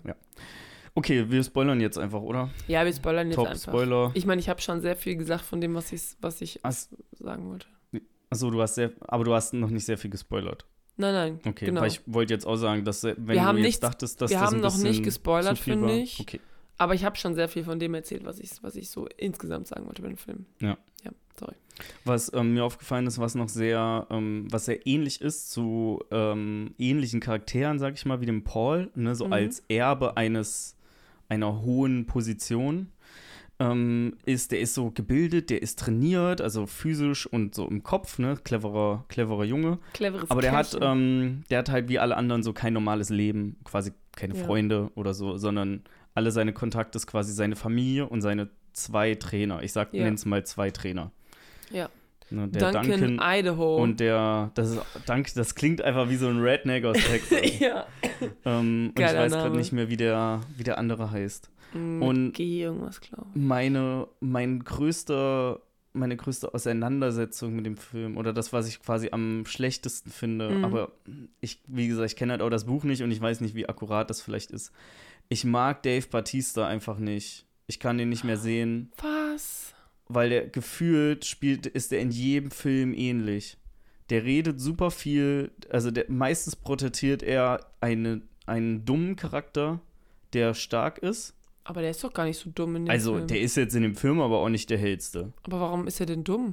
Okay, wir spoilern jetzt einfach, oder? Ja, wir spoilern jetzt Top einfach. Spoiler. Ich meine, ich habe schon sehr viel gesagt von dem, was ich, was ich Ach- sagen wollte. Achso, du hast sehr, aber du hast noch nicht sehr viel gespoilert. Nein, nein, Okay, genau. weil ich wollte jetzt auch sagen, dass äh, wenn Wir du haben jetzt nichts- dachtest, dass wir das haben ein noch bisschen nicht gespoilert, zu viel finde war. ich. Okay. Aber ich habe schon sehr viel von dem erzählt, was ich, was ich so insgesamt sagen wollte bei dem Film. Ja. Ja, sorry. Was ähm, mir aufgefallen ist, was noch sehr, ähm, was sehr ähnlich ist zu ähm, ähnlichen Charakteren, sag ich mal, wie dem Paul, ne, so Mhm. als Erbe eines einer hohen Position, ähm, ist, der ist so gebildet, der ist trainiert, also physisch und so im Kopf, ne, cleverer, cleverer Junge. Cleveres Aber der hat, Kerlchen. ähm, der hat halt wie alle anderen so kein normales Leben, quasi keine Ja. Freunde oder so, sondern alle seine Kontakte ist quasi seine Familie und seine zwei Trainer. Ich sag, Ja. nenn's mal zwei Trainer. Ja. Ne, der Duncan, Duncan, Idaho. und der, das ist, Dank, das klingt einfach wie so ein Redneck aus Texas. ja. ähm, und ich Geiler weiß gerade Name. nicht mehr, wie der, wie der andere heißt. Mit Und- G irgendwas, glaube ich. Meine, mein größter, meine größte Auseinandersetzung mit dem Film oder das, was ich quasi am schlechtesten finde, Mhm. aber ich, wie gesagt, ich kenne halt auch das Buch nicht und ich weiß nicht, wie akkurat das vielleicht ist. Ich mag Dave Bautista einfach nicht. Ich kann den nicht mehr sehen, Was? weil der gefühlt spielt, ist der in jedem Film ähnlich. Der redet super viel, also der, meistens porträtiert er eine, einen dummen Charakter, der stark ist. Aber der ist doch gar nicht so dumm in dem Also Film. der ist jetzt in dem Film aber auch nicht der hellste. Aber warum ist er denn dumm?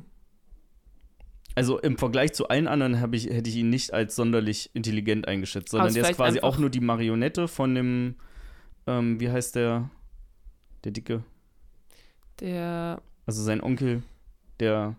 Also im Vergleich zu allen anderen hab ich, hätte ich ihn nicht als sonderlich intelligent eingeschätzt, sondern ist der ist vielleicht quasi einfach- auch nur die Marionette von dem, ähm, wie heißt der, der Dicke, Der, also sein Onkel, der,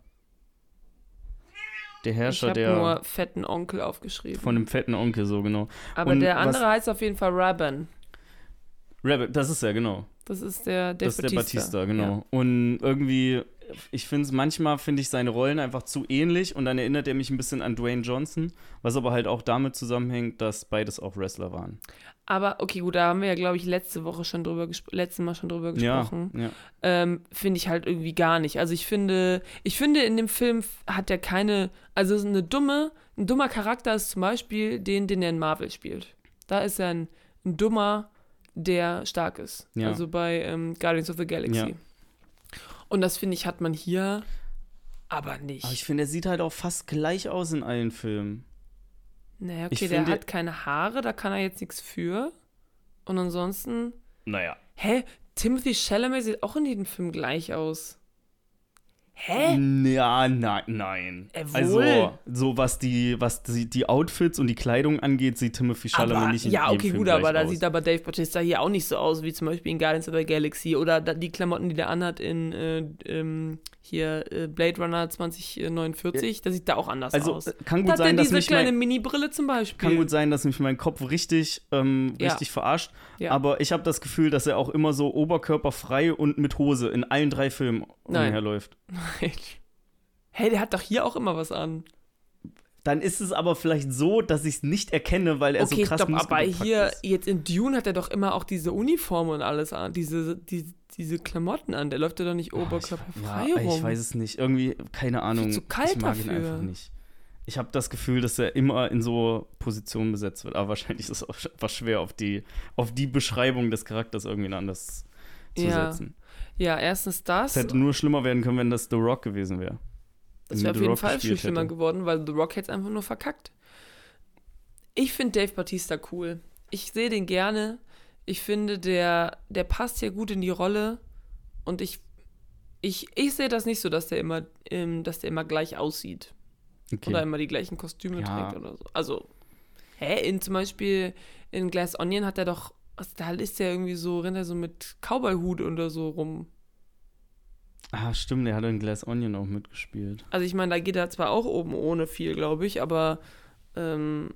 der ich Herrscher, habe der nur fetten Onkel aufgeschrieben. von dem fetten Onkel, so genau. Aber und der was- andere heißt auf jeden Fall Rabban. Rabbit, das ist er, genau. Das ist der Dave Das ist der Batista, genau. Ja. Und irgendwie, ich finde es, manchmal finde ich seine Rollen einfach zu ähnlich und dann erinnert er mich ein bisschen an Dwayne Johnson, was aber halt auch damit zusammenhängt, dass beides auch Wrestler waren. Aber okay, gut, da haben wir ja, glaube ich, letzte Woche schon drüber gesp- letzten Mal schon drüber gesprochen. Ja, ja. Ähm, finde ich halt irgendwie gar nicht. Also ich finde, ich finde, in dem Film hat er keine, also eine dumme, ein dummer Charakter ist zum Beispiel den, den er in Marvel spielt. Da ist er ein, ein dummer, der stark ist. Ja. Also bei ähm, Guardians of the Galaxy. Ja. Und das, finde ich, hat man hier aber nicht. Aber ich finde, er sieht halt auch fast gleich aus in allen Filmen. naja, ich okay, der finde- hat keine Haare, da kann er jetzt nichts für. Und ansonsten, Naja. hä? Timothy Chalamet sieht auch in jedem Film gleich aus. Hä? Ja, nein, nein. Äh, wohl. Also, so was die, was die, die Outfits und die Kleidung angeht, sieht Timothy Chalamet Aber, nicht in ja, jedem okay, Film gut, gleich aber da aus. sieht aber Dave Bautista hier auch nicht so aus, wie zum Beispiel in Guardians of the Galaxy oder da, die Klamotten, die der anhat in äh, ähm, hier äh, Blade Runner zwanzig neunundvierzig, da sieht da auch anders Also, aus. äh, kann Da gut hat er sein, dass diese mich kleine mein, Mini-Brille zum Beispiel. kann gut sein, dass mich mein Kopf richtig, ähm, Ja. richtig verarscht. Ja. Aber ich habe das Gefühl, dass er auch immer so oberkörperfrei und mit Hose in allen drei Filmen Nein. umherläuft. Hey, der hat doch hier auch immer was an. Dann ist es aber vielleicht so, dass ich es nicht erkenne, weil er Okay, so krass stopp, aber muskelbepackt hier, ist. jetzt in Dune hat er doch immer auch diese Uniform und alles an, diese, die, diese Klamotten an. Der läuft ja doch nicht Oh, oberkörperfrei ja, rum. ich weiß es nicht. Irgendwie, keine Ahnung. zu kalt ich mag ihn dafür. einfach nicht. ich habe das Gefühl, dass er immer in so Positionen besetzt wird. Aber wahrscheinlich ist es auch einfach schwer, auf die, auf die Beschreibung des Charakters irgendwie anders zu ja. setzen. Ja, erstens das. Es hätte nur schlimmer werden können, wenn das The Rock gewesen wäre. Das wäre auf jeden Fall viel schlimmer hätte. geworden, weil The Rock hätte es einfach nur verkackt. Ich finde Dave Bautista cool. Ich sehe den gerne. Ich finde, der, der passt ja gut in die Rolle. Und ich, ich, ich sehe das nicht so, dass der immer, ähm, dass der immer gleich aussieht. Okay. Oder immer die gleichen Kostüme ja. trägt oder so. Also, hä, in zum Beispiel in Glass Onion hat er doch, also da ist der irgendwie so, rennt er so mit Cowboy-Hut oder so rum. Ah, stimmt, der hat in Glass Onion auch mitgespielt. Also ich meine, da geht er zwar auch oben ohne viel, glaube ich, aber ähm,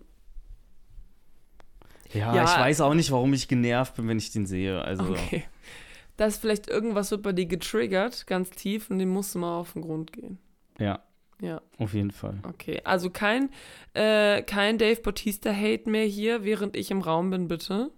ja, ja, ich weiß auch nicht, warum ich genervt bin, wenn ich den sehe. Also. Okay. Da ist vielleicht irgendwas wird bei dir getriggert, ganz tief, und dem musst du mal auf den Grund gehen. Ja. Ja. Auf jeden Fall. Okay, also kein, äh, kein Dave Bautista-Hate mehr hier, während ich im Raum bin, bitte.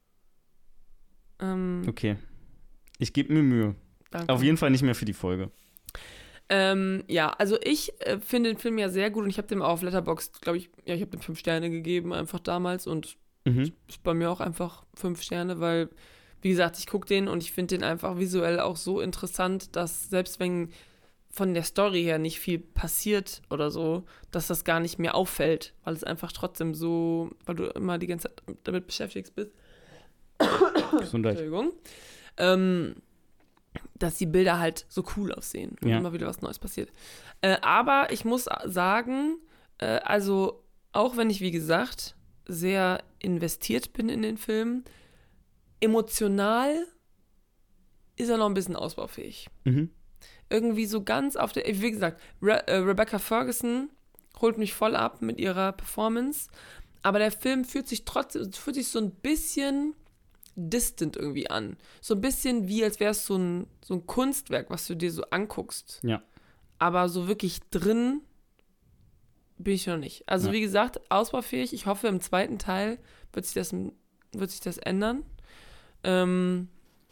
Ähm, okay. Ich gebe mir Mühe. Danke. Auf jeden Fall nicht mehr für die Folge. Ähm, ja, also ich äh, finde den Film ja sehr gut und ich habe dem auch auf Letterboxd, glaube ich, ja, ich habe dem fünf Sterne gegeben, einfach damals, und mhm. ist bei mir auch einfach fünf Sterne, weil, wie gesagt, ich gucke den und ich finde den einfach visuell auch so interessant, dass selbst wenn von der Story her nicht viel passiert oder so, dass das gar nicht mehr auffällt, weil es einfach trotzdem so, weil du immer die ganze Zeit damit beschäftigt bist. Gesundheit. Entschuldigung. Ähm, dass die Bilder halt so cool aussehen und ja. immer wieder was Neues passiert. Äh, aber ich muss sagen, äh, also auch wenn ich, wie gesagt, sehr investiert bin in den Film, emotional ist er noch ein bisschen ausbaufähig. Mhm. Irgendwie so ganz auf der, wie gesagt, Re- äh, Rebecca Ferguson holt mich voll ab mit ihrer Performance, aber der Film fühlt sich trotzdem, fühlt sich so ein bisschen distant irgendwie an. So ein bisschen wie, als wäre es so ein, so ein Kunstwerk, was du dir so anguckst. Ja. Aber so wirklich drin bin ich noch nicht. Also ja. wie gesagt, ausbaufähig. Ich hoffe, im zweiten Teil wird sich das, wird sich das ändern. Ähm,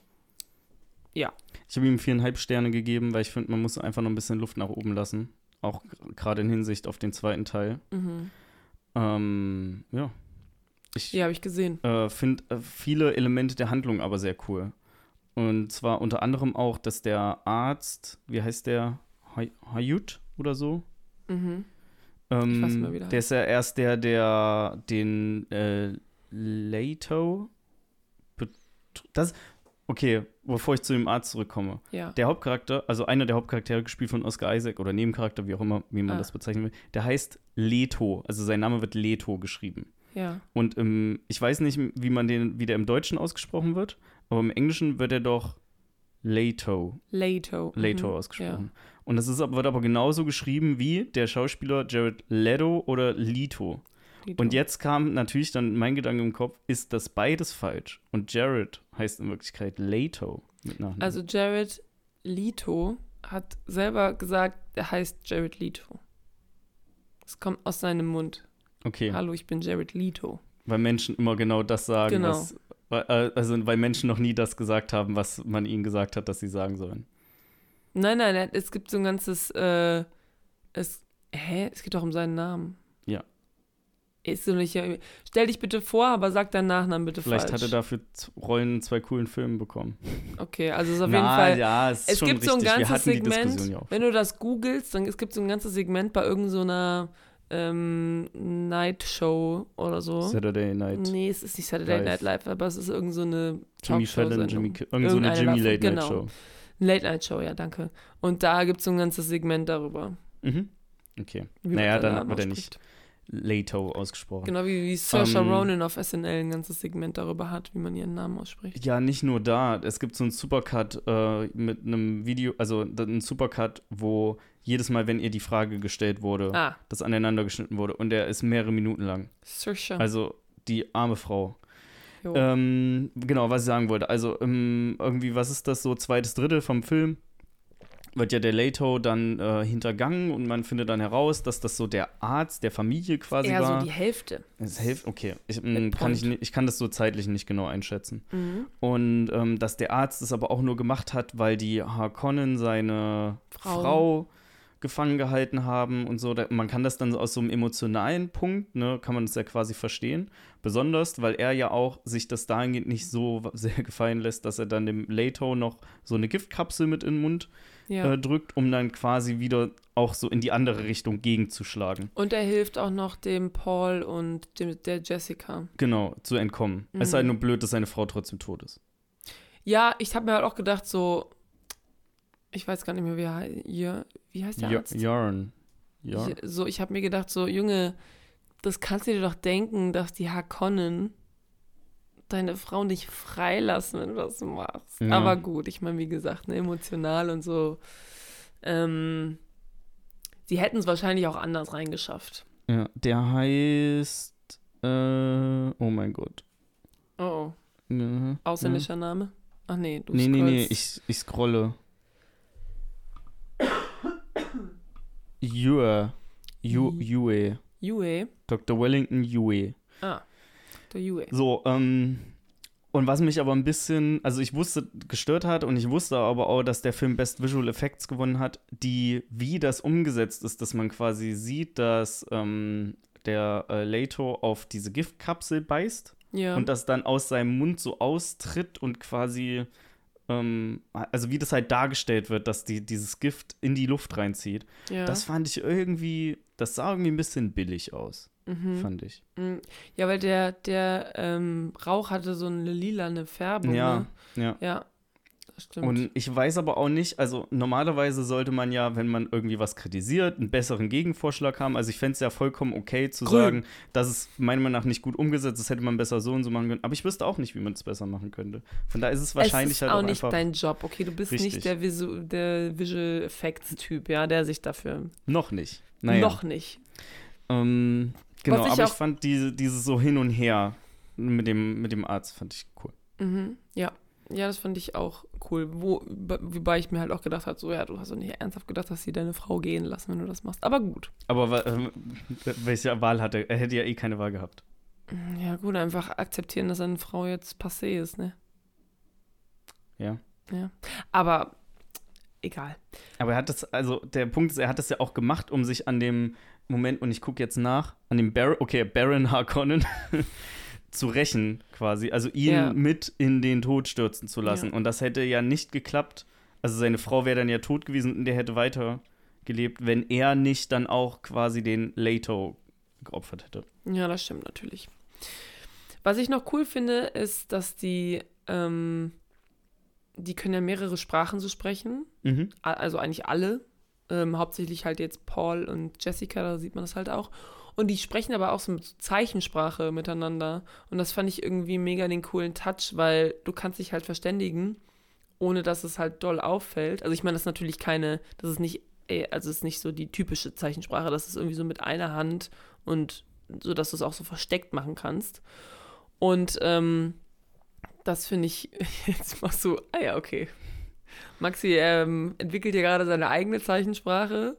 ja. Ich habe ihm viereinhalb Sterne gegeben, weil ich finde, man muss einfach noch ein bisschen Luft nach oben lassen. Auch gerade in Hinsicht auf den zweiten Teil. Mhm. Ähm, ja. Ich ja, habe ich gesehen. Äh, finde äh, viele Elemente der Handlung aber sehr cool. Und zwar unter anderem auch, dass der Arzt, wie heißt der? Hay- Hayut oder so? Mhm. Ähm, ich weiß nicht mehr, wie der der ist ja erst der, der den äh, Leto bet- das Okay, bevor ich zu dem Arzt zurückkomme. Ja. Der Hauptcharakter, also einer der Hauptcharaktere, gespielt von Oscar Isaac oder Nebencharakter, wie auch immer, wie man ah. das bezeichnen will, der heißt Leto. Also sein Name wird Leto geschrieben. Ja. Und im, ich weiß nicht, wie man den, wie der im Deutschen ausgesprochen wird, aber im Englischen wird er doch Leto. Leto. Leto mhm. ausgesprochen. Ja. Und das ist, wird aber genauso geschrieben wie der Schauspieler Jared Leto oder Leto. Leto. Und jetzt kam natürlich dann mein Gedanke im Kopf, ist das beides falsch? Und Jared heißt in Wirklichkeit Leto mit Nachnamen. Also Jared Leto hat selber gesagt, er heißt Jared Leto. Das kommt aus seinem Mund. Okay. Hallo, ich bin Jared Leto. Weil Menschen immer genau das sagen, genau. was, also weil Menschen noch nie das gesagt haben, was man ihnen gesagt hat, dass sie sagen sollen. Nein, nein, nein, es gibt so ein ganzes, äh, es, hä? Es geht doch um seinen Namen. Ja. Ist so nicht, stell dich bitte vor, aber sag deinen Nachnamen bitte Vielleicht falsch. hat er dafür Rollen in zwei coolen Filmen bekommen. Okay, also es ist auf Na, jeden Fall, ja, es, ist es schon gibt richtig. so ein ganzes Wir hatten die Segment, Diskussion ja auch. Wenn du das googelst, dann es gibt so ein ganzes Segment bei irgendeiner so ähm, Night Show oder so. Saturday Night. Nee, es ist nicht Saturday Live. Night Live, aber es ist irgend so eine Jimmy Fallon, Jimmy, irgend so eine Irgendeine Jimmy davon, Late Night genau. Show. Late Night Show, ja, danke. Und da gibt es so ein ganzes Segment darüber. Mhm. Okay. Wie naja, man dann Namen hat er ausspricht. nicht Leto ausgesprochen. Genau, wie, wie Saoirse Ähm, Ronan auf S N L ein ganzes Segment darüber hat, wie man ihren Namen ausspricht. Ja, nicht nur da. Es gibt so einen Supercut äh, mit einem Video, also einen Supercut, wo jedes Mal, wenn ihr die Frage gestellt wurde, ah. das aneinander geschnitten wurde. Und der ist mehrere Minuten lang. Saoirse. Also die arme Frau. Ähm, genau, was ich sagen wollte. Also ähm, irgendwie, was ist das so, zweites Drittel vom Film? Wird ja der Leto dann äh, hintergangen und man findet dann heraus, dass das so der Arzt der Familie quasi eher war. so die Hälfte. Das hilft, okay. Ich, m, kann ich, nicht, ich kann das so zeitlich nicht genau einschätzen. Mhm. Und ähm, dass der Arzt es aber auch nur gemacht hat, weil die Harkonnen seine Frau, Frau gefangen gehalten haben und so. Da, man kann das dann so aus so einem emotionalen Punkt, ne, kann man das ja quasi verstehen. Besonders, weil er ja auch sich das dahingehend nicht so sehr gefallen lässt, dass er dann dem Leto noch so eine Giftkapsel mit in den Mund Ja. äh, drückt, um dann quasi wieder auch so in die andere Richtung gegenzuschlagen. Und er hilft auch noch dem Paul und dem, der Jessica. Genau, zu entkommen. Mhm. Es ist halt nur blöd, dass seine Frau trotzdem tot ist. Ja, ich habe mir halt auch gedacht, so, ich weiß gar nicht mehr, wie, er, hei- ja, wie heißt der Ja, Arzt? Yarn. Ja. Ich, so, ich habe mir gedacht, so, Junge, das kannst du dir doch denken, dass die Harkonnen deine Frau nicht freilassen, wenn du das machst. Ja. Aber gut, ich meine, wie gesagt, ne, emotional und so. Ähm, sie hätten es wahrscheinlich auch anders reingeschafft. Ja, der heißt, äh, oh mein Gott. Oh, oh. Mhm. Ausländischer Name? Ach nee, du Nee, nee, nee, scrollst. ich, ich scrolle. Yue. Yu- Yue. Yue. Doktor Wellington Yue. Ah, der Yue. So, ähm, und was mich aber ein bisschen, also ich wusste, gestört hat und ich wusste aber auch, dass der Film Best Visual Effects gewonnen hat, die, wie das umgesetzt ist, dass man quasi sieht, dass ähm, der äh, Leto auf diese Giftkapsel beißt Ja. und das dann aus seinem Mund so austritt und quasi, ähm, also wie das halt dargestellt wird, dass die, dieses Gift in die Luft reinzieht. ja. Das fand ich irgendwie, das sah irgendwie ein bisschen billig aus, mhm. fand ich. Mm, ja, weil der, der ähm, Rauch hatte so eine lilane Färbung. Ja, Ne? ja. Ja, das stimmt. Und ich weiß aber auch nicht, also normalerweise sollte man ja, wenn man irgendwie was kritisiert, einen besseren Gegenvorschlag haben. Also ich fände es ja vollkommen okay zu Grün. sagen, das ist meiner Meinung nach nicht gut umgesetzt, das hätte man besser so und so machen können. Aber ich wüsste auch nicht, wie man es besser machen könnte. Von daher ist es wahrscheinlich es ist halt auch auch nicht einfach dein Job, okay? Du bist richtig. nicht der, Visu der Visual Effects-Typ, ja, der sich dafür noch nicht. Naja. noch nicht. Ähm, genau, Was ich aber ich auch- fand diese, dieses so hin und her mit dem, mit dem Arzt fand ich cool. Mhm. Ja. Ja, das fand ich auch cool. Wo, wobei ich mir halt auch gedacht habe, so, ja, du hast doch nicht ernsthaft gedacht, dass sie deine Frau gehen lassen, wenn du das machst. Aber gut. Aber wa- ähm, welche Wahl hatte? Er hätte ja eh keine Wahl gehabt. Ja, gut, einfach akzeptieren, dass seine Frau jetzt passé ist, ne? Ja. Ja. Aber egal. Aber er hat das, also der Punkt ist, er hat das ja auch gemacht, um sich an dem Moment, und ich gucke jetzt nach, an dem Baron, okay, Baron Harkonnen zu rächen quasi, also ihn Ja. mit in den Tod stürzen zu lassen. Ja. Und das hätte ja nicht geklappt. Also seine Frau wäre dann ja tot gewesen und der hätte weiter gelebt, wenn er nicht dann auch quasi den Leto geopfert hätte. Ja, das stimmt natürlich. Was ich noch cool finde, ist, dass die, ähm, die können ja mehrere Sprachen so sprechen. Mhm. A- Also eigentlich alle. Ähm, hauptsächlich halt jetzt Paul und Jessica, da sieht man das halt auch. Und die sprechen aber auch so mit Zeichensprache miteinander. Und das fand ich irgendwie mega den coolen Touch, weil du kannst dich halt verständigen, ohne dass es halt doll auffällt. Also ich meine, das ist natürlich keine, das ist nicht, eh, also es ist nicht so die typische Zeichensprache, das ist irgendwie so mit einer Hand und so, dass du es auch so versteckt machen kannst. Und ähm, das finde ich jetzt mal so, ah ja, okay. Maxi ähm, entwickelt hier gerade seine eigene Zeichensprache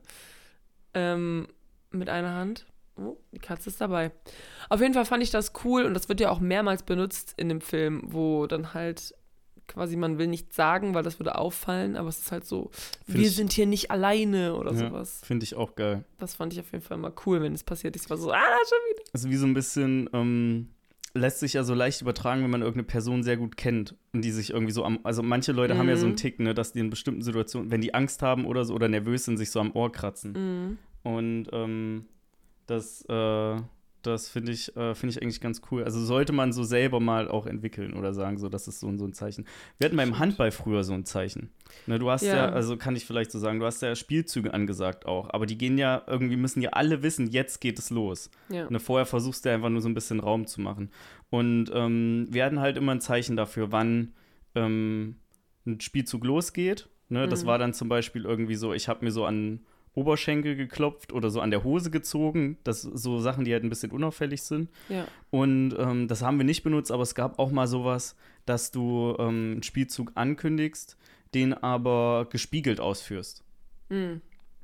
ähm, mit einer Hand. Oh, die Katze ist dabei. Auf jeden Fall fand ich das cool und das wird ja auch mehrmals benutzt in dem Film, wo dann halt quasi man will nichts sagen, weil das würde auffallen, aber es ist halt so, Find wir ich- sind hier nicht alleine oder Ja. sowas. Finde ich auch geil. Das fand ich auf jeden Fall mal cool, wenn es passiert ist. Ich war so, ah, schon wieder. Also wie so ein bisschen, ähm, lässt sich ja so leicht übertragen, wenn man irgendeine Person sehr gut kennt und die sich irgendwie so am, also manche Leute haben ja so einen Mhm. Tick, ne, dass die in bestimmten Situationen, wenn die Angst haben oder so oder nervös sind, sich so am Ohr kratzen. Mhm. Und ähm, das, äh, das finde ich, äh, finde ich eigentlich ganz cool. Also sollte man so selber mal auch entwickeln oder sagen, so, das ist so, so ein Zeichen. Wir hatten beim Handball früher so ein Zeichen. Ne, du hast ja. Ja. also kann ich vielleicht so sagen, du hast ja Spielzüge angesagt auch, aber die gehen ja, irgendwie müssen ja alle wissen, jetzt geht es los. Ja. Ne, vorher versuchst du einfach nur so ein bisschen Raum zu machen. Und ähm, wir hatten halt immer ein Zeichen dafür, wann ähm, ein Spielzug losgeht. Ne, das Mhm. war dann zum Beispiel irgendwie so, ich habe mir so an Oberschenkel geklopft oder so an der Hose gezogen. Das so Sachen, die halt ein bisschen unauffällig sind. Ja. Und ähm, das haben wir nicht benutzt, aber es gab auch mal sowas, dass du ähm, einen Spielzug ankündigst, den aber gespiegelt ausführst. Mhm.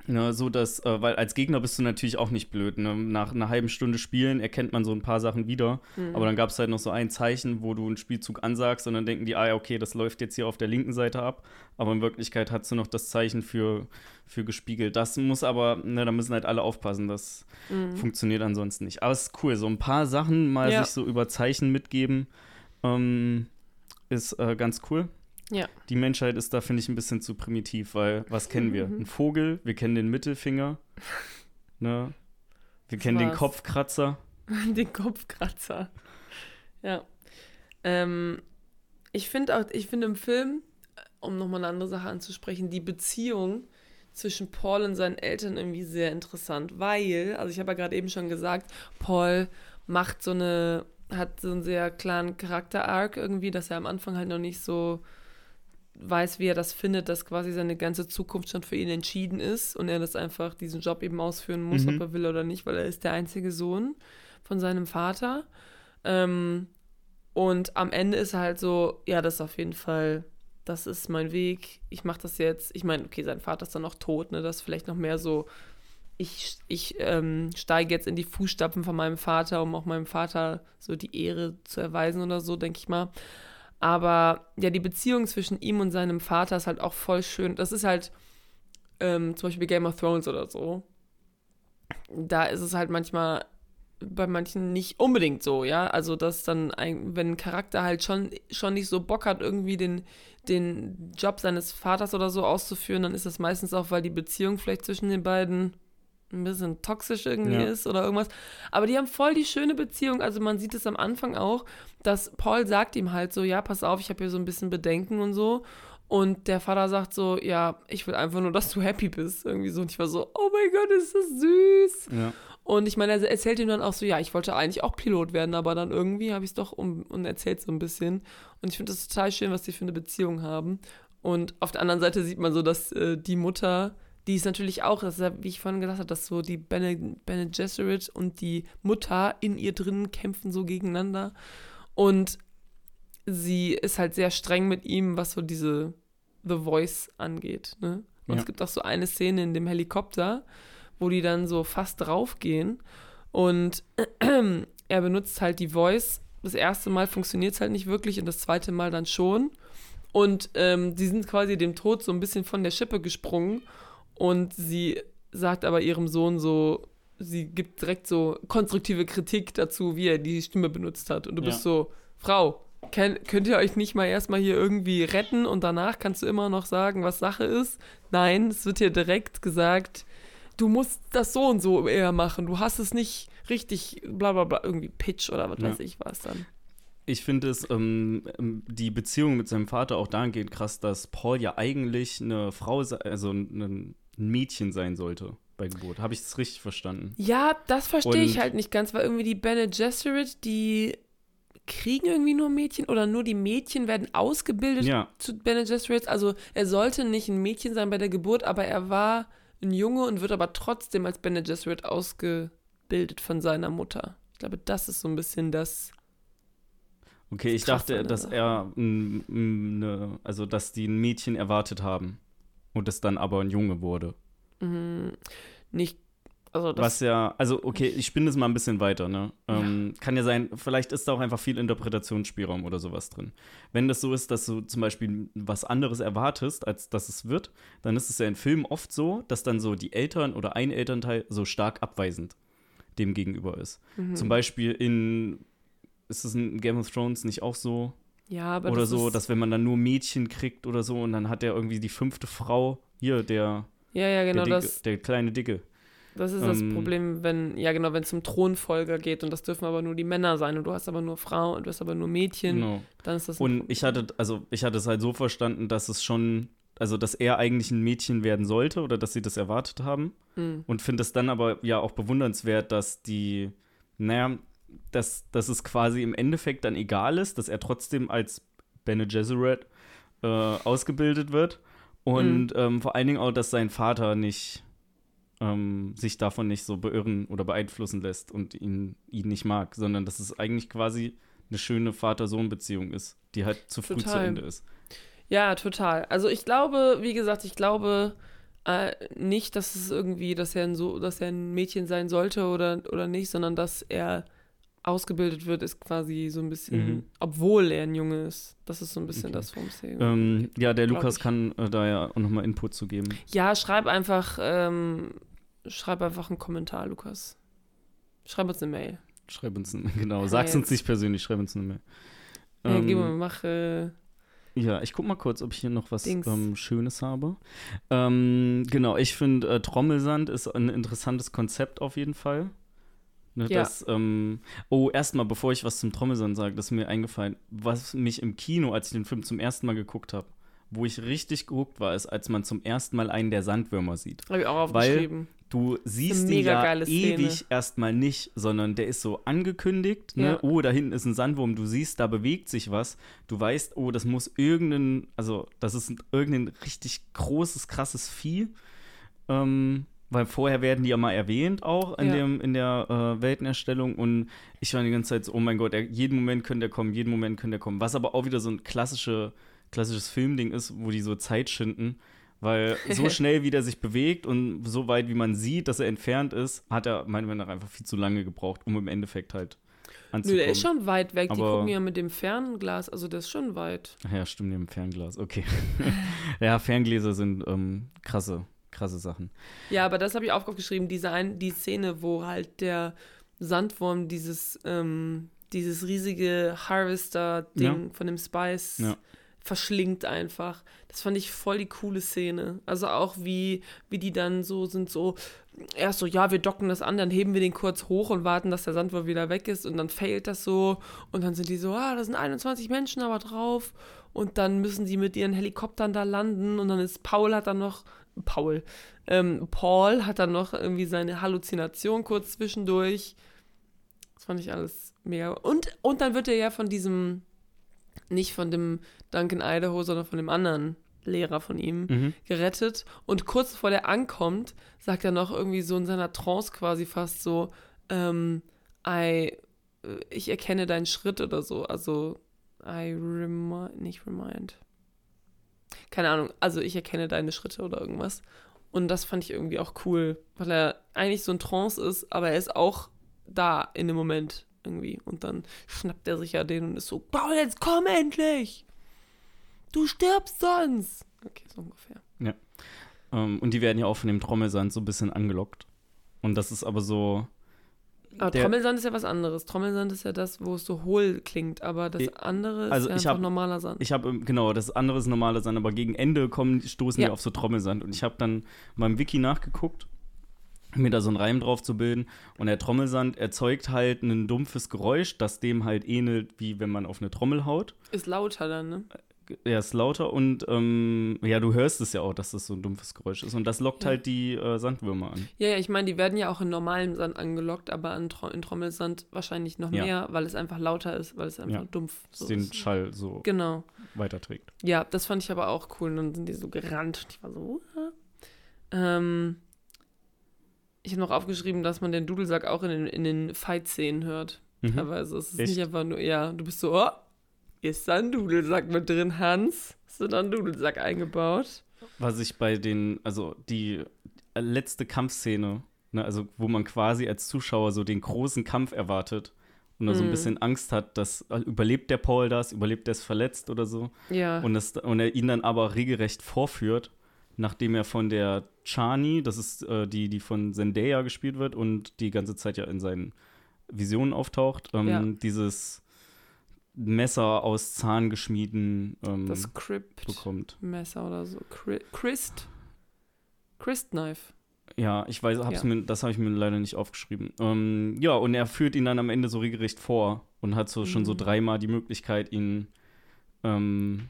Ne, so dass, äh, weil als Gegner bist du natürlich auch nicht blöd. Ne? Nach einer halben Stunde Spielen erkennt man so ein paar Sachen wieder. Mhm. Aber dann gab es halt noch so ein Zeichen, wo du einen Spielzug ansagst und dann denken die, ah ja, okay, das läuft jetzt hier auf der linken Seite ab. Aber in Wirklichkeit hast du noch das Zeichen für, für gespiegelt. Das muss aber, ne, da müssen halt alle aufpassen. Das Mhm. funktioniert ansonsten nicht. Aber es ist cool, so ein paar Sachen mal Ja. sich so über Zeichen mitgeben, ähm, ist äh, ganz cool. Ja. Die Menschheit ist da, finde ich, ein bisschen zu primitiv, weil was kennen wir? Mhm. Ein Vogel, wir kennen den Mittelfinger, ne? Wir Das kennen den war's. Kopfkratzer. Den Kopfkratzer. Ja. Ähm, ich finde auch, ich finde im Film, um nochmal eine andere Sache anzusprechen, die Beziehung zwischen Paul und seinen Eltern irgendwie sehr interessant, weil, also ich habe ja gerade eben schon gesagt, Paul macht so eine, hat so einen sehr klaren Charakter-Arc irgendwie, dass er am Anfang halt noch nicht so weiß, wie er das findet, dass quasi seine ganze Zukunft schon für ihn entschieden ist und er das einfach, diesen Job eben ausführen muss, Mhm. ob er will oder nicht, weil er ist der einzige Sohn von seinem Vater. Ähm, und am Ende ist er halt so, ja, das ist auf jeden Fall, das ist mein Weg, ich mache das jetzt. Ich meine, okay, sein Vater ist dann noch tot, ne, das ist vielleicht noch mehr so, ich, ich ähm, steige jetzt in die Fußstapfen von meinem Vater, um auch meinem Vater so die Ehre zu erweisen oder so, denke ich mal. Aber ja, die Beziehung zwischen ihm und seinem Vater ist halt auch voll schön. Das ist halt ähm, zum Beispiel Game of Thrones oder so. Da ist es halt manchmal bei manchen nicht unbedingt so, ja. Also, dass dann, ein, wenn ein Charakter halt schon, schon nicht so Bock hat, irgendwie den, den Job seines Vaters oder so auszuführen, dann ist das meistens auch, weil die Beziehung vielleicht zwischen den beiden ein bisschen toxisch irgendwie Ja. ist oder irgendwas. Aber die haben voll die schöne Beziehung. Also man sieht es am Anfang auch, dass Paul sagt ihm halt so, ja, pass auf, ich habe hier so ein bisschen Bedenken und so. Und der Vater sagt so, ja, ich will einfach nur, dass du happy bist. Irgendwie so. Und ich war so, oh mein Gott, ist das süß. Ja. Und ich meine, er erzählt ihm dann auch so, ja, ich wollte eigentlich auch Pilot werden, aber dann irgendwie habe ich es doch um und erzählt so ein bisschen. Und ich finde das total schön, was die für eine Beziehung haben. Und auf der anderen Seite sieht man so, dass äh, die Mutter, die ist natürlich auch, das ist ja, wie ich vorhin gesagt habe, dass so die Bene, Bene Gesserit und die Mutter in ihr drin kämpfen so gegeneinander. Und sie ist halt sehr streng mit ihm, was so diese The Voice angeht. Ne? Und Ja. es gibt auch so eine Szene in dem Helikopter, wo die dann so fast draufgehen. Und er benutzt halt die Voice. Das erste Mal funktioniert es halt nicht wirklich und das zweite Mal dann schon. Und ähm, die sind quasi dem Tod so ein bisschen von der Schippe gesprungen. Und sie sagt aber ihrem Sohn so, sie gibt direkt so konstruktive Kritik dazu, wie er die Stimme benutzt hat. Und du Ja. bist so, Frau, kann, könnt ihr euch nicht mal erstmal hier irgendwie retten und danach kannst du immer noch sagen, was Sache ist? Nein, es wird hier direkt gesagt, du musst das so und so eher machen. Du hast es nicht richtig, bla bla bla, irgendwie Pitch oder was Ja. weiß ich was dann. Ich finde es, ähm, die Beziehung mit seinem Vater auch dahingehend krass, dass Paul ja eigentlich eine Frau, se- also ein ein Mädchen sein sollte bei Geburt. Habe ich das richtig verstanden? Ja, das verstehe ich Und- halt nicht ganz, weil irgendwie die Bene Gesserit, die kriegen irgendwie nur Mädchen oder nur die Mädchen werden ausgebildet Ja, zu Bene Gesserits. Also er sollte nicht ein Mädchen sein bei der Geburt, aber er war ein Junge und wird aber trotzdem als Bene Gesserit ausgebildet von seiner Mutter. Ich glaube, das ist so ein bisschen das. okay, ich Krass, dachte, ne? dass er, mm, mm, ne, also dass die ein Mädchen erwartet haben und es dann aber ein Junge wurde. Mh, nicht. Also das, Was ja, also okay, ich spinne das mal ein bisschen weiter, ne? Ähm, Kann ja sein, vielleicht ist da auch einfach viel Interpretationsspielraum oder sowas drin. Wenn das so ist, dass du zum Beispiel was anderes erwartest, als dass es wird, dann ist es ja in Filmen oft so, dass dann so die Eltern oder ein Elternteil so stark abweisend dem gegenüber ist. Mhm. Zum Beispiel in, ist es in Game of Thrones nicht auch so? ja, aber Oder das so, ist, dass wenn man dann nur Mädchen kriegt oder so und dann hat er irgendwie die fünfte Frau, hier, der, ja, ja, genau, der, Dicke, das, der kleine Dicke. das ist das ähm, Problem, wenn, ja genau, wenn es zum Thronfolger geht und das dürfen aber nur die Männer sein und du hast aber nur Frauen und du hast aber nur Mädchen, Genau. dann ist das ein Und Problem. ich hatte, also ich hatte es halt so verstanden, dass es schon, also dass er eigentlich ein Mädchen werden sollte oder dass sie das erwartet haben. Mhm. Und finde es dann aber ja auch bewundernswert, dass die, naja, dass, dass es quasi im Endeffekt dann egal ist, dass er trotzdem als Bene Gesserit äh, ausgebildet wird. Und ähm, vor allen Dingen auch, dass sein Vater nicht ähm, sich davon nicht so beirren oder beeinflussen lässt und ihn, ihn nicht mag, sondern dass es eigentlich quasi eine schöne Vater-Sohn-Beziehung ist, die halt zu früh zu Total. Ende ist. Ja, total. Also ich glaube, wie gesagt, ich glaube, äh, nicht, dass es irgendwie, dass er ein so, dass er ein Mädchen sein sollte oder, oder nicht, sondern dass er ausgebildet wird, ist quasi so ein bisschen, Mhm. obwohl er ein Junge ist. Das ist so ein bisschen Okay. das, worum es hier Ähm, geht, ja, der glaub Lukas ich. kann äh, da ja auch nochmal Input zu geben. Ja, schreib einfach, ähm, schreib einfach einen Kommentar, Lukas. Schreib uns eine Mail. Schreib uns, ein, genau, sag's uns nicht persönlich, schreib uns eine Mail. Ja, Ähm, geh mal, mach, äh, Ja, ich guck mal kurz, ob ich hier noch was Dings. ähm, Schönes habe. Ähm, genau, ich finde, äh, Trommelsand ist ein interessantes Konzept auf jeden Fall. Ne, Ja. das, ähm, oh, erstmal, bevor ich was zum Trommelsand sage, das ist mir eingefallen, was mich im Kino, als ich den Film zum ersten Mal geguckt habe, wo ich richtig gehuckt war, ist, als man zum ersten Mal einen der Sandwürmer sieht. habe ich auch Weil aufgeschrieben. du siehst eine ihn mega ja geile Szene. ewig erstmal nicht, sondern der ist so angekündigt, ne? Ja. Oh, da hinten ist ein Sandwurm, du siehst, da bewegt sich was. Du weißt, oh, das muss irgendein, also das ist irgendein richtig großes, krasses Vieh. Ähm, weil vorher werden die ja mal erwähnt auch in, Ja. dem, in der äh, Weltenerstellung und ich war die ganze Zeit so, oh mein Gott, er, jeden Moment könnte er kommen, jeden Moment könnte er kommen. Was aber auch wieder so ein klassische, klassisches Filmding ist, wo die so Zeit schinden. Weil so schnell, wie der sich bewegt und so weit, wie man sieht, dass er entfernt ist, hat er meiner Meinung nach einfach viel zu lange gebraucht, um im Endeffekt halt Nö, anzukommen. der ist schon weit weg. Die Aber- gucken ja mit dem Fernglas, also der ist schon weit. Ach ja, stimmt, im Fernglas, okay. Ja, Ferngläser sind ähm, krasse, krasse Sachen. Ja, aber das habe ich auch aufgeschrieben, diese ein, die Szene, wo halt der Sandwurm dieses, ähm, dieses riesige Harvester-Ding von dem Spice Ja. verschlingt einfach. Das fand ich voll die coole Szene. Also auch wie, wie die dann so sind, so erst so, ja, wir docken das an, dann heben wir den kurz hoch und warten, dass der Sandwurm wieder weg ist und dann failt das so und dann sind die so, ah, da sind einundzwanzig Menschen aber drauf und dann müssen sie mit ihren Helikoptern da landen und dann ist Paul hat dann noch, Paul, ähm, Paul hat dann noch irgendwie seine Halluzination kurz zwischendurch. Das fand ich alles mega. Und, und dann wird er ja von diesem, nicht von dem Duncan Idaho, sondern von dem anderen Lehrer von ihm Mhm. gerettet. Und kurz bevor der ankommt, sagt er noch irgendwie so in seiner Trance quasi fast so, ähm, I, ich erkenne deinen Schritt oder so. Also, I remind, nicht remind. Keine Ahnung, also ich erkenne deine Schritte oder irgendwas. Und das fand ich irgendwie auch cool, weil er eigentlich so ein Trance ist, aber er ist auch da in dem Moment irgendwie. Und dann schnappt er sich ja den und ist so, Paul, jetzt komm endlich! Du stirbst sonst! Okay, so ungefähr. Ähm, und die werden ja auch von dem Trommelsand so ein bisschen angelockt. Und das ist aber so, Aber Der- Trommelsand ist ja was anderes. Trommelsand ist ja das, wo es so hohl klingt, aber das Ich- andere ist also ja ich einfach hab- normaler Sand. ich habe, genau, das andere ist normaler Sand, aber gegen Ende kommen, stoßen Ja. die auf so Trommelsand. Und ich habe dann beim Wiki nachgeguckt, mir da so einen Reim drauf zu bilden. Und der Trommelsand erzeugt halt ein dumpfes Geräusch, das dem halt ähnelt, wie wenn man auf eine Trommel haut. Ist lauter dann, ne? Er ist lauter und ähm, ja, du hörst es ja auch, dass das so ein dumpfes Geräusch ist. Und das lockt Ja. halt die äh, Sandwürmer an. Ja, ja, ich meine, die werden ja auch in normalem Sand angelockt, aber an Tro in Trommelsand wahrscheinlich noch Ja. mehr, weil es einfach lauter ist, weil es einfach Ja. dumpf Das so den ist. Schall so Genau. weiterträgt. Ja, das fand ich aber auch cool. Und dann sind die so gerannt. Und ich war so, uh. ähm, ich habe noch aufgeschrieben, dass man den Dudelsack auch in den, in den Fight-Szenen hört. Mhm. Teilweise. Es ist Echt? nicht einfach nur, ja, du bist so, oh, ist da ein Dudelsack mit drin, Hans? Hast du da einen Dudelsack eingebaut? Was ich bei den, also die äh, letzte Kampfszene, ne, also wo man quasi als Zuschauer so den großen Kampf erwartet und da so ein Mhm. bisschen Angst hat, dass äh, überlebt der Paul das, überlebt der es verletzt oder so. Ja. Und, das, und er ihn dann aber regelrecht vorführt, nachdem er von der Chani, das ist äh, die, die von Zendaya gespielt wird und die ganze Zeit ja in seinen Visionen auftaucht, ähm, Ja. dieses Messer aus Zahn geschmieden ähm, das Crypt-Messer bekommt. oder so. Cri Christ. Christ Knife. Ja, ich weiß, hab's Ja. mir, das habe ich mir leider nicht aufgeschrieben. Ähm, ja, und er führt ihn dann am Ende so regelrecht vor und hat so schon so Mhm. dreimal die Möglichkeit, ihn, ähm,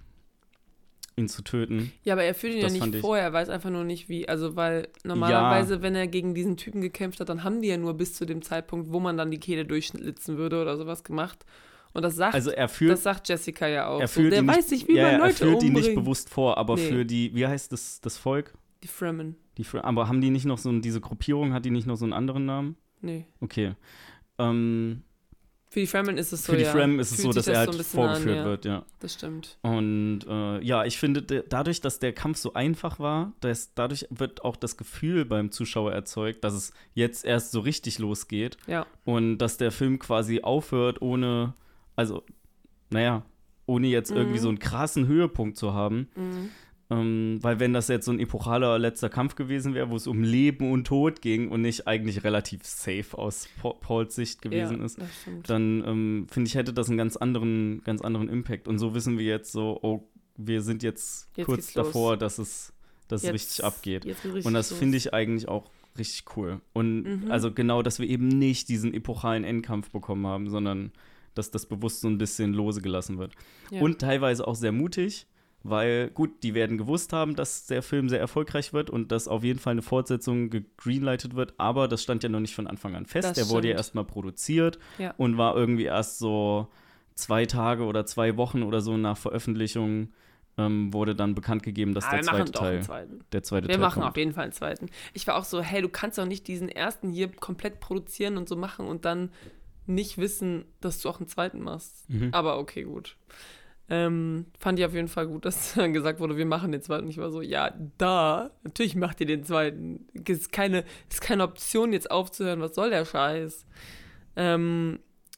ihn zu töten. Ja, aber er führt ihn Das ja fand nicht ich- vor, er weiß einfach nur nicht wie. Also, weil normalerweise, wenn er gegen diesen Typen gekämpft hat, dann haben die ja nur bis zu dem Zeitpunkt, wo man dann die Kehle durchschlitzen würde oder sowas gemacht. Und das sagt, Also er führt, das sagt Jessica ja auch. er So, führt der ihn weiß nicht, wie ja, man ja, Leute er führt ihn umbringt. nicht bewusst vor, aber Nee. für die, wie heißt das, das Volk? Die Fremen. Die, Fre- aber haben die nicht noch so, ein- diese Gruppierung, hat die nicht noch so einen anderen Namen? Nee. Okay. Ähm, Für die Fremen ist es so, Für die ja. Fremen ist es Fühlt so, sich dass er halt so ein bisschen vorgeführt an, ja. wird, ja. Das stimmt. Und äh, ja, ich finde, de- dadurch, dass der Kampf so einfach war, dass, dadurch wird auch das Gefühl beim Zuschauer erzeugt, dass es jetzt erst so richtig losgeht. Ja. Und dass der Film quasi aufhört, ohne, also, naja, ohne jetzt Mhm. irgendwie so einen krassen Höhepunkt zu haben. Mhm. Ähm, weil wenn das jetzt so ein epochaler letzter Kampf gewesen wäre, wo es um Leben und Tod ging und nicht eigentlich relativ safe aus Pa- Pauls Sicht gewesen ja, ist, das stimmt. dann ähm, finde ich, hätte das einen ganz anderen, ganz anderen Impact. Und so wissen wir jetzt so, oh, wir sind jetzt, Jetzt kurz geht's davor, los. dass es, dass es Jetzt- richtig abgeht. Jetzt geht's richtig Und das los. finde ich eigentlich auch richtig cool. Und Mhm. also genau, dass wir eben nicht diesen epochalen Endkampf bekommen haben, sondern dass das bewusst so ein bisschen lose gelassen wird. Ja. Und teilweise auch sehr mutig, weil, gut, die werden gewusst haben, dass der Film sehr erfolgreich wird und dass auf jeden Fall eine Fortsetzung gegreenlightet wird, aber das stand ja noch nicht von Anfang an fest. Das Der wurde ja stimmt. erstmal produziert Ja. und war irgendwie erst so zwei Tage oder zwei Wochen oder so nach Veröffentlichung ähm, wurde dann bekannt gegeben, dass Ah, der wir machen zweite doch Teil, einen zweiten. der zweite Wir Teil machen kommt. auf jeden Fall einen zweiten. Ich war auch so, hey, du kannst doch nicht diesen ersten hier komplett produzieren und so machen und dann nicht wissen, dass du auch einen zweiten machst. Mhm. Aber okay, gut. Ähm, fand ich auf jeden Fall gut, dass dann gesagt wurde, wir machen den zweiten. Ich war so, ja, da, natürlich macht ihr den zweiten. Es ist keine, ist keine Option, jetzt aufzuhören. Was soll der Scheiß? Ähm,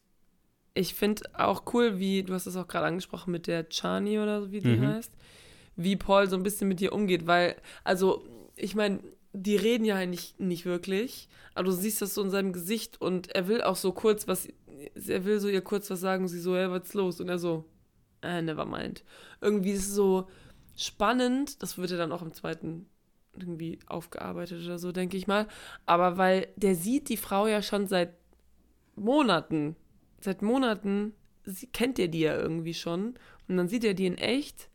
ich finde auch cool, wie, du hast es auch gerade angesprochen mit der Chani oder so, wie die Mhm. heißt, wie Paul so ein bisschen mit ihr umgeht, weil, also, ich meine, die reden ja eigentlich nicht wirklich, aber du siehst das so in seinem Gesicht und er will auch so kurz was, er will so ihr kurz was sagen und sie so, hey, was ist los? Und er so, äh, never mind. Irgendwie ist es so spannend, das wird ja dann auch im zweiten irgendwie aufgearbeitet oder so, denke ich mal, aber weil der sieht die Frau ja schon seit Monaten, seit Monaten sie, kennt er die ja irgendwie schon und dann sieht er die in echt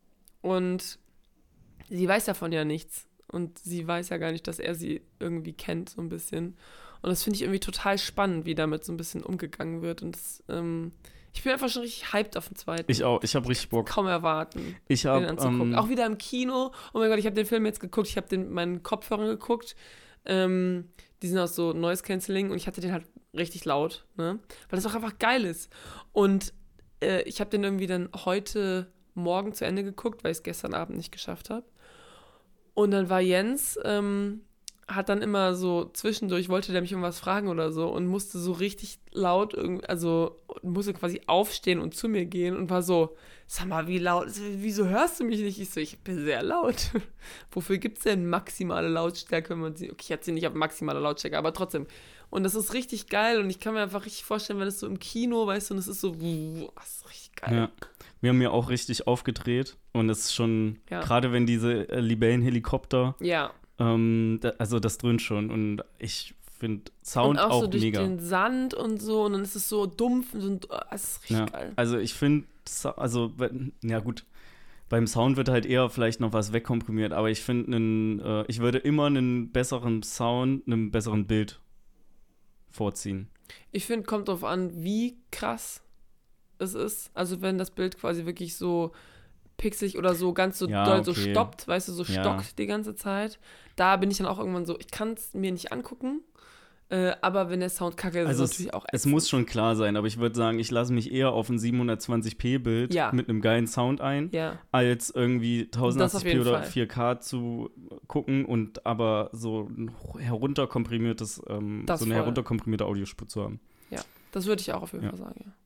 und sie weiß davon ja nichts und sie weiß ja gar nicht, dass er sie irgendwie kennt, so ein bisschen. Und das finde ich irgendwie total spannend, wie damit so ein bisschen umgegangen wird. Und das, ähm, ich bin einfach schon richtig hyped auf den zweiten. Ich auch, ich habe richtig Bock. Kaum erwarten, Ich den habe anzugucken. ähm, Auch wieder im Kino. Oh mein Gott, ich habe den Film jetzt geguckt. Ich habe den mit meinen Kopfhörern geguckt. Ähm, die sind aus so Noise Cancelling und ich hatte den halt richtig laut, ne? Weil das auch einfach geil ist. Und äh, ich habe den irgendwie dann heute Morgen zu Ende geguckt, weil ich es gestern Abend nicht geschafft habe. Und dann war Jens, ähm, hat dann immer so zwischendurch, wollte der mich irgendwas fragen oder so und musste so richtig laut, irgendwie, also musste quasi aufstehen und zu mir gehen und war so, sag mal, wie laut, wieso hörst du mich nicht? Ich so, ich bin sehr laut. Wofür gibt es denn maximale Lautstärke, wenn man sie, okay, ich hatte sie nicht auf maximale Lautstärke, aber trotzdem. Und das ist richtig geil und ich kann mir einfach richtig vorstellen, wenn es so im Kino, weißt du, und es ist so, das ist richtig geil. ja. Wir haben ja auch richtig aufgedreht und es ist schon, Ja. gerade wenn diese äh, Libellenhelikopter, Ja. ähm, da, also das dröhnt schon und ich finde Sound und auch, auch, so durch mega. den Sand und so und dann ist es so dumpf und oh, es ist richtig Ja. geil. Also ich finde, also, wenn- ja gut, beim Sound wird halt eher vielleicht noch was wegkomprimiert, aber ich finde, äh, ich würde immer einen besseren Sound, einem besseren Bild vorziehen. Ich finde, kommt drauf an, wie krass es ist. Also wenn das Bild quasi wirklich so pixelig oder so ganz so Ja, doll so okay. stoppt, weißt du, so Ja. stockt die ganze Zeit, da bin ich dann auch irgendwann so, ich kann es mir nicht angucken, äh, aber wenn der Sound kacke ist, Also ist es, es natürlich auch es muss schon klar sein, aber ich würde sagen, ich lasse mich eher auf ein siebenhundertzwanzig p Bild Ja. mit einem geilen Sound ein, Ja, als irgendwie Das auf tausendachtzig p jeden oder Fall. vier K zu gucken und aber so ein herunterkomprimiertes, ähm, Das so eine voll. herunterkomprimierte Audiospur zu haben. das würde ich auch auf jeden Ja. Fall sagen, ja.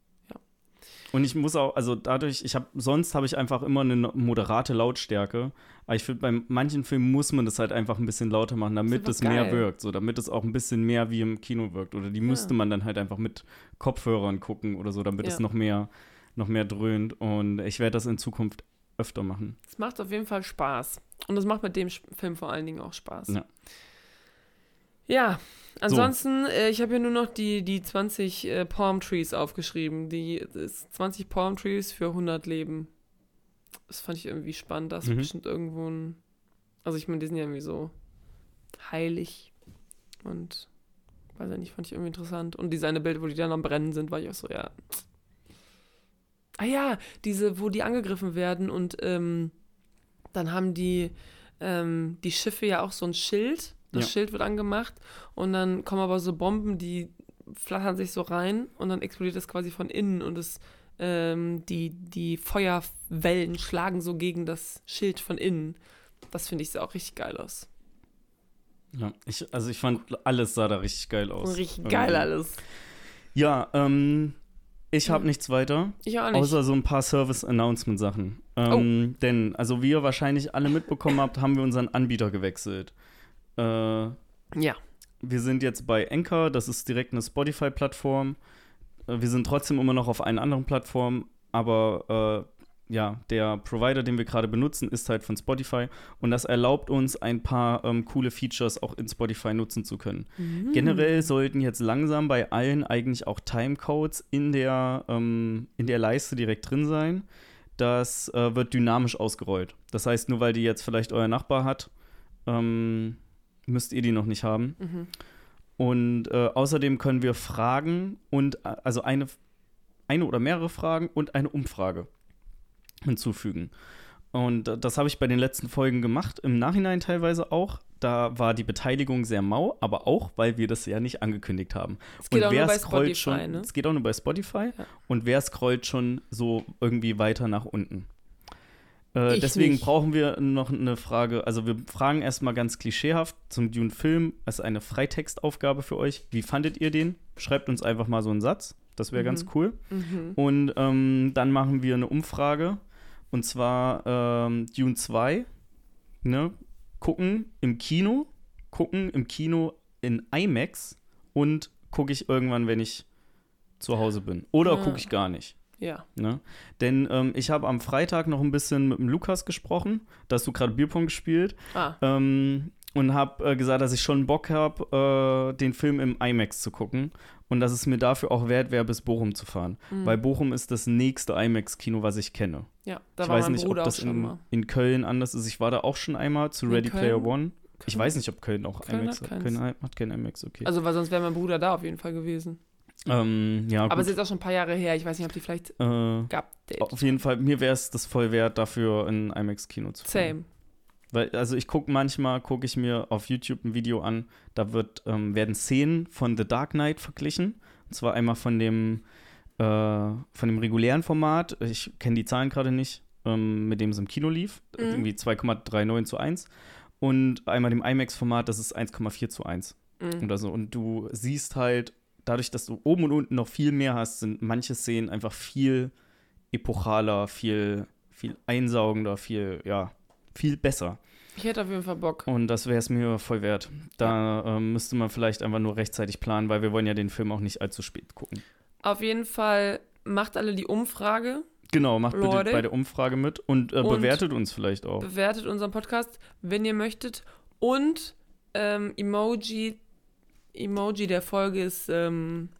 Und ich muss auch, also dadurch, ich habe, sonst habe ich einfach immer eine moderate Lautstärke. Aber ich finde, bei manchen Filmen muss man das halt einfach ein bisschen lauter machen, damit Das es ist einfach mehr geil. wirkt, so damit es auch ein bisschen mehr wie im Kino wirkt. Oder die müsste man dann halt einfach mit Kopfhörern gucken oder so, damit Ja. es noch mehr, noch mehr dröhnt. Und ich werde das in Zukunft öfter machen. Es macht auf jeden Fall Spaß. Und das macht mit dem Sch- Film vor allen Dingen auch Spaß. Ja. Ja, ansonsten, äh, ich habe hier nur noch die, die zwanzig äh, Palm Trees aufgeschrieben. Die ist zwanzig Palm Trees für hundert Leben. Das fand ich irgendwie spannend. Da ist Mhm. bestimmt irgendwo ein. Also, ich meine, die sind ja irgendwie so heilig. Und weiß ja nicht, fand ich irgendwie interessant. Und diese eine Bild, wo die dann am Brennen sind, war ich auch so, ja. Ah ja, diese, wo die angegriffen werden und ähm, dann haben die, ähm, die Schiffe ja auch so ein Schild. Das Ja. Schild wird angemacht und dann kommen aber so Bomben, die flattern sich so rein und dann explodiert das quasi von innen und es, ähm, die, die Feuerwellen schlagen so gegen das Schild von innen. Das finde ich sah auch richtig geil aus. Ja, ich, also ich fand, alles sah da richtig geil aus. Richtig geil alles. Ja, ähm, ich habe Mhm. nichts weiter. Ich auch nicht. Außer so ein paar Service-Announcement-Sachen. Ähm, Denn, also wie ihr wahrscheinlich alle mitbekommen habt, haben wir unseren Anbieter gewechselt. Äh, Ja. wir sind jetzt bei Anchor, das ist direkt eine Spotify-Plattform. Äh, wir sind trotzdem immer noch auf einer anderen Plattform, aber äh, ja, der Provider, den wir gerade benutzen, ist halt von Spotify und das erlaubt uns, ein paar ähm, coole Features auch in Spotify nutzen zu können. Mhm. Generell sollten jetzt langsam bei allen eigentlich auch Timecodes in der, ähm, in der Leiste direkt drin sein. Das äh, wird dynamisch ausgerollt. Das heißt, nur weil die jetzt vielleicht euer Nachbar hat, ähm, müsst ihr die noch nicht haben. Mhm. Und äh, außerdem können wir Fragen und äh, also eine, eine oder mehrere Fragen und eine Umfrage hinzufügen. Und äh, das habe ich bei den letzten Folgen gemacht, im Nachhinein teilweise auch. Da war die Beteiligung sehr mau, aber auch, weil wir das ja nicht angekündigt haben. Es geht und auch wer nur bei scrollt Spotify, schon, ne? es geht auch nur bei Spotify. Ja. Und wer scrollt schon so irgendwie weiter nach unten? Äh, Ich deswegen nicht. brauchen wir noch eine Frage. Also wir fragen erstmal ganz klischeehaft zum Dune-Film. Es ist eine Freitextaufgabe für euch. Wie fandet ihr den? Schreibt uns einfach mal so einen Satz. Das wäre Mhm. ganz cool. Mhm. Und ähm, dann machen wir eine Umfrage. Und zwar ähm, Dune zwei. Ne? Gucken im Kino. Gucken im Kino in IMAX. Und gucke ich irgendwann, wenn ich zu Hause bin. Oder Ah. gucke ich gar nicht. Ja. Ne? Denn ähm, ich habe am Freitag noch ein bisschen mit dem Lukas gesprochen. Da hast du gerade Bierpong gespielt. Ah. Ähm, und habe äh, gesagt, dass ich schon Bock habe, äh, den Film im IMAX zu gucken. Und dass es mir dafür auch wert wäre, bis Bochum zu fahren. Mhm. Weil Bochum ist das nächste IMAX-Kino, was ich kenne. Ja, da Ich war weiß mein nicht, Bruder ob das auch schon in, mal. in Köln anders ist. Ich war da auch schon einmal zu In Ready Köln? Player One. Ich Köln? weiß nicht, ob Köln auch Köln IMAX hat hat. keins. Köln hat kein IMAX, okay. Also, weil sonst wäre mein Bruder da auf jeden Fall gewesen. ähm, ja, Aber gut. es ist jetzt auch schon ein paar Jahre her. Ich weiß nicht, ob die vielleicht äh, geupdatet. auf jeden Fall, mir wäre es das voll wert, dafür in ein IMAX-Kino zu fahren. Same. Weil, also ich gucke manchmal, gucke ich mir auf YouTube ein Video an, da wird, ähm, werden Szenen von The Dark Knight verglichen. Und zwar einmal von dem, äh, von dem regulären Format, ich kenne die Zahlen gerade nicht, ähm, mit dem es im Kino lief, Mhm. irgendwie zwei Komma neununddreißig zu eins. Und einmal dem IMAX-Format, das ist eins Komma vier zu eins Mhm. oder so. Und du siehst halt, dadurch, dass du oben und unten noch viel mehr hast, sind manche Szenen einfach viel epochaler, viel, viel einsaugender, viel, ja, viel besser. Ich hätte auf jeden Fall Bock. Und das wäre es mir voll wert. Da ähm, müsste man vielleicht einfach nur rechtzeitig planen, weil wir wollen ja den Film auch nicht allzu spät gucken. Auf jeden Fall macht alle die Umfrage, Genau, macht Leute. bitte bei der Umfrage mit und, äh, Und bewertet uns vielleicht auch. bewertet unseren Podcast, wenn ihr möchtet. Und ähm, Emoji, Emoji der Folge ist ähm,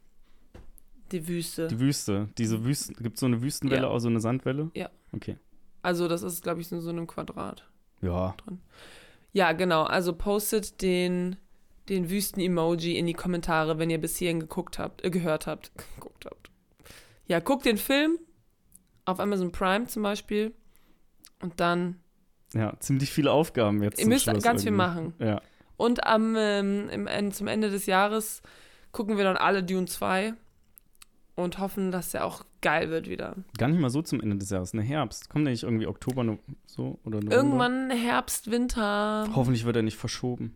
die Wüste. Die Wüste, diese Wüsten, gibt es so eine Wüstenwelle, Ja. auch so eine Sandwelle? Ja. Okay. Also das ist, glaube ich, in so einem Quadrat. Ja. Ja, genau. Also postet den, den Wüsten-Emoji in die Kommentare, wenn ihr bis hierhin geguckt habt, äh, gehört habt. geguckt habt. Ja, guckt den Film auf Amazon Prime zum Beispiel und dann, Ja, ziemlich viele Aufgaben jetzt. ihr zum müsst Schluss ganz viel irgendwie. machen. Ja. Und am, ähm, im, End- zum Ende des Jahres gucken wir dann alle Dune zwei und hoffen, dass der auch geil wird wieder. Gar nicht mal so zum Ende des Jahres, ne, Herbst. Kommt der nicht irgendwie Oktober no so oder November? Irgendwann Herbst, Winter. Hoffentlich wird er nicht verschoben.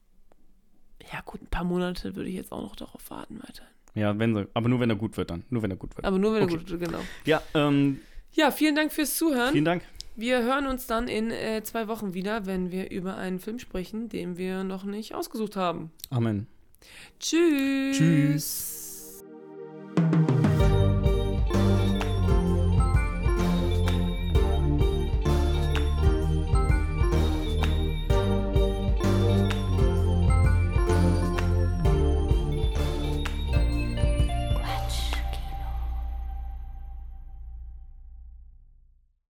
Ja gut, ein paar Monate würde ich jetzt auch noch darauf warten weiter. Ja, wenn sie, aber nur wenn er gut wird dann. Nur wenn er gut wird. Aber nur wenn Okay. er gut wird, genau. Ja, ähm, Ja, vielen Dank fürs Zuhören. vielen Dank. Wir hören uns dann in äh, zwei Wochen wieder, wenn wir über einen Film sprechen, den wir noch nicht ausgesucht haben. Amen. Tschüss. Tschüss.